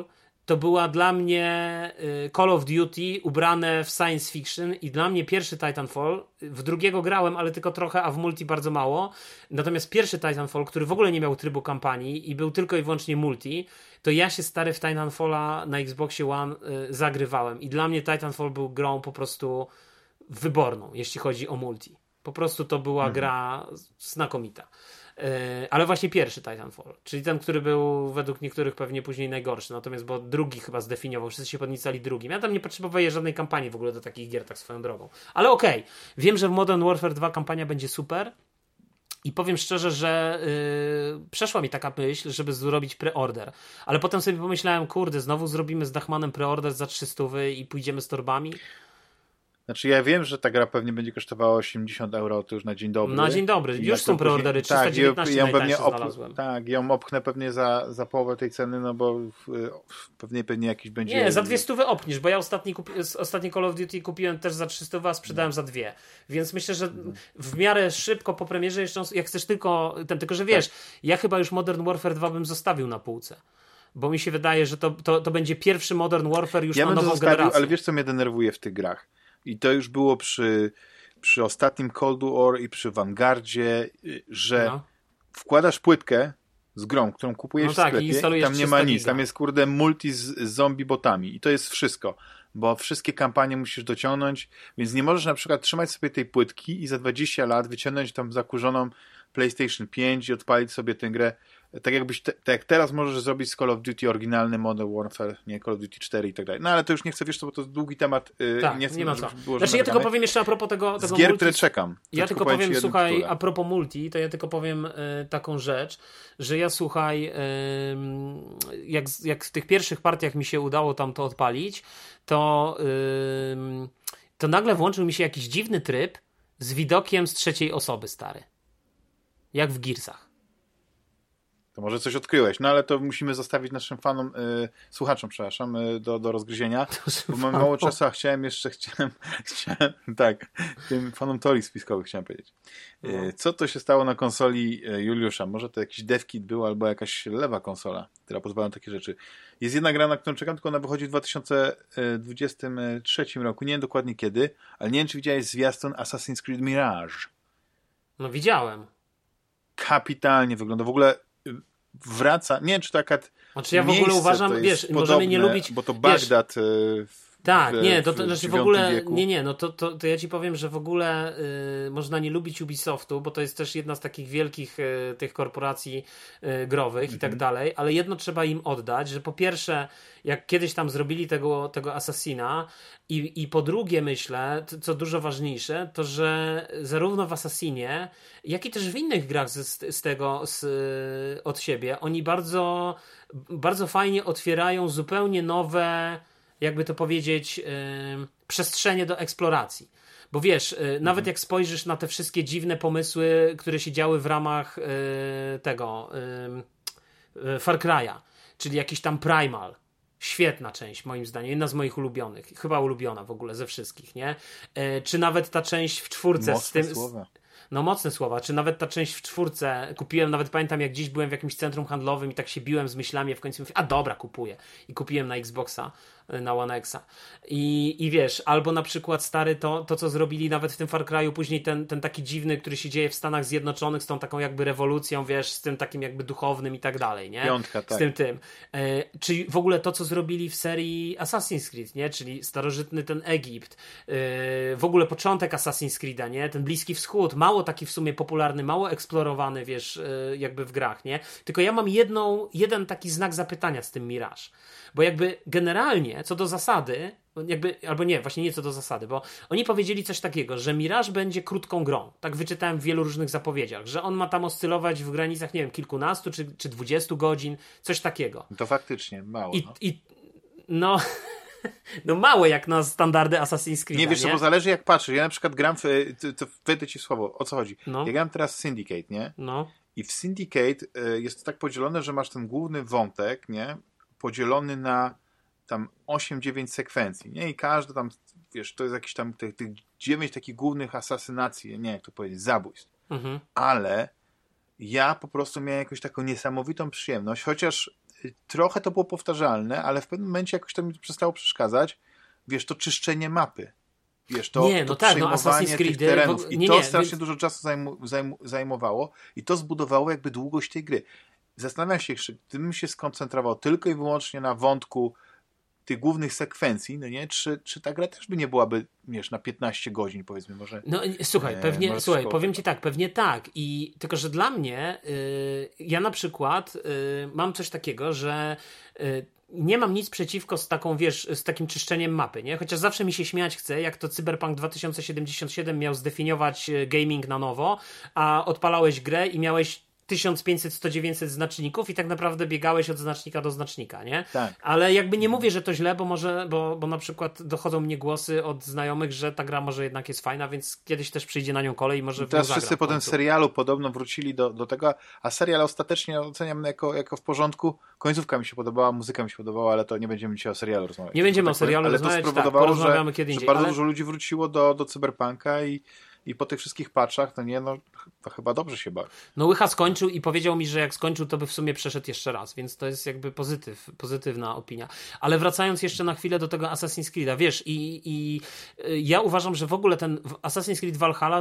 to była dla mnie Call of Duty ubrane w science fiction i dla mnie pierwszy Titanfall, w drugiego grałem, ale tylko trochę, a w multi bardzo mało, natomiast pierwszy Titanfall, który w ogóle nie miał trybu kampanii i był tylko i wyłącznie multi, to ja się stary w Titanfalla na Xboxie One zagrywałem i dla mnie Titanfall był grą po prostu wyborną, jeśli chodzi o multi. Po prostu to była gra znakomita. Ale właśnie pierwszy Titanfall, czyli ten, który był według niektórych pewnie później najgorszy, natomiast bo drugi chyba zdefiniował, wszyscy się podnicali drugim. Ja tam nie potrzebuję żadnej kampanii w ogóle do takich gier, tak swoją drogą. Ale okej, wiem, że w Modern Warfare 2 kampania będzie super i powiem szczerze, że przeszła mi taka myśl, żeby zrobić preorder, ale potem sobie pomyślałem, kurde, znowu zrobimy z Dachmanem preorder za 300 i pójdziemy z torbami. Znaczy ja wiem, że ta gra pewnie będzie kosztowała 80 euro, to już na dzień dobry. Na dzień dobry, już są preordery, 319 ja najtańsze znalazłem. Tak, ją opchnę pewnie za połowę tej ceny, no bo pewnie jakiś będzie... Nie, za 200 opnisz, bo ja ostatni Call of Duty kupiłem też za 300, a sprzedałem za 2. Więc myślę, że w miarę szybko po premierze jeszcze, jak chcesz tylko że wiesz, ja chyba już Modern Warfare 2 bym zostawił na półce. Bo mi się wydaje, że to będzie pierwszy Modern Warfare już na nową generację. Ale wiesz, co mnie denerwuje w tych grach? I to już było przy ostatnim Cold War i przy Vanguardzie, że wkładasz płytkę z grą, którą kupujesz w sklepie i tam nie ma nic. Tam jest kurde multi z zombie botami i to jest wszystko. Bo wszystkie kampanie musisz dociągnąć, więc nie możesz na przykład trzymać sobie tej płytki i za 20 lat wyciągnąć tam zakurzoną PlayStation 5 i odpalić sobie tę grę. Tak jak teraz możesz zrobić z Call of Duty oryginalny Modern Warfare, nie Call of Duty 4 i tak dalej. No ale to już nie chcę, wiesz, bo to jest długi temat. Nie ma co. Znaczy ja tylko powiem jeszcze a propos tego z gier, multi, które czekam. Ja tylko powiem, słuchaj, a propos multi, to ja tylko powiem taką rzecz, że ja słuchaj, jak w tych pierwszych partiach mi się udało tam to odpalić, to nagle włączył mi się jakiś dziwny tryb z widokiem z trzeciej osoby, stary. Jak w Gearsach. To może coś odkryłeś, no ale to musimy zostawić naszym fanom, słuchaczom, przepraszam, do rozgryzienia, bo mamy mało czasu, a chciałem tak, tym fanom teorii spiskowych chciałem powiedzieć. Co to się stało na konsoli Juliusza? Może to jakiś devkit był, albo jakaś lewa konsola, która pozwala na takie rzeczy. Jest jedna gra, na którą czekam, tylko ona wychodzi w 2023 roku, nie wiem dokładnie kiedy, ale nie wiem, czy widziałeś zwiastun Assassin's Creed Mirage. No widziałem. Kapitalnie wygląda, w ogóle wraca, nie wiem, czy taka znaczy ja w ogóle uważam, wiesz, podobne, możemy nie lubić, bo to Bagdad to znaczy w ogóle wieku. No to ja ci powiem, że w ogóle można nie lubić Ubisoftu, bo to jest też jedna z takich wielkich tych korporacji growych i tak dalej, ale jedno trzeba im oddać, że po pierwsze, jak kiedyś tam zrobili tego Assassina i po drugie myślę, co dużo ważniejsze, to że zarówno w Assassinie, jak i też w innych grach od siebie, oni bardzo, bardzo fajnie otwierają zupełnie nowe, jakby to powiedzieć, przestrzenie do eksploracji. Bo wiesz, nawet jak spojrzysz na te wszystkie dziwne pomysły, które się działy w ramach Far Cry'a, czyli jakiś tam Primal. Świetna część, moim zdaniem. Jedna z moich ulubionych. Chyba ulubiona w ogóle ze wszystkich, nie? Czy nawet ta część w 4 mocne słowa. No mocne słowa, czy nawet ta część w 4 kupiłem, nawet pamiętam jak dziś byłem w jakimś centrum handlowym i tak się biłem z myślami, a w końcu mówię, a dobra, kupuję. I kupiłem na Xboxa, na One Xa. I wiesz, albo na przykład stary to co zrobili nawet w tym Far Cry'u, później ten taki dziwny, który się dzieje w Stanach Zjednoczonych z tą taką jakby rewolucją, wiesz, z tym takim jakby duchownym i tak dalej, nie? Piątka, tak. Z tym. Czyli w ogóle to, co zrobili w serii Assassin's Creed, nie? Czyli starożytny ten Egipt, w ogóle początek Assassin's Creed'a, nie? Ten Bliski Wschód, mało taki w sumie popularny, mało eksplorowany, wiesz, jakby w grach, nie? Tylko ja mam jeden taki znak zapytania z tym Mirage. Bo jakby generalnie, co do zasady, albo nie, właśnie nie co do zasady, bo oni powiedzieli coś takiego, że Mirage będzie krótką grą. Tak wyczytałem w wielu różnych zapowiedziach, że on ma tam oscylować w granicach, nie wiem, kilkunastu czy 20 godzin, coś takiego. To faktycznie mało. No mało jak na standardy Assassin's Creed. Nie, wiesz co, bo zależy jak patrzysz. Ja na przykład gram wejdę ci w słowo, o co chodzi. No. Ja gram teraz Syndicate, nie? No. I w Syndicate jest tak podzielone, że masz ten główny wątek, nie? Podzielony na tam 8-9 sekwencji, nie? I każdy tam, wiesz, to jest jakiś tam tych 9 takich głównych asasynacji, nie jak to powiedzieć, zabójstw. Mhm. Ale ja po prostu miałem jakąś taką niesamowitą przyjemność, chociaż trochę to było powtarzalne, ale w pewnym momencie jakoś to mi przestało przeszkadzać. Wiesz, to czyszczenie mapy. Wiesz, to przejmowanie tych terenów. I to strasznie dużo czasu zajmowało i to zbudowało jakby długość tej gry. Zastanawiam się, gdybym się skoncentrował tylko i wyłącznie na wątku tych głównych sekwencji, no nie? Czy ta gra też by nie byłaby, wiesz, na 15 godzin, powiedzmy, może. No słuchaj, powiem ci tak, pewnie tak. Tylko, że dla mnie, ja na przykład mam coś takiego, że nie mam nic przeciwko z taką, wiesz, z takim czyszczeniem mapy, nie? Chociaż zawsze mi się śmiać chce, jak to Cyberpunk 2077 miał zdefiniować gaming na nowo, a odpalałeś grę i miałeś 1500, 100-900 znaczników i tak naprawdę biegałeś od znacznika do znacznika, nie? Tak. Ale jakby nie mówię, że to źle, bo na przykład dochodzą mnie głosy od znajomych, że ta gra może jednak jest fajna, więc kiedyś też przyjdzie na nią kolej i może w teraz wszyscy po tym serialu podobno wrócili do tego, a serial ostatecznie oceniam jako w porządku. Końcówka mi się podobała, muzyka mi się podobała, ale to nie będziemy dzisiaj o serialu rozmawiać. Nie będziemy o serialu rozmawiać, ale to spowodowało, że bardzo dużo ludzi wróciło do Cyberpunka i po tych wszystkich patchach, to chyba dobrze się bawi. No Łycha skończył i powiedział mi, że jak skończył, to by w sumie przeszedł jeszcze raz, więc to jest jakby pozytywna opinia. Ale wracając jeszcze na chwilę do tego Assassin's Creed'a, wiesz, i ja uważam, że w ogóle ten Assassin's Creed Valhalla,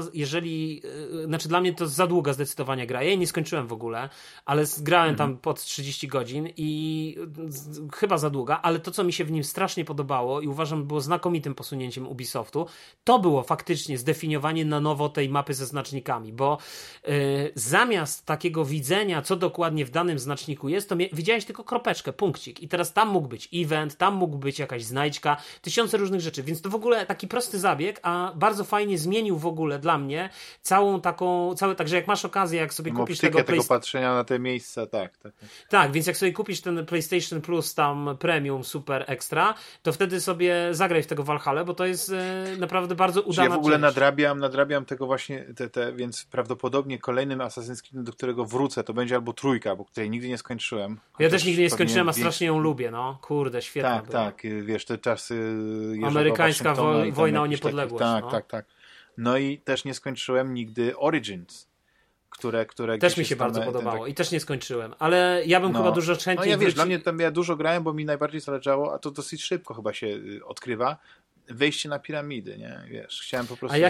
dla mnie to za długa zdecydowanie gra. Ja jej nie skończyłem w ogóle, ale grałem tam pod 30 godzin i chyba za długa, ale to, co mi się w nim strasznie podobało i uważam, było znakomitym posunięciem Ubisoftu, to było faktycznie zdefiniowanie na nowo tej mapy ze znacznikami, bo zamiast takiego widzenia, co dokładnie w danym znaczniku jest, to widziałeś tylko kropeczkę, punkcik i teraz tam mógł być event, tam mógł być jakaś znajdźka, tysiące różnych rzeczy, więc to w ogóle taki prosty zabieg, a bardzo fajnie zmienił w ogóle dla mnie także jak masz okazję, jak sobie kupisz tego patrzenia na te miejsca, tak. Tak, więc jak sobie kupisz ten PlayStation Plus tam Premium Super Extra, to wtedy sobie zagraj w tego Valhalla, bo to jest naprawdę bardzo udana Ja w ogóle nadrabiam tego właśnie, więc prawdopodobnie kolejnym Assassin's Creed, do którego wrócę, to będzie albo 3, bo której nigdy nie skończyłem. Ja też nigdy nie skończyłem, a strasznie ją lubię, no. Kurde, świetna była. Tak, wiesz, te czasy amerykańska wojna o niepodległość. Tak. No i też nie skończyłem nigdy Origins, które też mi się bardzo podobało i też nie skończyłem, ale ja bym chyba dużo chętniej... No ja wiesz, dla mnie tam ja dużo grałem, bo mi najbardziej zależało, a to dosyć szybko chyba się odkrywa, wejście na piramidy, nie? Wiesz, chciałem po prostu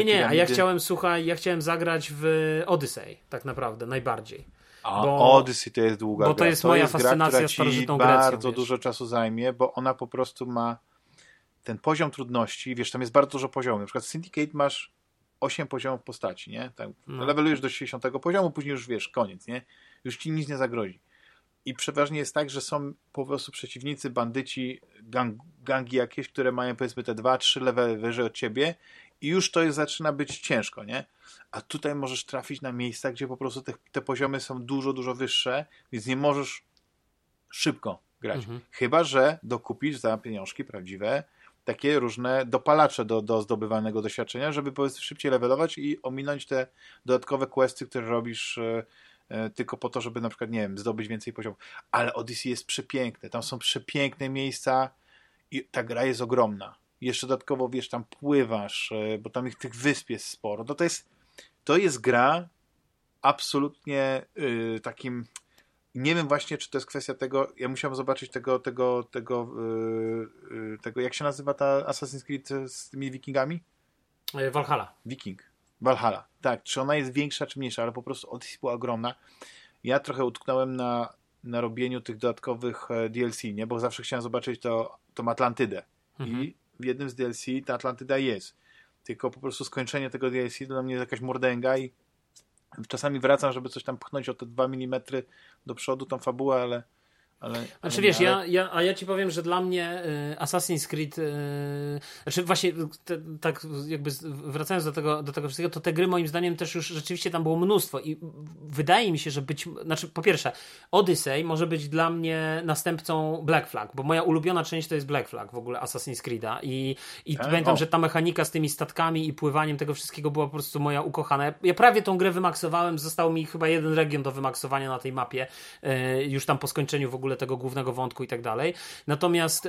ja chciałem zagrać w Odyssey, tak naprawdę, najbardziej. Odyssey to jest długa gra. Bo to jest moja fascynacja starożytną Grecją. Bardzo dużo czasu zajmie, bo ona po prostu ma ten poziom trudności, wiesz, tam jest bardzo dużo poziomów. Na przykład w Syndicate masz 8 poziomów postaci, nie? Tak, levelujesz do 60 poziomu, później już wiesz, koniec, nie? Już ci nic nie zagrozi. I przeważnie jest tak, że są po prostu przeciwnicy, bandyci, gangi jakieś, które mają powiedzmy te 2-3 levely wyżej od ciebie i już to zaczyna być ciężko, nie? A tutaj możesz trafić na miejsca, gdzie po prostu te poziomy są dużo, dużo wyższe, więc nie możesz szybko grać. Chyba że dokupisz za pieniążki prawdziwe takie różne dopalacze do zdobywanego doświadczenia, żeby powiedzmy szybciej levelować i ominąć te dodatkowe questy, które robisz tylko po to, żeby na przykład, nie wiem, zdobyć więcej poziomów. Ale Odyssey jest przepiękne. Tam są przepiękne miejsca i ta gra jest ogromna. Jeszcze dodatkowo, wiesz, tam pływasz, bo tam tych wysp jest sporo. No to jest gra absolutnie takim... Nie wiem właśnie, czy to jest kwestia tego... Ja musiałem zobaczyć tego jak się nazywa ta Assassin's Creed z tymi wikingami? Valhalla. Valhalla. Tak, czy ona jest większa, czy mniejsza, ale po prostu Odyssey była ogromna. Ja trochę utknąłem na robieniu tych dodatkowych DLC, nie? Bo zawsze chciałem zobaczyć tą Atlantydę. I w jednym z DLC ta Atlantyda jest. Tylko po prostu skończenie tego DLC to dla mnie jest jakaś mordęga i czasami wracam, żeby coś tam pchnąć o te 2 mm do przodu, tą fabułę, ale ja ci powiem, że dla mnie Assassin's Creed, właśnie tak jakby wracając do tego wszystkiego, to te gry moim zdaniem też już rzeczywiście tam było mnóstwo i wydaje mi się, że po pierwsze Odyssey może być dla mnie następcą Black Flag, bo moja ulubiona część to jest Black Flag w ogóle Assassin's Creed'a i pamiętam, że ta mechanika z tymi statkami i pływaniem tego wszystkiego była po prostu moja ukochana. Ja prawie tą grę wymaksowałem, został mi chyba jeden region do wymaksowania na tej mapie, już tam po skończeniu w ogóle ogóle tego głównego wątku i tak dalej. Natomiast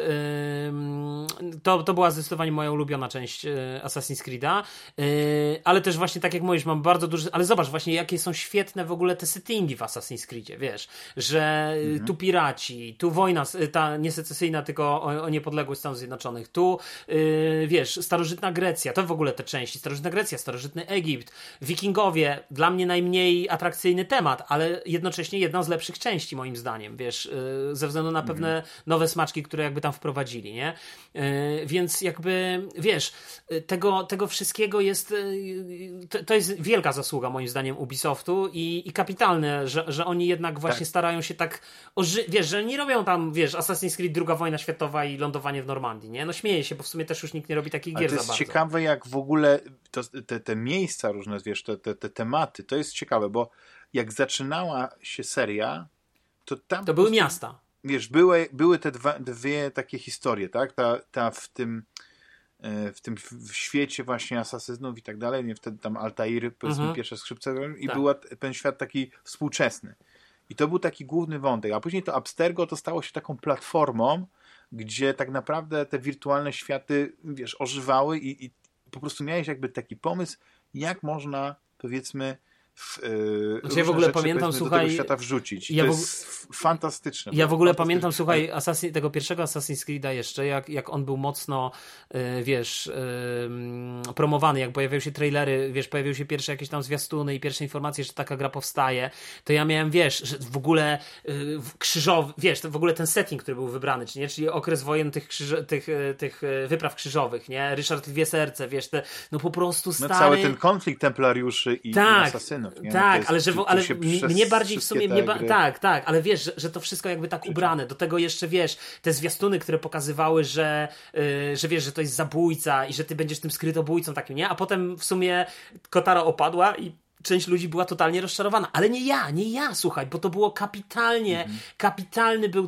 to była zdecydowanie moja ulubiona część Assassin's Creed'a, ale też właśnie tak jak mówisz, mam bardzo duży, ale zobacz właśnie jakie są świetne w ogóle te settingi w Assassin's Creed'zie, wiesz, że tu piraci, tu wojna, ta nie secesyjna, tylko o niepodległość Stanów Zjednoczonych, tu wiesz, starożytna Grecja, to w ogóle te części, starożytna Grecja, starożytny Egipt, wikingowie, dla mnie najmniej atrakcyjny temat, ale jednocześnie jedna z lepszych części moim zdaniem, wiesz, ze względu na pewne nowe smaczki, które jakby tam wprowadzili, nie? Więc jakby, wiesz, tego wszystkiego jest, to jest wielka zasługa moim zdaniem Ubisoftu i kapitalne, że oni jednak właśnie starają się tak, wiesz, że nie robią tam, wiesz, Assassin's Creed II wojna światowa i lądowanie w Normandii, nie? No śmieję się, bo w sumie też już nikt nie robi takich gier za bardzo. To jest ciekawe, jak w ogóle te miejsca różne, wiesz, te tematy, to jest ciekawe, bo jak zaczynała się seria, to tam... To były miasta. Wiesz, były te dwie takie historie, tak? Ta w tym świecie właśnie asasynów i tak dalej, nie wtedy tam Altairy, powiedzmy pierwsze skrzypce i była ten świat taki współczesny. I to był taki główny wątek, a później to Abstergo to stało się taką platformą, gdzie tak naprawdę te wirtualne światy, wiesz, ożywały i po prostu miałeś jakby taki pomysł, jak można, powiedzmy, ja w ogóle pamiętam, słuchaj, do tego świata wrzucić. To jest fantastyczne. Ja w ogóle pamiętam, słuchaj, tego pierwszego Assassin's Creed'a jeszcze, jak on był mocno, wiesz, promowany, jak pojawiały się trailery, wiesz, pojawiły się pierwsze jakieś tam zwiastuny i pierwsze informacje, że taka gra powstaje, to ja miałem, wiesz, że w ogóle krzyżowy, wiesz, w ogóle ten setting, który był wybrany, czyli okres wojen tych wypraw krzyżowych, nie? Ryszard Lwie Serce, wiesz, no po prostu stary... No cały ten konflikt templariuszy i asasynów. Nie? Tak, ale mnie bardziej w sumie... Tak, ale wiesz, że to wszystko jakby tak ubrane. Do tego jeszcze, wiesz, te zwiastuny, które pokazywały, że wiesz, że to jest zabójca i że ty będziesz tym skrytobójcą takim, nie? A potem w sumie kotara opadła i część ludzi była totalnie rozczarowana. Ale nie ja, słuchaj, bo to było kapitalny był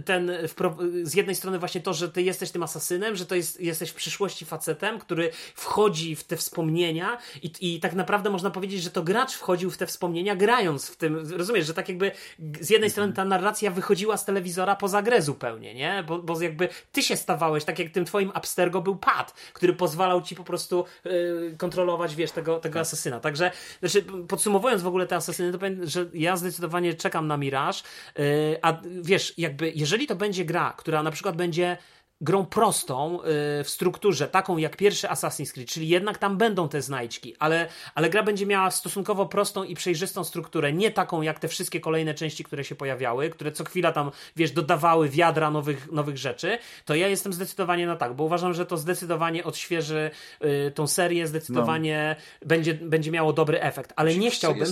z jednej strony właśnie to, że ty jesteś tym asasynem, że to jesteś w przyszłości facetem, który wchodzi w te wspomnienia i tak naprawdę można powiedzieć, że to gracz wchodził w te wspomnienia grając w tym, rozumiesz, że tak jakby z jednej strony ta narracja wychodziła z telewizora poza grę zupełnie, nie? Bo jakby ty się stawałeś, tak jak tym twoim Abstergo był pad, który pozwalał ci po prostu kontrolować, wiesz, tego asasyna. Także, znaczy podsumowując w ogóle te asasyny, to powiem, że ja zdecydowanie czekam na Mirage, a wiesz, jakby jeżeli to będzie gra, która na przykład będzie grą prostą w strukturze, taką jak pierwszy Assassin's Creed, czyli jednak tam będą te znajdźki, ale gra będzie miała stosunkowo prostą i przejrzystą strukturę, nie taką jak te wszystkie kolejne części, które się pojawiały, które co chwila tam, wiesz, dodawały wiadra nowych rzeczy, to ja jestem zdecydowanie na tak, bo uważam, że to zdecydowanie odświeży tą serię, zdecydowanie będzie miało dobry efekt, ale nie chciałbym,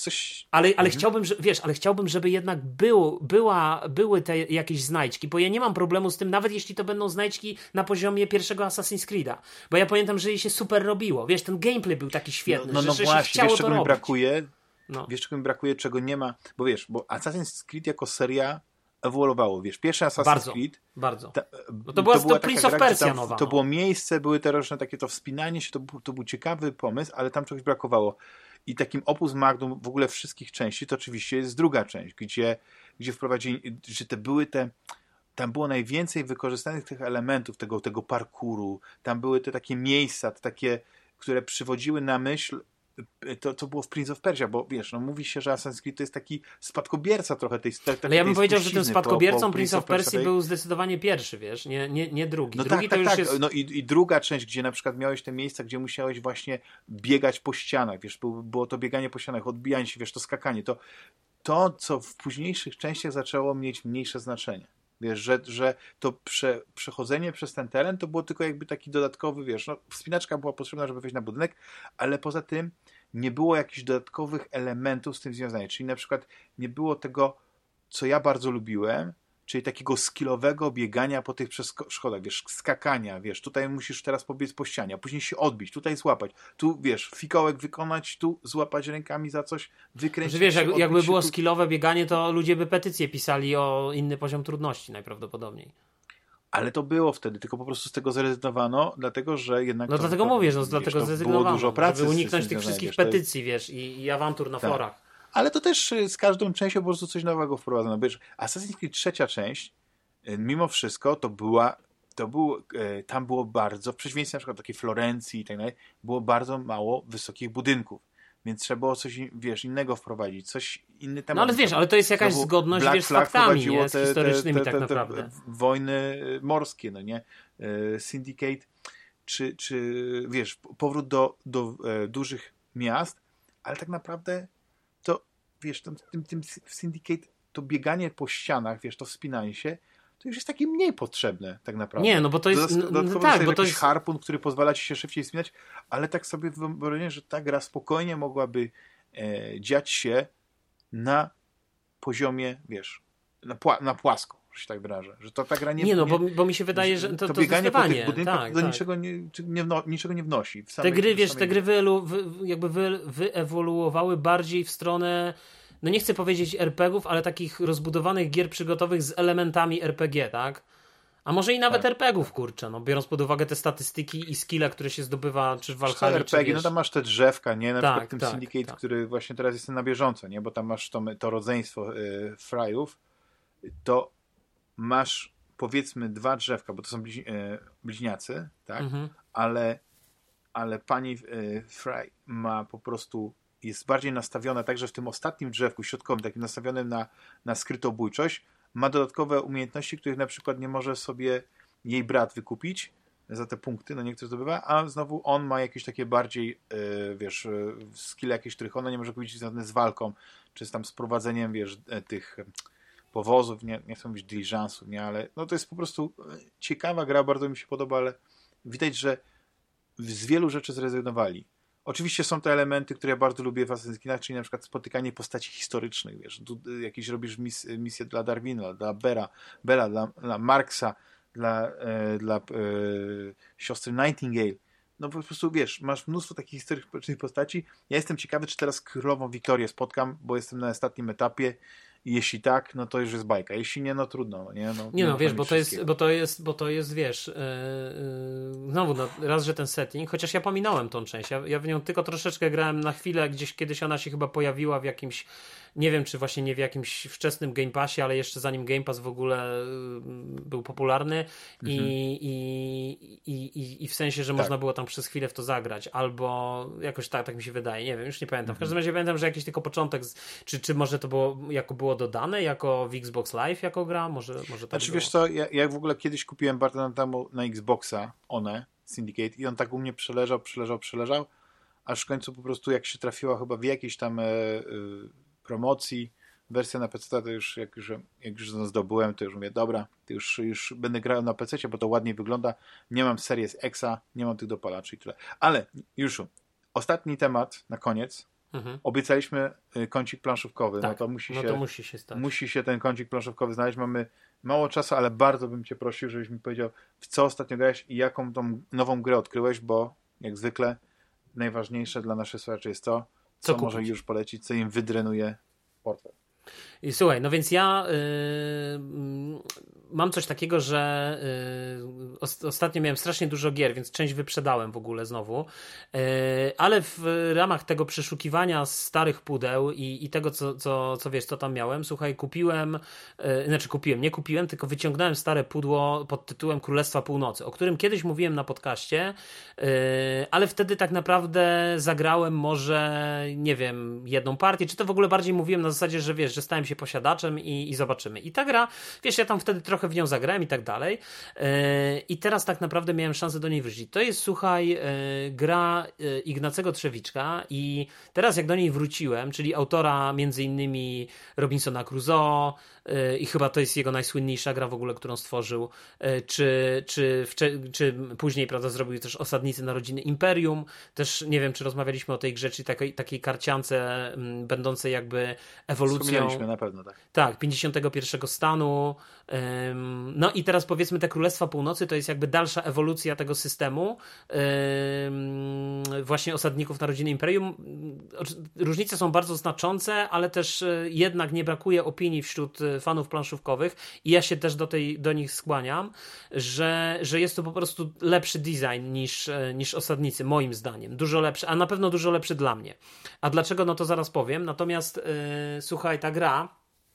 ale chciałbym, chciałbym, żeby jednak były te jakieś znajdźki, bo ja nie mam problemu z tym, nawet jeśli to będą znajdźki na poziomie pierwszego Assassin's Creed'a. Bo ja pamiętam, że jej się super robiło. Wiesz, ten gameplay był taki świetny, że właśnie, się chciało wiesz, to robić. Wiesz, czego mi brakuje, czego nie ma, bo wiesz, bo Assassin's Creed jako seria ewoluowało, wiesz, pierwszy Assassin's Creed... Bardzo. To była Prince of Persia nowa. To było miejsce, były te różne takie to wspinanie się, to był ciekawy pomysł, ale tam czegoś brakowało. I takim opus magnum w ogóle wszystkich części to oczywiście jest druga część, gdzie wprowadzili, że tam było najwięcej wykorzystanych tych elementów, tego parkouru, tam były te takie miejsca, takie, które przywodziły na myśl to było w Prince of Persia, bo wiesz, no mówi się, że Assassin's Creed to jest taki spadkobierca trochę tej ale ja bym powiedział, że tym spadkobiercą Prince of Persia był zdecydowanie pierwszy, wiesz, nie drugi. No drugi tak, to już jest... No i druga część, gdzie na przykład miałeś te miejsca, gdzie musiałeś właśnie biegać po ścianach, wiesz, było to bieganie po ścianach, odbijanie się, wiesz, to skakanie, to co w późniejszych częściach zaczęło mieć mniejsze znaczenie. Wiesz, że to przechodzenie przez ten teren to było tylko jakby taki dodatkowy, wiesz, no wspinaczka była potrzebna, żeby wejść na budynek, ale poza tym nie było jakichś dodatkowych elementów z tym związanych. Czyli na przykład nie było tego, co ja bardzo lubiłem, czyli takiego skillowego biegania po tych przeszkodach, wiesz, skakania, wiesz, tutaj musisz teraz pobiec po ścianie, a później się odbić, tutaj złapać, tu, wiesz, fikołek wykonać, tu złapać rękami za coś, wykręcić. Wiesz, jakby było skillowe bieganie, to ludzie by petycje pisali o inny poziom trudności najprawdopodobniej. Ale to było wtedy, tylko po prostu z tego zrezygnowano, dlatego, że jednak... No dlatego mówię, dlatego zrezygnowano, było dużo pracy, żeby uniknąć tych wszystkich petycji, wiesz, i awantur na forach. Ale to też z każdą częścią po prostu coś nowego wprowadzono. Wiesz, Assassin's Creed trzecia część, mimo wszystko, tam było bardzo, w przeciwieństwie na przykład do takiej Florencji i tak dalej, było bardzo mało wysokich budynków. Więc trzeba było coś, wiesz, innego wprowadzić, coś inny temat. No ale wiesz, ale to jest jakaś zgodność, Black wiesz, z faktami, nie? Z te historycznymi tak naprawdę. Te wojny morskie, no nie? Syndicate, czy wiesz, powrót do dużych miast, ale tak naprawdę to, wiesz, tym Syndicate, to bieganie po ścianach, wiesz, to wspinanie się, to już jest takie mniej potrzebne tak naprawdę. Nie, no bo to jest... Dodatkowo tak, bo to jest harpun, który pozwala ci się szybciej wspinać, ale tak sobie wyobrażam, że ta gra spokojnie mogłaby dziać się na poziomie, wiesz, na płasko, że się tak wyrażę. Że to ta gra nie, bo mi się wydaje, że to bieganie po tych budynkach tak, do tak. niczego nie wnosi. Te gry wyewoluowały bardziej w stronę, no nie chcę powiedzieć RPG-ów, ale takich rozbudowanych gier przygotowych z elementami RPG, tak? A może i nawet RPG-ów, kurczę, no biorąc pod uwagę te statystyki i skille, które się zdobywa, czy w Valhalla, RPG, czy wiesz... no tam masz te drzewka, nie? Na przykład ten tak, Syndicate, który właśnie teraz jest na bieżąco, nie? Bo tam masz to rodzeństwo Fryów, to masz powiedzmy 2 drzewka, bo to są bliźniacy, tak? Ale pani Fry ma po prostu, jest bardziej nastawiona, także w tym ostatnim drzewku środkowym, takim nastawionym na skrytobójczość, ma dodatkowe umiejętności, których na przykład nie może sobie jej brat wykupić za te punkty, no niektórzy zdobywa, a znowu on ma jakieś takie bardziej, wiesz, skille jakieś, których ona nie może kupić związane z walką, czy z tam z prowadzeniem, wiesz, tych powozów, nie chcę mówić diligenców, nie, ale no to jest po prostu ciekawa gra, bardzo mi się podoba, ale widać, że z wielu rzeczy zrezygnowali. Oczywiście są te elementy, które ja bardzo lubię w Assassin's Creed, czyli na przykład spotykanie postaci historycznych, wiesz, tu jakieś robisz misje dla Darwina, dla Bella, dla Marksa, dla siostry Nightingale. No po prostu, wiesz, masz mnóstwo takich historycznych postaci. Ja jestem ciekawy, czy teraz królową Wiktorię spotkam, bo jestem na ostatnim etapie i jeśli tak, no to już jest bajka. Jeśli nie, no trudno. No, nie? No wiesz, bo to jest, wiesz, znowu, no, raz, że ten setting, chociaż ja pominąłem tą część, ja w nią tylko troszeczkę grałem na chwilę, gdzieś kiedyś ona się chyba pojawiła w jakimś, nie wiem, czy właśnie nie w jakimś wczesnym Game Passie, ale jeszcze zanim Game Pass w ogóle był popularny i w sensie, że można było tam przez chwilę w to zagrać, albo jakoś tak mi się wydaje, nie wiem, już nie pamiętam. W każdym razie pamiętam, że jakiś tylko początek, czy może to było dodane jako w Xbox Live jako gra? Może tak znaczy, było. wiesz co, ja w ogóle kiedyś kupiłem bardzo lat temu na Xboxa Syndicate i on tak u mnie przeleżał, aż w końcu po prostu jak się trafiła chyba w jakiejś tam promocji wersja na PC, to już jak już zdobyłem, to już mówię, dobra, to już będę grał na PC, bo to ładniej wygląda, nie mam Series Xa, nie mam tych dopalaczy i tyle. Ale już ostatni temat na koniec. Obiecaliśmy kącik planszówkowy, tak, to musi się stać. Musi się ten kącik planszówkowy znaleźć. Mamy mało czasu, ale bardzo bym cię prosił, żebyś mi powiedział, w co ostatnio grałeś i jaką tą nową grę odkryłeś, bo jak zwykle najważniejsze dla naszych słuchaczy jest to, co może już polecić, co im wydrenuje portfel. I słuchaj, no więc ja mam coś takiego, że ostatnio miałem strasznie dużo gier, więc część wyprzedałem w ogóle znowu, ale w ramach tego przeszukiwania starych pudeł i tego, co wiesz, co tam miałem, słuchaj, nie kupiłem, tylko wyciągnąłem stare pudło pod tytułem Królestwa Północy, o którym kiedyś mówiłem na podcaście, ale wtedy tak naprawdę zagrałem może, nie wiem, jedną partię, czy to w ogóle bardziej mówiłem na zasadzie, że wiesz, że stałem się posiadaczem i zobaczymy. I ta gra, wiesz, ja tam wtedy trochę w nią zagrałem i tak dalej. I teraz tak naprawdę miałem szansę do niej wrócić. To jest, słuchaj, gra Ignacego Trzewiczka i teraz jak do niej wróciłem, czyli autora między innymi Robinsona Crusoe i chyba to jest jego najsłynniejsza gra w ogóle, którą stworzył, czy później, prawda, zrobił też Osadnicy Narodziny Imperium. Też nie wiem, czy rozmawialiśmy o tej grze, czy takiej karciance będącej jakby ewolucją. Wspominaliśmy na pewno, tak. Tak, 51 stanu, No i teraz powiedzmy te Królestwa Północy to jest jakby dalsza ewolucja tego systemu właśnie osadników na rodziny Imperium. Różnice są bardzo znaczące, ale też jednak nie brakuje opinii wśród fanów planszówkowych i ja się też do nich skłaniam, że jest to po prostu lepszy design niż osadnicy, moim zdaniem. Dużo lepszy, a na pewno dużo lepszy dla mnie. A dlaczego? No to zaraz powiem. Natomiast słuchaj, ta gra,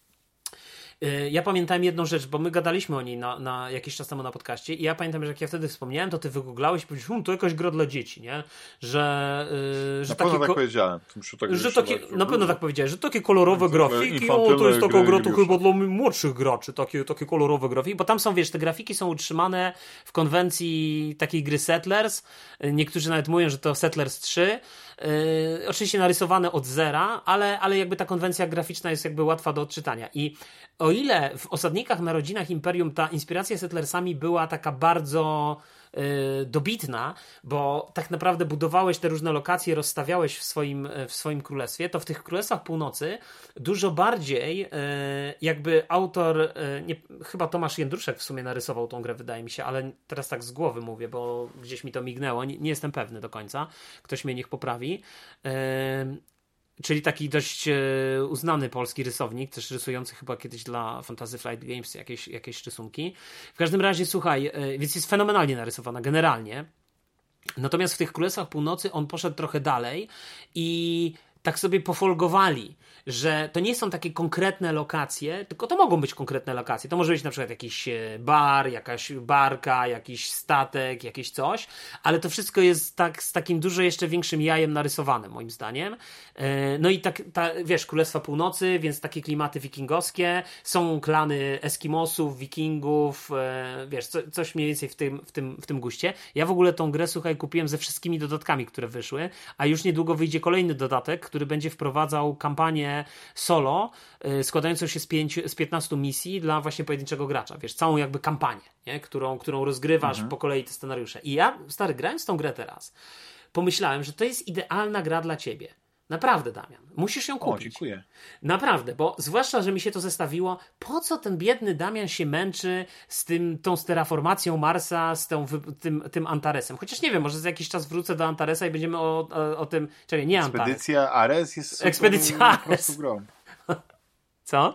ja pamiętałem jedną rzecz, bo my gadaliśmy o niej na jakiś czas temu na podcaście i ja pamiętam, że jak ja wtedy wspomniałem, to ty wygooglałeś i powiedziałeś, to jakaś gra dla dzieci, nie? Że na pewno tak powiedziałem. Na pewno tak powiedziałeś, że takie kolorowe grafiki, to jest taka gra to chyba dla młodszych graczy, takie kolorowe grafiki, bo tam są, wiesz, te grafiki są utrzymane w konwencji takiej gry Settlers, niektórzy nawet mówią, że to Settlers 3, oczywiście narysowane od zera, ale jakby ta konwencja graficzna jest jakby łatwa do odczytania i o ile w Osadnikach na rodzinach Imperium ta inspiracja Settlersami była taka bardzo dobitna, bo tak naprawdę budowałeś te różne lokacje, rozstawiałeś w swoim królestwie, to w tych Królestwach Północy dużo bardziej jakby autor, chyba Tomasz Jędruszek w sumie narysował tą grę, wydaje mi się, ale teraz tak z głowy mówię, bo gdzieś mi to mignęło, nie jestem pewny do końca, ktoś mnie niech poprawi. Czyli taki dość uznany polski rysownik, też rysujący chyba kiedyś dla Fantasy Flight Games jakieś rysunki. W każdym razie, słuchaj, więc jest fenomenalnie narysowana generalnie. Natomiast w tych Królestwach Północy on poszedł trochę dalej i tak sobie pofolgowali, że to nie są takie konkretne lokacje, tylko to mogą być konkretne lokacje. To może być na przykład jakiś bar, jakaś barka, jakiś statek, jakieś coś, ale to wszystko jest tak z takim dużo jeszcze większym jajem narysowane, moim zdaniem. No i tak, wiesz, Królestwa Północy, więc takie klimaty wikingowskie, są klany Eskimosów, Wikingów, wiesz, coś mniej więcej w tym guście. Ja w ogóle tą grę, słuchaj, kupiłem ze wszystkimi dodatkami, które wyszły, a już niedługo wyjdzie kolejny dodatek, który będzie wprowadzał kampanię solo, składającą się z 15 misji dla właśnie pojedynczego gracza. Wiesz, całą jakby kampanię, nie? Którą rozgrywasz po kolei te scenariusze. I ja, stary, grając w tą grę teraz, pomyślałem, że to jest idealna gra dla ciebie. Naprawdę, Damian. Musisz ją kupić. Dziękuję. Naprawdę, bo zwłaszcza, że mi się to zestawiło, po co ten biedny Damian się męczy z tą terraformacją Marsa, z tym Antaresem. Chociaż nie wiem, może za jakiś czas wrócę do Antaresa i będziemy o tym... Czekaj, nie Antares. Ekspedycja Ares jest super Ekspedycja Ares. Po prostu grą. Co?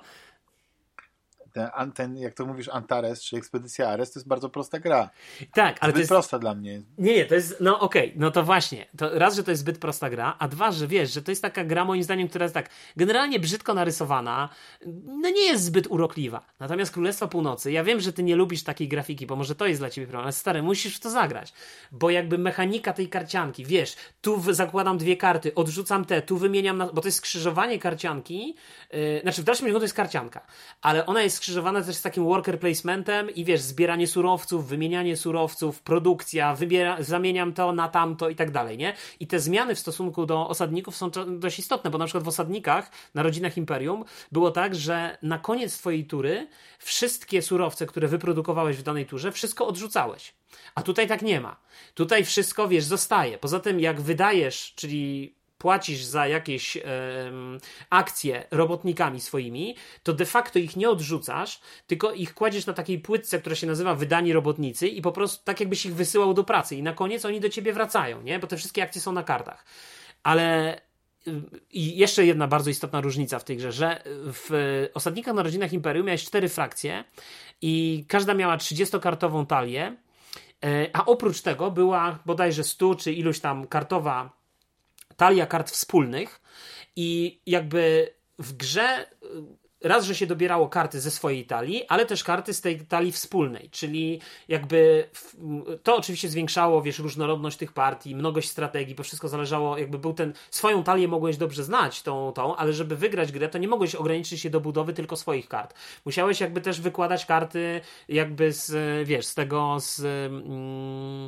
Ten, jak to mówisz, Antares, czy Ekspedycja Ares, to jest bardzo prosta gra. Tak, ale to jest prosta dla mnie. Nie, to jest, no okej, no to właśnie, to raz, że to jest zbyt prosta gra, a dwa, że wiesz, że to jest taka gra moim zdaniem, która jest tak generalnie brzydko narysowana, no nie jest zbyt urokliwa. Natomiast Królestwo Północy, ja wiem, że ty nie lubisz takiej grafiki, bo może to jest dla ciebie problem, ale stary, musisz w to zagrać, bo jakby mechanika tej karcianki, wiesz, tu zakładam 2 karty, odrzucam te, tu wymieniam, bo to jest skrzyżowanie karcianki, znaczy w dalszym ciągu to jest karcianka, ale ona jest skrzyżowana też z takim worker placementem i wiesz, zbieranie surowców, wymienianie surowców, produkcja, zamieniam to na tamto i tak dalej, nie? I te zmiany w stosunku do osadników są dość istotne, bo na przykład w osadnikach na rodzinach Imperium było tak, że na koniec twojej tury wszystkie surowce, które wyprodukowałeś w danej turze, wszystko odrzucałeś. A tutaj tak nie ma. Tutaj wszystko, wiesz, zostaje. Poza tym jak wydajesz, czyli płacisz za jakieś akcje robotnikami swoimi, to de facto ich nie odrzucasz, tylko ich kładziesz na takiej płytce, która się nazywa wydani robotnicy i po prostu tak jakbyś ich wysyłał do pracy i na koniec oni do ciebie wracają, nie? Bo te wszystkie akcje są na kartach. Ale i jeszcze jedna bardzo istotna różnica w tej grze, że w Osadnikach na rodzinach Imperium miałeś 4 frakcje i każda miała 30-kartową talię, a oprócz tego była bodajże 100 czy iluś tam kartowa talia kart wspólnych i jakby w grze raz, że się dobierało karty ze swojej talii, ale też karty z tej talii wspólnej, czyli jakby to oczywiście zwiększało, wiesz, różnorodność tych partii, mnogość strategii, bo wszystko zależało, jakby był swoją talię mogłeś dobrze znać, ale żeby wygrać grę, to nie mogłeś ograniczyć się do budowy tylko swoich kart. Musiałeś jakby też wykładać karty jakby z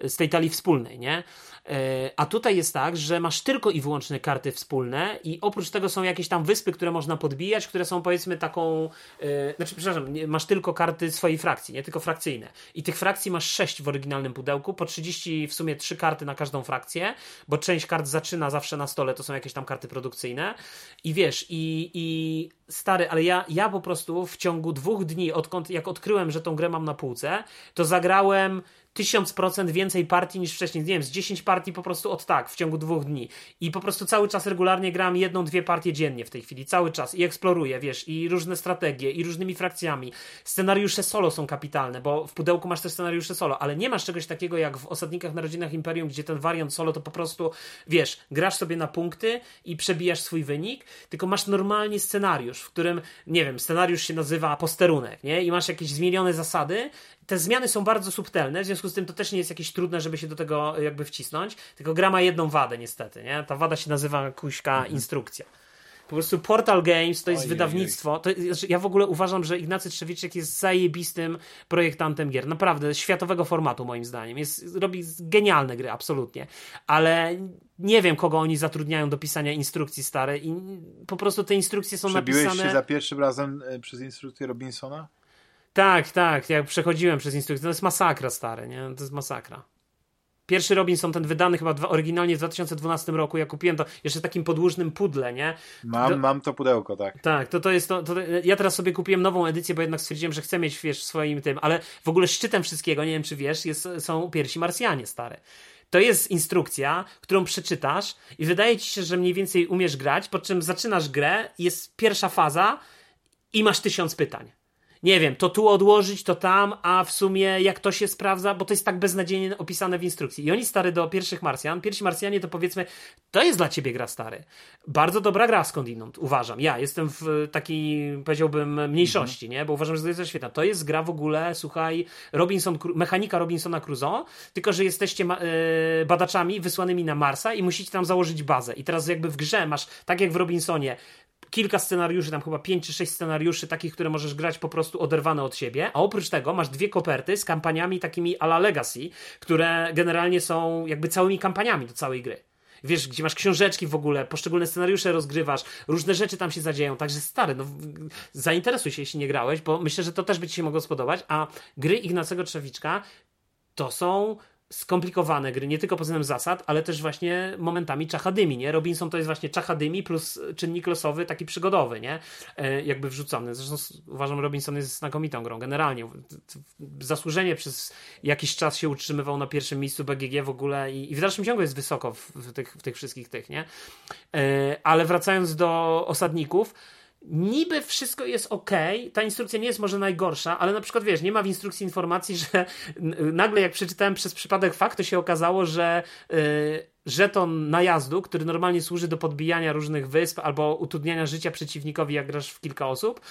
z tej talii wspólnej, nie? A tutaj jest tak, że masz tylko i wyłącznie karty wspólne i oprócz tego są jakieś tam wyspy, które można podbijać, które są powiedzmy taką, masz tylko karty swojej frakcji, nie tylko frakcyjne. I tych frakcji masz 6 w oryginalnym pudełku, po 30 w sumie 3 karty na każdą frakcję, bo część kart zaczyna zawsze na stole, to są jakieś tam karty produkcyjne i wiesz, i stary, ale ja po prostu w ciągu 2 dni, jak odkryłem, że tą grę mam na półce, to zagrałem 1000% więcej partii niż wcześniej. Nie wiem, z 10 partii po prostu w ciągu 2 dni. I po prostu cały czas regularnie gram 1-2 partie dziennie w tej chwili. Cały czas. I eksploruję, wiesz, i różne strategie, i różnymi frakcjami. Scenariusze solo są kapitalne, bo w pudełku masz też scenariusze solo, ale nie masz czegoś takiego jak w Osadnikach na Rodzinach Imperium, gdzie ten wariant solo to po prostu, wiesz, grasz sobie na punkty i przebijasz swój wynik, tylko masz normalnie scenariusz, w którym, nie wiem, scenariusz się nazywa posterunek, nie? I masz jakieś zmienione zasady. Te zmiany są bardzo subtelne, w związku z tym to też nie jest jakieś trudne, żeby się do tego jakby wcisnąć, tylko gra ma jedną wadę niestety, nie? Ta wada się nazywa kuźka instrukcja. Po prostu Portal Games to jest wydawnictwo. Ja w ogóle uważam, że Ignacy Trzewiczek jest zajebistym projektantem gier. Naprawdę, światowego formatu moim zdaniem. Robi genialne gry, absolutnie. Ale nie wiem, kogo oni zatrudniają do pisania instrukcji stare i po prostu te instrukcje są napisane... Przebiłeś się za pierwszym razem przez instrukcję Robinsona? Tak, jak przechodziłem przez instrukcję. To jest masakra, stary, nie? To jest masakra. Pierwszy Robinson, ten wydany chyba oryginalnie w 2012 roku, ja kupiłem to jeszcze w takim podłużnym pudle, nie? Mam to pudełko, tak. Tak, to jest to. Ja teraz sobie kupiłem nową edycję, bo jednak stwierdziłem, że chcę mieć, wiesz, w swoim tym, ale w ogóle szczytem wszystkiego, nie wiem czy wiesz, są Pierwsi Marsjanie, stare. To jest instrukcja, którą przeczytasz i wydaje ci się, że mniej więcej umiesz grać, po czym zaczynasz grę, jest pierwsza faza i masz 1000 pytań. Nie wiem, to tu odłożyć, to tam, a w sumie jak to się sprawdza, bo to jest tak beznadziejnie opisane w instrukcji. I oni, stary, do Pierwszych Marsjan, Pierwsi Marsjanie to powiedzmy, to jest dla ciebie gra, stary. Bardzo dobra gra skądinąd, uważam. Ja jestem w takiej, powiedziałbym, mniejszości, nie? Bo uważam, że to jest świetna. To jest gra w ogóle, słuchaj, mechanika Robinsona Crusoe, tylko że jesteście badaczami wysłanymi na Marsa i musicie tam założyć bazę. I teraz jakby w grze masz, tak jak w Robinsonie, kilka scenariuszy, tam chyba 5 czy 6 scenariuszy takich, które możesz grać po prostu oderwane od siebie, a oprócz tego masz 2 koperty z kampaniami takimi a la Legacy, które generalnie są jakby całymi kampaniami do całej gry. Wiesz, gdzie masz książeczki w ogóle, poszczególne scenariusze rozgrywasz, różne rzeczy tam się zadzieją, także stary, zainteresuj się, jeśli nie grałeś, bo myślę, że to też by ci się mogło spodobać, a gry Ignacego Trzewiczka to są skomplikowane gry, nie tylko pod względem zasad, ale też właśnie momentami czachadymi, nie? Robinson to jest właśnie czachadymi plus czynnik losowy, taki przygodowy, nie? Jakby wrzucony. Zresztą uważam, Robinson jest znakomitą grą, generalnie. Zasłużenie przez jakiś czas się utrzymywał na pierwszym miejscu BGG w ogóle i w dalszym ciągu jest wysoko w tych wszystkich tych, nie? Ale wracając do Osadników, niby wszystko jest okej, ta instrukcja nie jest może najgorsza, ale na przykład wiesz, nie ma w instrukcji informacji, że nagle jak przeczytałem przez przypadek fakt, to się okazało, że żeton najazdu, który normalnie służy do podbijania różnych wysp albo utrudniania życia przeciwnikowi, jak grasz w kilka osób,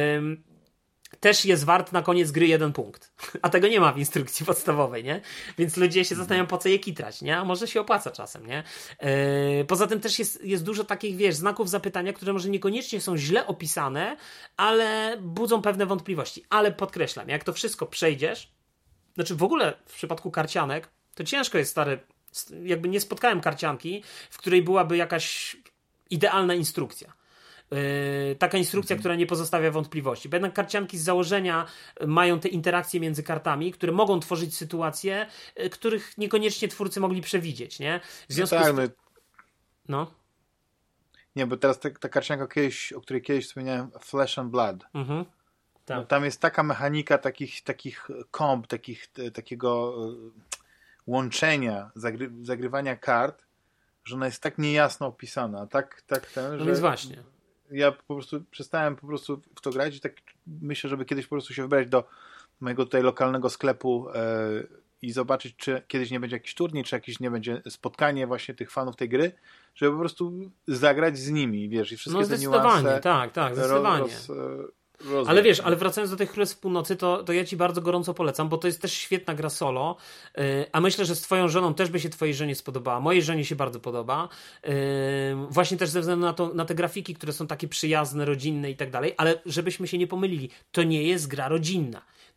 też jest wart na koniec gry 1 punkt. A tego nie ma w instrukcji podstawowej, nie? Więc ludzie się zastanawiają, po co je kitrać, nie? A może się opłaca czasem, nie? Poza tym też jest dużo takich, wiesz, znaków zapytania, które może niekoniecznie są źle opisane, ale budzą pewne wątpliwości. Ale podkreślam, jak to wszystko przejdziesz, znaczy w ogóle w przypadku karcianek, to ciężko jest, stary, jakby nie spotkałem karcianki, w której byłaby jakaś idealna instrukcja. Taka instrukcja, która nie pozostawia wątpliwości. Bo jednak karcianki z założenia mają te interakcje między kartami, które mogą tworzyć sytuacje, których niekoniecznie twórcy mogli przewidzieć, nie? W związku z tym... No. Nie, bo teraz ta karcianka, o której kiedyś wspomniałem, Flesh and Blood. Mhm. Tak. No, tam jest taka mechanika takich komb, takiego łączenia, zagrywania kart, że ona jest tak niejasno opisana. No więc właśnie. Ja po prostu przestałem w to grać i tak myślę, żeby kiedyś po prostu się wybrać do mojego tutaj lokalnego sklepu i zobaczyć, czy kiedyś nie będzie jakiś turniej, czy jakieś nie będzie spotkanie właśnie tych fanów tej gry, żeby po prostu zagrać z nimi, wiesz, i wszystkie te niuanse. Tak, zdecydowanie. Ale wiesz, ale wracając do tych Królestw Północy, to ja ci bardzo gorąco polecam, bo to jest też świetna gra solo, a myślę, że z twoją żoną też by się twojej żonie spodobała. Mojej żonie się bardzo podoba. Właśnie też ze względu na te grafiki, które są takie przyjazne, rodzinne i tak dalej, ale żebyśmy się nie pomylili, to nie jest gra rodzinna.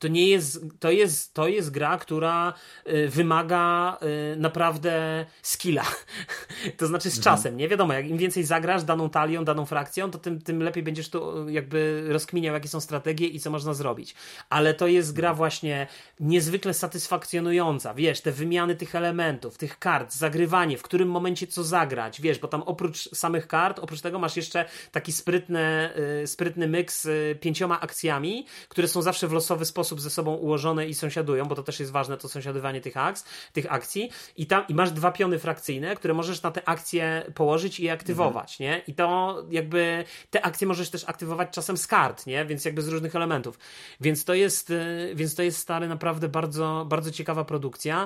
to jest gra, która wymaga naprawdę skilla. To znaczy z czasem, nie wiadomo, jak im więcej zagrasz daną talią, daną frakcją, to tym lepiej będziesz tu jakby rozkminiał, jakie są strategie i co można zrobić. Ale to jest gra właśnie niezwykle satysfakcjonująca, wiesz, te wymiany tych elementów, tych kart, zagrywanie, w którym momencie co zagrać, wiesz, bo tam oprócz samych kart, oprócz tego masz jeszcze taki sprytny myk z 5 akcjami, które są zawsze w losowy sposób ze sobą ułożone i sąsiadują, bo to też jest ważne, to sąsiadywanie tych akcji i masz 2 piony frakcyjne, które możesz na te akcje położyć i aktywować, nie? I to jakby te akcje możesz też aktywować czasem z kart, nie? Więc jakby z różnych elementów. Więc to jest stary naprawdę bardzo, bardzo ciekawa produkcja.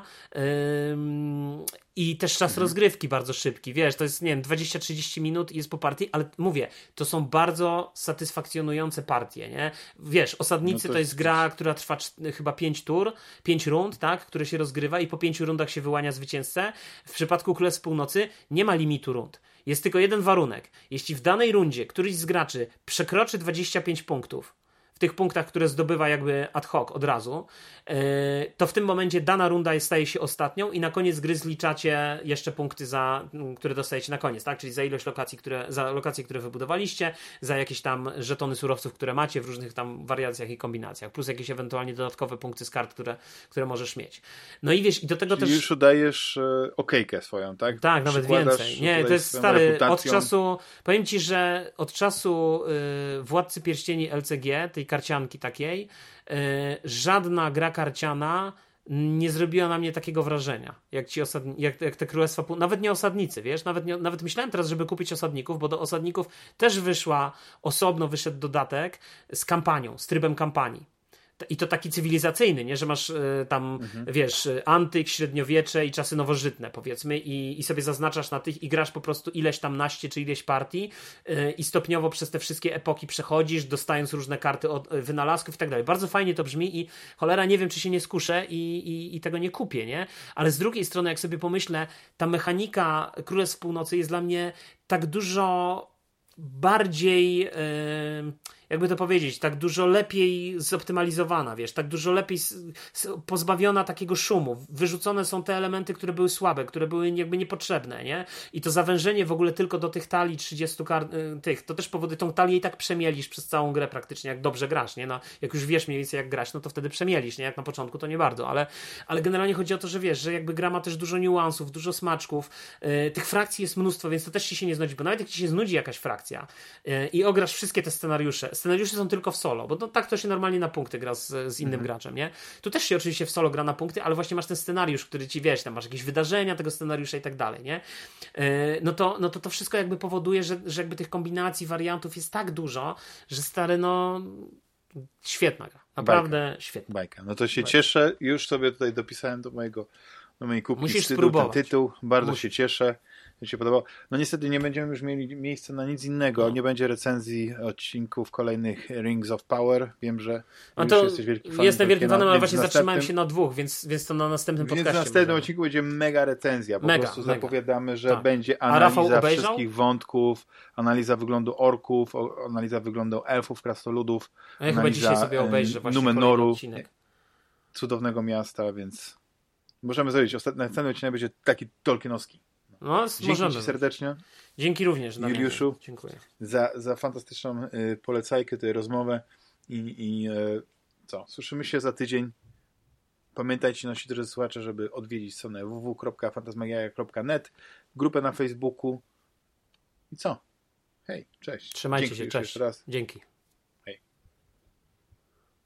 I też czas rozgrywki bardzo szybki, wiesz, to jest, nie wiem, 20-30 minut i jest po partii, ale mówię, to są bardzo satysfakcjonujące partie, nie? Wiesz, Osadnicy to jest gra, która trwa chyba 5 rund, tak, które się rozgrywa i po 5 rundach się wyłania zwycięzcę. W przypadku Królestw Północy nie ma limitu rund. Jest tylko jeden warunek. Jeśli w danej rundzie któryś z graczy przekroczy 25 punktów, w tych punktach, które zdobywa jakby ad hoc od razu, to w tym momencie dana runda staje się ostatnią i na koniec gry zliczacie jeszcze punkty, które dostajecie na koniec, tak? Czyli za ilość lokacje, które wybudowaliście, za jakieś tam żetony surowców, które macie w różnych tam wariacjach i kombinacjach, plus jakieś ewentualnie dodatkowe punkty z kart, które możesz mieć. No i wiesz, i do tego czyli też... już udajesz okejkę swoją, tak? Tak, nawet więcej. Nie, to jest stary, reputacją. Powiem ci, że od czasu Władcy Pierścieni LCG, tej karcianki takiej, żadna gra karciana nie zrobiła na mnie takiego wrażenia, jak te Królestwa nawet nie Osadnicy, wiesz, nawet myślałem teraz, żeby kupić Osadników, bo do Osadników też wyszedł dodatek z kampanią, z trybem kampanii. I to taki cywilizacyjny, nie? Że masz tam, wiesz, antyk, średniowiecze i czasy nowożytne, powiedzmy, i sobie zaznaczasz na tych i grasz po prostu ileś tam naście czy ileś partii i stopniowo przez te wszystkie epoki przechodzisz, dostając różne karty od wynalazków i tak dalej. Bardzo fajnie to brzmi i cholera, nie wiem, czy się nie skuszę i tego nie kupię, nie? Ale z drugiej strony, jak sobie pomyślę, ta mechanika Królestw Północy jest dla mnie tak dużo bardziej... jakby to powiedzieć, tak dużo lepiej zoptymalizowana, wiesz, tak dużo lepiej pozbawiona takiego szumu. Wyrzucone są te elementy, które były słabe, które były jakby niepotrzebne, nie? I to zawężenie w ogóle tylko do tych talii 30 to też powoduje, tą talię i tak przemielisz przez całą grę praktycznie, jak dobrze grasz, nie? No, jak już wiesz mniej więcej jak grać, no to wtedy przemielisz, nie? Jak na początku to nie bardzo, ale generalnie chodzi o to, że wiesz, że jakby gra ma też dużo niuansów, dużo smaczków, tych frakcji jest mnóstwo, więc to też ci się nie znudzi, bo nawet jak ci się znudzi jakaś frakcja i ograsz wszystkie te scenariusze są tylko w solo, bo tak to się normalnie na punkty gra z innym graczem, nie? Tu też się oczywiście w solo gra na punkty, ale właśnie masz ten scenariusz, który ci, wiesz, tam masz jakieś wydarzenia tego scenariusza i tak dalej, nie? No to wszystko jakby powoduje, że jakby tych kombinacji, wariantów jest tak dużo, że stary, no świetna gra. Naprawdę świetna. Bajka. No to się cieszę. Już sobie tutaj dopisałem do mojej kubki. Musisz spróbować. Ten tytuł. Bardzo się cieszę. Mi się podobało. No niestety nie będziemy już mieli miejsca na nic innego. Nie będzie recenzji odcinków kolejnych Rings of Power. Wiem, że jesteś wielkim fanem. Jestem wielkim fanem, ale właśnie zatrzymałem się na 2, więc to na następnym podcastie. Więc w następnym odcinku będzie mega recenzja. Po prostu zapowiadamy, że będzie analiza wszystkich wątków, analiza wyglądu orków, analiza wyglądu elfów, krasnoludów, ja chyba dzisiaj sobie obejrzę właśnie Numenoru, cudownego miasta, więc możemy zrobić. Następny odcinek będzie taki tolkienowski. No, dzięki ci serdecznie. Dzięki również, Juliuszu. Dziękuję. Za fantastyczną polecajkę, tę rozmowę i co? Słyszymy się za tydzień. Pamiętajcie, nasi drodzy słuchacze, żeby odwiedzić stronę www.fantasmagieria.net, grupę na Facebooku i co? Hej, cześć. Trzymajcie się, cześć. Jeszcze raz. Dzięki.